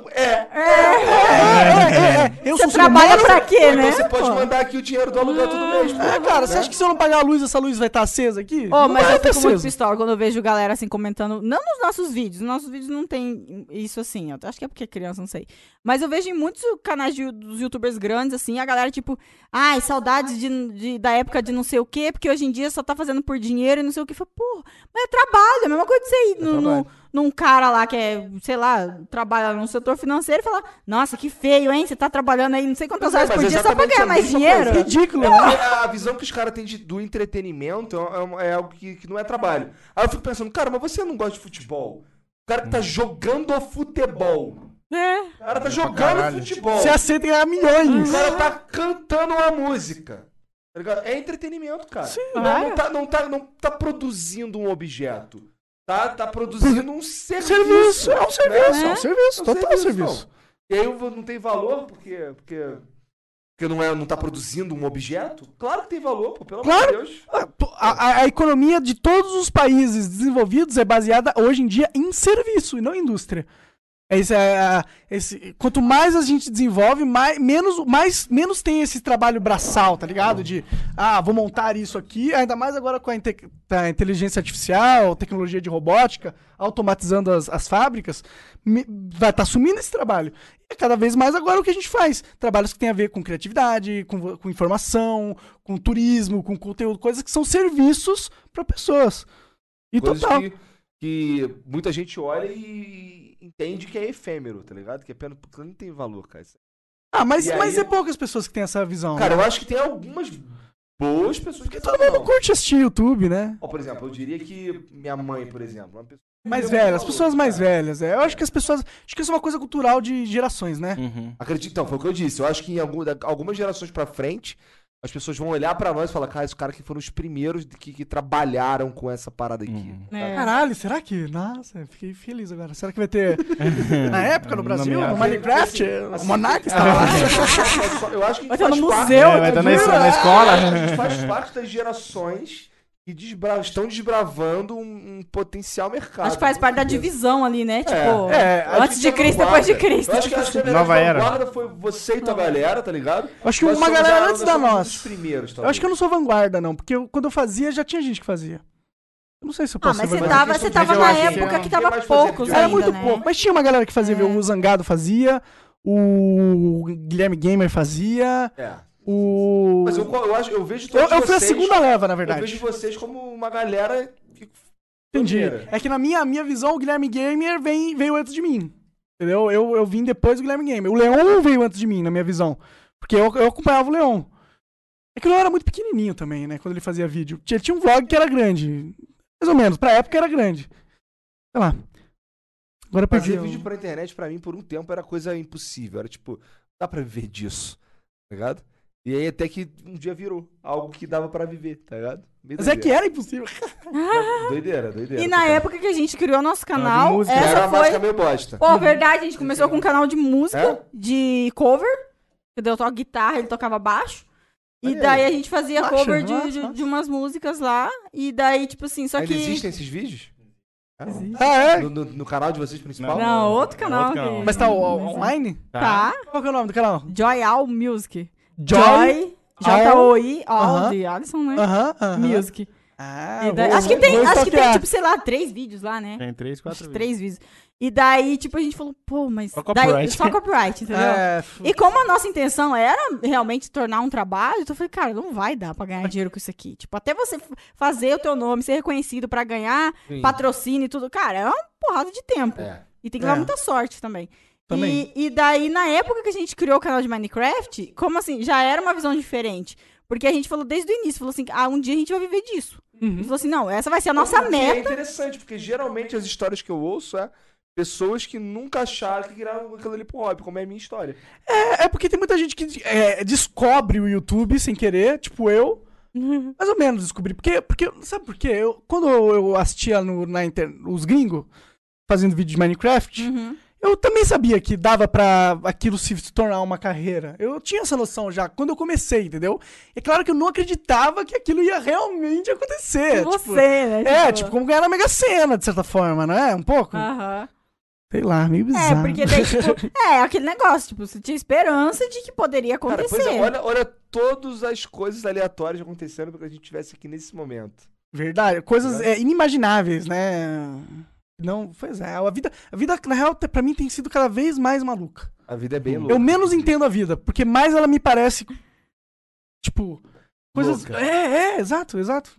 Eu Você sou um ser trabalha humano. pra quê, Então né? você pode Pô. mandar aqui o dinheiro do aluguel todo mês. pô. Cara, você acha que se eu não pagar a luz, essa luz vai estar acesa aqui? Ô, Não mas vai eu estar fico muito acesa. pistola quando eu vejo galera assim comentando. Não nos nossos vídeos. Nos nossos vídeos não tem isso assim. Eu acho que é porque é criança, não sei. Mas eu vejo em muitos canais dos youtubers grandes, assim, a galera, tipo, ai, saudades da época de não sei o quê, porque hoje em dia só tá fazendo por dinheiro e não sei o quê. Fala, pô, mas é trabalho, é a mesma coisa de você ir num cara lá que é, sei lá, trabalha no setor financeiro e falar, nossa, que feio, hein? Você tá trabalhando aí não sei quantas horas Mas por dia só pra exatamente ganhar a mais mesma dinheiro. coisa. Ridículo, É né? porque a visão que os caras têm do entretenimento é algo que não é trabalho. Aí eu fico pensando, cara, mas você não gosta de futebol? O cara que tá jogando futebol. O cara tá jogando futebol. Você aceita ganhar milhões. O cara tá cantando uma música. Tá ligado? É entretenimento, cara. Não tá produzindo um objeto. Tá produzindo um serviço. Serviço, é um serviço, né? é um serviço, total serviço. E aí não tem valor porque não tá produzindo um objeto? Claro que tem valor, pô, pelo amor de Deus. A economia de todos os países desenvolvidos é baseada hoje em dia em serviço e não em indústria. Quanto mais a gente desenvolve, menos tem esse trabalho braçal, tá ligado? De, vou montar isso aqui, ainda mais agora com a inteligência artificial, tecnologia de robótica, automatizando as fábricas, vai estar sumindo esse trabalho. E cada vez mais agora o que a gente faz? Trabalhos que tem a ver com criatividade, com informação, com turismo, com conteúdo, coisas que são serviços para pessoas. E Coisas total. que muita gente olha e entende que é efêmero, tá ligado? Que é pena, porque não tem valor, cara. Mas E aí- é poucas pessoas que têm essa visão. Cara, né? eu acho que tem algumas boas pessoas que Todo mundo curte assistir YouTube, né? Por exemplo, eu diria que minha mãe, por exemplo, é uma pessoa Mais tem muito velhas, as valor, pessoas mais cara. velhas. Eu acho que as pessoas. Acho que isso é uma coisa cultural de gerações, né? Acredito, então, foi o que eu disse. Eu acho que em algumas gerações pra frente, as pessoas vão olhar pra nós e falar, cara, esses caras que foram os primeiros que trabalharam com essa parada aqui. É. Caralho, será que. Nossa, eu fiquei feliz agora. Será que vai ter. Na época, no Brasil, minha- no Minecraft, o Monark estava lá. Eu acho que Vai a estar gente no faz museu. parte- vai estar tá na escola. A gente faz parte das gerações que estão desbravando um potencial mercado. Acho que faz parte da divisão ali, né? Tipo, A antes gente de é Cristo, vanguarda. depois de Cristo. Eu acho que a galera Nova era. vanguarda foi você e tua galera, tá ligado? Acho que Nós uma somos galera nós antes da somos nossa. os primeiros, Eu acho que eu não sou vanguarda, não, porque quando eu fazia, já tinha gente que fazia. Eu não sei se eu posso mas ser você vanguarda. tava eu na acho que época que ninguém tava mais fazia poucos vídeo. Era ainda, muito né? pouco, mas tinha uma galera que fazia, viu? O Zangado fazia, o Guilherme Gamer fazia, o... Mas eu vejo todos Eu fui a vocês- segunda leva, na Eu verdade. vejo vocês como uma galera que... Entendi. pioneira. É que na minha visão, o Guilherme Gamer veio antes de mim. Entendeu? Eu vim depois do Guilherme Gamer. O Leon veio antes de mim, na minha visão. Porque eu acompanhava o Leon. É que o Leon era muito pequenininho também, né? Quando ele fazia vídeo. Ele tinha um vlog que era grande. Mais ou menos. Pra época era grande. Sei lá. Agora eu perdi. Fazer vídeo pra internet, pra mim, por um tempo, era coisa impossível. Era tipo, dá pra viver disso, tá ligado? E aí até que um dia virou algo que dava pra viver, tá ligado? Meio Mas é que doideira. era impossível. Doideira. E na época que a gente criou nosso canal, de música. Era essa uma música foi... meio bosta. Pô, verdade, a gente começou com um canal de música, É? de cover, que eu toco guitarra, ele tocava baixo. E Olha daí aí. a gente fazia Nossa, cover nossa. de umas músicas lá. E daí, tipo assim, só Ainda que... existem esses vídeos? Ah, é? No canal de vocês principal? Não, outro É canal. outro canal. que- Mas tá online? Tá. Qual que é o nome do canal? Joy All Music. Joy? J-O-I, All Aham. de Alisson, né? Aham. Music. Ah, E daí- vou- acho que tem, vou acho que tem, stalkear. tipo, sei lá, 3 vídeos lá, né? Tem 3, 4 Acho que vídeos. 3 vídeos. E daí, tipo, a gente falou, pô, mas... Só daí- copyright. Só copyright, entendeu? É, E como a nossa intenção era realmente tornar um trabalho, então eu falei, cara, não vai dar pra ganhar dinheiro com isso aqui. Tipo, até você fazer o teu nome, ser reconhecido pra ganhar Sim. patrocínio e tudo, cara, é uma porrada de tempo. É. E tem que levar É. muita sorte também. Também. E daí, na época que a gente criou o canal de Minecraft, como assim, já era uma visão diferente. Porque a gente falou desde o início, falou assim, um dia a gente vai viver disso. A gente falou assim, não, essa vai ser a nossa É meta. interessante, porque geralmente as histórias que eu ouço é pessoas que nunca acharam que criaram aquilo ali pro hobby, como é a minha história. É porque tem muita gente que descobre o YouTube sem querer, tipo eu. Mais ou menos descobri. Porque sabe por quê? Quando eu assistia os gringos fazendo vídeo de Minecraft, Uhum. eu também sabia que dava pra aquilo se tornar uma carreira. Eu tinha essa noção já quando eu comecei, entendeu? É claro que eu não acreditava que aquilo ia realmente acontecer. Você, tipo, né? tipo, como ganhar na Mega Sena, de certa forma, não é? Um pouco? Aham. Sei lá, meio bizarro. É, porque daí, tipo, aquele negócio, tipo, você tinha esperança de que poderia Cara, acontecer. pois é, olha todas as coisas aleatórias acontecendo pra que a gente estivesse aqui nesse momento. Verdade, coisas inimagináveis, né? Não, pois é, a vida, na real, pra mim tem sido cada vez mais maluca. A vida é bem louca. Eu menos entendo a vida, porque mais ela me parece, tipo, coisas... Louca. Exato.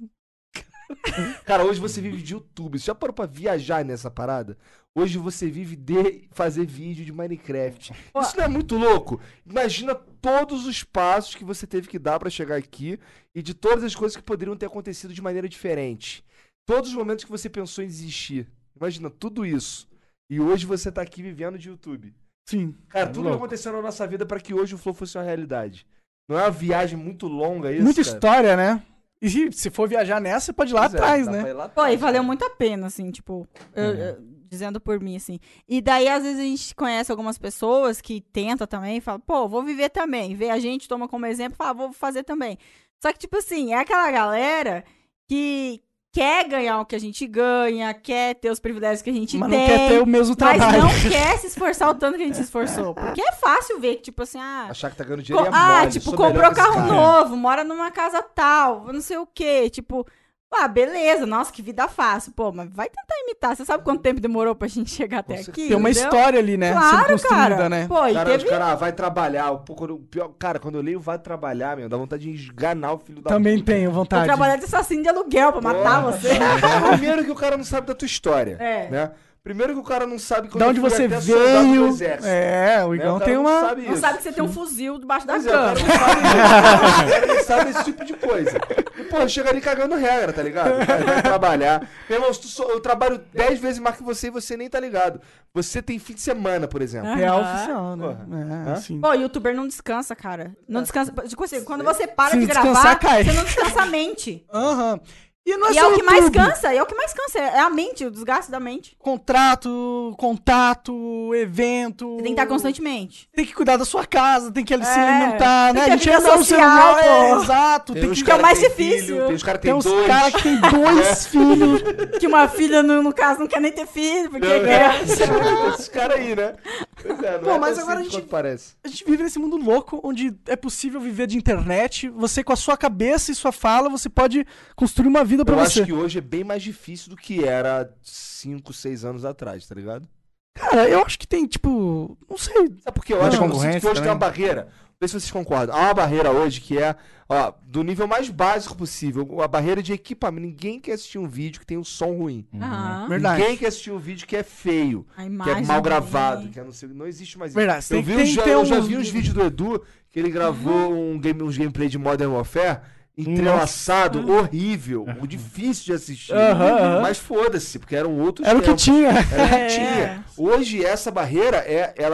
Cara, hoje você vive de YouTube. Você já parou pra viajar nessa parada? Hoje você vive de fazer vídeo de Minecraft. Isso não é muito louco? Imagina todos os passos que você teve que dar pra chegar aqui e de todas as coisas que poderiam ter acontecido de maneira diferente. Todos os momentos que você pensou em desistir. Imagina tudo isso. E hoje você tá aqui vivendo de YouTube. Sim. Cara, tudo que aconteceu na nossa vida pra que hoje o Flow fosse uma realidade. Não é uma viagem muito longa isso, Muita cara? história, né? E se for viajar nessa, você pode ir lá Pois é, atrás, dá pra né? ir lá Pô, e atrás, valeu cara. muito a pena, assim, tipo, dizendo por mim, assim. E daí, às vezes, a gente conhece algumas pessoas que tenta também, fala, pô, vou viver também. Vê a gente, toma como exemplo, fala, vou fazer também. Só que, tipo assim, é aquela galera que quer ganhar o que a gente ganha, quer ter os privilégios que a gente Mas tem. não quer ter o mesmo Mas trabalho. não quer se esforçar o tanto que a gente se esforçou. Porque é fácil ver que, tipo assim, Achar que tá ganhando dinheiro é mole, tipo, sou comprou melhor que esse carro cara. novo, mora numa casa tal, não sei o quê. Tipo, beleza, nossa, que vida fácil. Pô, mas vai tentar imitar. Você sabe quanto tempo demorou pra gente chegar até aqui? Tem uma entendeu? história ali, né? Claro, sendo construída, cara. né? Pô, e Cara, teve... os caras vai trabalhar. Pô, cara, quando eu leio vai trabalhar, meu, dá vontade de esganar o filho da Também puta. tenho Vou vontade. trabalhar de assassino de aluguel pra matar Porra, você. cara. Primeiro que o cara não sabe da tua história. É. Né? Primeiro que o cara não sabe De onde eu fui você até soldado do veio. exército, É, o né? Igão O cara tem não uma. sabe Não isso. sabe que você tem um fuzil debaixo da Pois é, o cara cama. não sabe isso. O cara não sabe esse tipo de coisa. E, pô, chega ali cagando regra, tá ligado? Vai trabalhar. Meu irmão, eu trabalho 10 vezes mais que você e você nem tá ligado. Você tem fim de semana, por exemplo. É Aham. oficial, né? Porra. É, assim. Pô, youtuber não descansa, cara. Não descansa. Tipo assim, quando você para Se de descansar, gravar, cai. você não descansa a mente. Aham. E não é E só é o que mais YouTube. cansa, é a mente, o desgaste da mente. Contrato, contato, evento. Você tem que estar constantemente. Tem que cuidar da sua casa, tem que se É, alimentar, tem né? que A gente ter vida é um ser social, humano. pô. Exato. Tem os que que é o cara mais tem difícil. filho, tem os caras que tem tem uns dois. caras que tem 2 filhos. Que uma filha, no caso, não quer nem ter filho, porque quer. Esses caras aí, né? Pois é, não Pô, é mas tão agora simples a gente- quanto parece. A gente vive nesse mundo louco onde é possível viver de internet. Você, com a sua cabeça e sua fala, você pode construir uma vida pra Eu você. acho que hoje é bem mais difícil do que era 5, 6 anos atrás, tá ligado? Cara, eu acho que tem, tipo. Não sei. Sabe por quê? Eu Muita acho que eu sinto concorrência que hoje tem uma também. barreira. Não sei se vocês concordam. Há uma barreira hoje que é, ó, do nível mais básico possível. A barreira de equipamento. Ninguém quer assistir um vídeo que tem um som ruim. Aham. Verdade. Ninguém quer assistir um vídeo que é feio, A que imagem. é mal gravado, também. que é não sei, não existe mais isso. Verdade, Eu, tem vi que- tem que ter eu já um- vi uns vídeos do Edu que ele gravou uns gameplay de Modern Warfare entrelaçado, horrível, difícil de assistir. Aham, aham. Mas foda-se, porque eram outros Era o que tempos. tinha. Era o que É. tinha. Hoje essa barreira ela é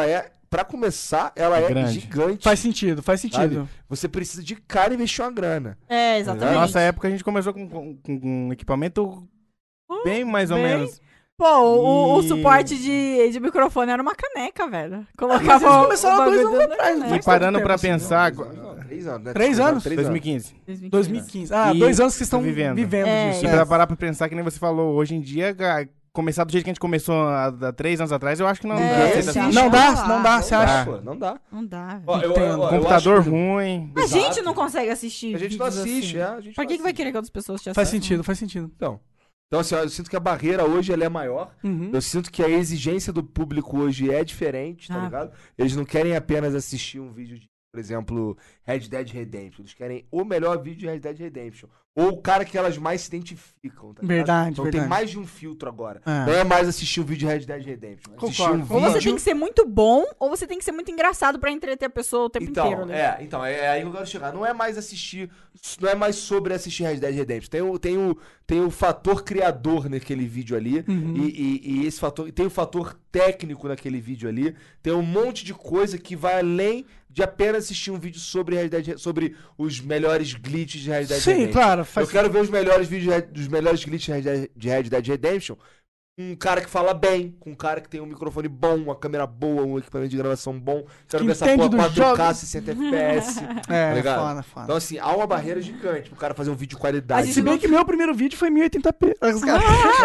pra começar, ela é Grande. gigante. Faz sentido, faz sentido. sabe? Você precisa de cara investir uma grana. É, Na exatamente. nossa época a gente começou com um equipamento bem mais ou bem. menos. Pô, o E- suporte de microfone era uma caneca, velho. Mas Colocava eles o começaram há 2 bagulho anos dentro da atrás, né? caneca. E parando tempo pra assim, pensar, Não, 3 anos, né? 3 anos? 2015. 2015. Ah, E 2 anos que vocês estão vivendo. vivendo É. disso. E pra parar pra pensar, que nem você falou, hoje em dia, começar do jeito que a gente começou há 3 anos atrás, eu acho que não É, dá. Ninguém aceitação. assiste. Não dá, Não não dá, você acha? Pô, não dá. Não dá, velho. Ó, eu Computador acho que- ruim. A gente Exato. não consegue assistir. A gente não vídeos assiste, assim. a gente Pra não que vai assiste. querer que outras pessoas te Faz acessem? sentido, faz sentido. Então, assim, eu sinto que a barreira hoje ela é maior. Uhum. Eu sinto que a exigência do público hoje é diferente, tá Ah. ligado? Eles não querem apenas assistir um vídeo de, por exemplo, Red Dead Redemption. Eles querem o melhor vídeo de Red Dead Redemption. Ou o cara que elas mais se identificam, tá ligado? Verdade, Então verdade. tem mais de um filtro agora. É. Não é mais assistir um vídeo de Red Dead Redemption. É assistir Concordo. um Ou você vídeo... tem que ser muito bom, ou você tem que ser muito engraçado pra entreter a pessoa o tempo inteiro, né? É aí que eu quero chegar. Não é mais assistir, não é mais sobre assistir Red Dead Redemption. Tem o fator criador naquele vídeo ali, Uhum. e esse fator, tem o fator técnico naquele vídeo ali, tem um monte de coisa que vai além de apenas assistir um vídeo sobre sobre os melhores glitches de Red Dead Sim, Redemption. claro. Eu quero ver os melhores vídeos dos melhores glitches de Red Dead Redemption. Um cara que fala bem, com um cara que tem um microfone bom, uma câmera boa, um equipamento de gravação bom. Quero Que ver essa entende porra do 4K, jogo. 60 FPS. É, tá ligado? foda, foda. Então, assim, há uma barreira gigante pro cara fazer um vídeo de A qualidade. gente Se bem que meu primeiro vídeo foi 1080p. Os caras-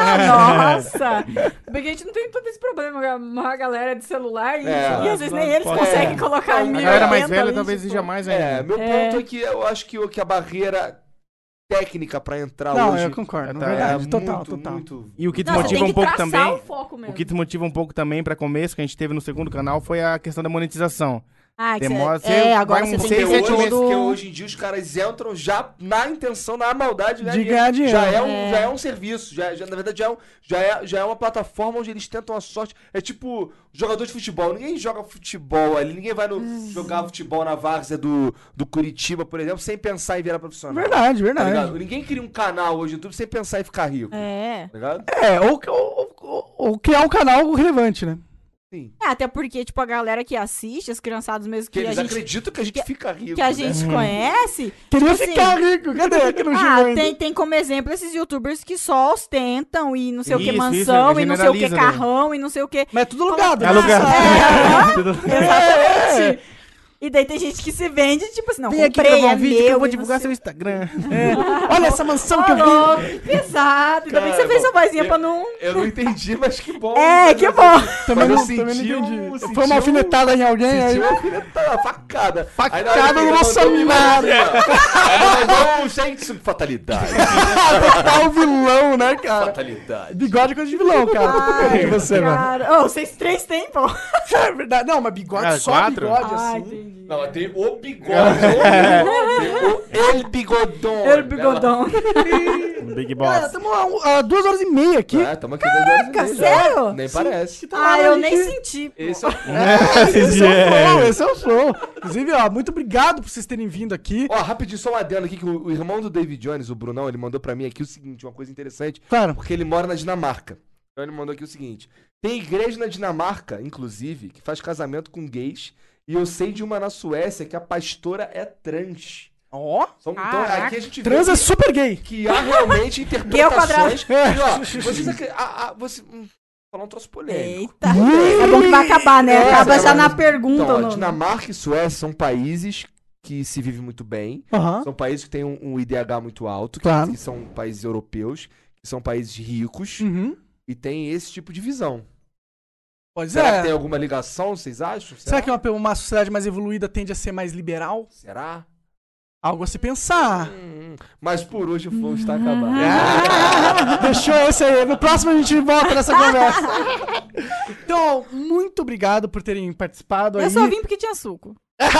Nossa! Porque a gente não tem todo esse problema, uma galera de celular e, É. e às vezes nem eles Pode- conseguem colocar em A 1080 galera mais velha ali, talvez tipo, exija mais É, ainda. meu ponto é que eu acho que a barreira técnica pra entrar Não, hoje eu concordo. Tá, Verdade, é total, muito, total. muito... E o que Não, você desmotiva tem que um pouco traçar também. o foco mesmo. O que desmotiva um pouco também pra começo, que a gente teve no segundo canal, foi a questão da monetização. Ah, que Demora- você... É, agora vai você um tem que seis, ver sete meses todo... Porque hoje em dia os caras entram já na intenção, na maldade De ganhar dinheiro. Já é um serviço, na verdade já é uma plataforma onde eles tentam a sorte. É tipo jogador de futebol. Ninguém joga futebol ali, ninguém vai jogar futebol na várzea do Curitiba, por exemplo, sem pensar em virar profissional. Verdade, Tá verdade. ligado? Ninguém cria um canal hoje no YouTube sem pensar em ficar rico. É. Tá ligado? É, ou criar um canal relevante, né? Sim. É, até porque, tipo, a galera que assiste, as criançadas mesmo Que que a eles gente, acreditam que a gente fica rico. que a né? gente conhece... Queria tipo assim, ficar rico. Cadê? Aqui no Ah, jogo ainda. tem como exemplo esses youtubers que só ostentam e não sei o que Isso, mansão isso, e não sei o que generaliza, né? carrão e não sei o que. Mas é tudo alugado. É né? alugado. Tudo- Exatamente. E daí tem gente que se vende, tipo assim, não, Vem aqui comprei, gravar é um vídeo que eu meu, vou e divulgar não seu sei Instagram. Olha essa mansão que Ô, eu vi. louco, pesado. Ainda bem que você Cara, fez sua vozinha eu- pra não... Eu não entendi, mas que bom. É, Mas que eu- bom. Também Mas não, eu também senti não um- entendi. senti Foi uma um- alfinetada em alguém aí. Sentiu uma alfinetada, facada. Facada no Bolsonaro. Aí mandou um gente sobre fatalidade. Tá o vilão, né, cara? Fatalidade. Bigode é coisa de vilão, cara. Ai, E você, mano? cara. Ô, vocês três têm, pô. É verdade. Não, mas bigode Ah, só 4? bigode, Ah, assim. entendi. Não, tem o bigode. O El Bigodon. Ele bigodão. Big Galera, Boss. estamos há 2h30 aqui. É, tamo aqui 2 horas e meia já. sério? Nem parece. Ah, eu nem senti. pô. Esse é o... Esse é o flow, esse é o flow. Inclusive, ó, muito obrigado por vocês terem vindo aqui. Ó, rapidinho, só um adendo aqui, que o irmão do David Jones, o Brunão, ele mandou pra mim aqui o seguinte, uma coisa interessante, Claro. porque ele mora na Dinamarca. Então ele mandou aqui o seguinte, tem igreja na Dinamarca, inclusive, que faz casamento com gays, e eu sei de uma na Suécia que a pastora é trans. Ó. Então Caraca. aqui a gente vê Trans é super gay. que há realmente Gay ao quadrado. interpretações. E, ó, vocês falar um troço polêmico. Eita. É bom que vai acabar, né? É, Acaba é, já na mas- pergunta. Então, ó, no- Dinamarca e Suécia são países que se vivem muito bem. Aham. São países que têm um IDH muito alto, Claro. que são países europeus, que são países ricos, Uhum. e tem esse tipo de visão. Pois Será é. que tem alguma ligação, vocês acham? Será que uma sociedade mais evoluída tende a ser mais liberal? Será? Algo a se pensar. Mas por hoje o flow está acabado. Deixou esse aí. No próximo a gente volta nessa conversa. Então, muito obrigado por terem participado aí. Eu só vim porque tinha suco.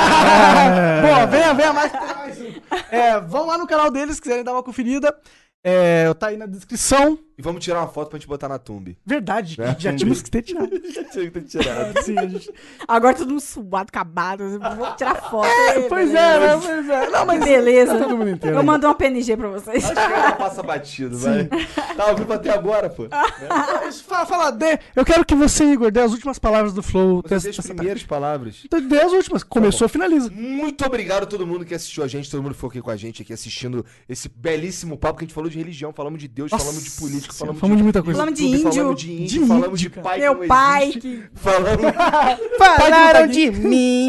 Boa, venha mais que tem mais um. Vão lá no canal deles, se quiserem dar uma conferida. Tá aí na descrição. E vamos tirar uma foto pra gente botar na Thumb. Verdade, É, já tínhamos que ter tirado. Tinha que ter tirado. Sim, a gente... Agora todo mundo suado, acabado. Vou tirar foto. Pois é, né? Pois é. Não, mas Beleza. todo mundo inteiro. Eu mando uma PNG pra vocês. Acho que ela passa batido, vai. Tá ao vivo até agora, pô. Fala, eu quero que você, Igor, dê as últimas palavras do Flow. Você tem as primeiras palavras. Então, dê as últimas. Começou, finaliza. Muito obrigado a todo mundo que assistiu a gente, todo mundo que ficou aqui com a gente, aqui assistindo esse belíssimo papo que a gente falou de religião, falamos de Deus, falamos de política, falamos de muita coisa. Falamos de YouTube, índio. falamos de índio, De falamos de índio, pai Meu que não pai existe, que... falamos... Falaram de mim.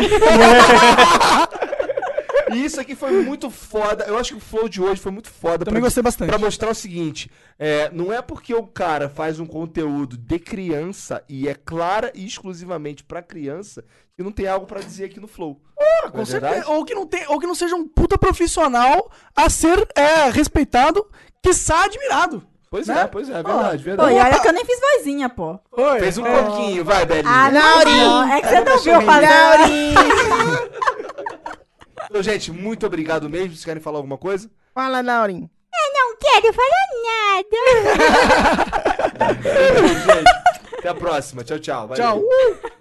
E isso aqui foi muito foda. Eu acho que o Flow de hoje foi muito foda. Também gostei bastante. Pra mostrar o seguinte, não é porque o cara faz um conteúdo de criança e é clara e exclusivamente pra criança que não tem algo pra dizer aqui no Flow. Com certeza. Ou que não seja um puta profissional a ser respeitado, quiçá admirado. Pois né? é, verdade, Pô, verdade. e olha que eu nem fiz vozinha, pô. Oi. Fez um pouquinho, vai, Belinha. Ah, não. É que você não viu fazer. Então, gente, muito obrigado mesmo. Vocês querem falar alguma coisa? Fala, Naurin. Não quero falar nada. Gente, até a próxima. Tchau, tchau. Valeu. Tchau.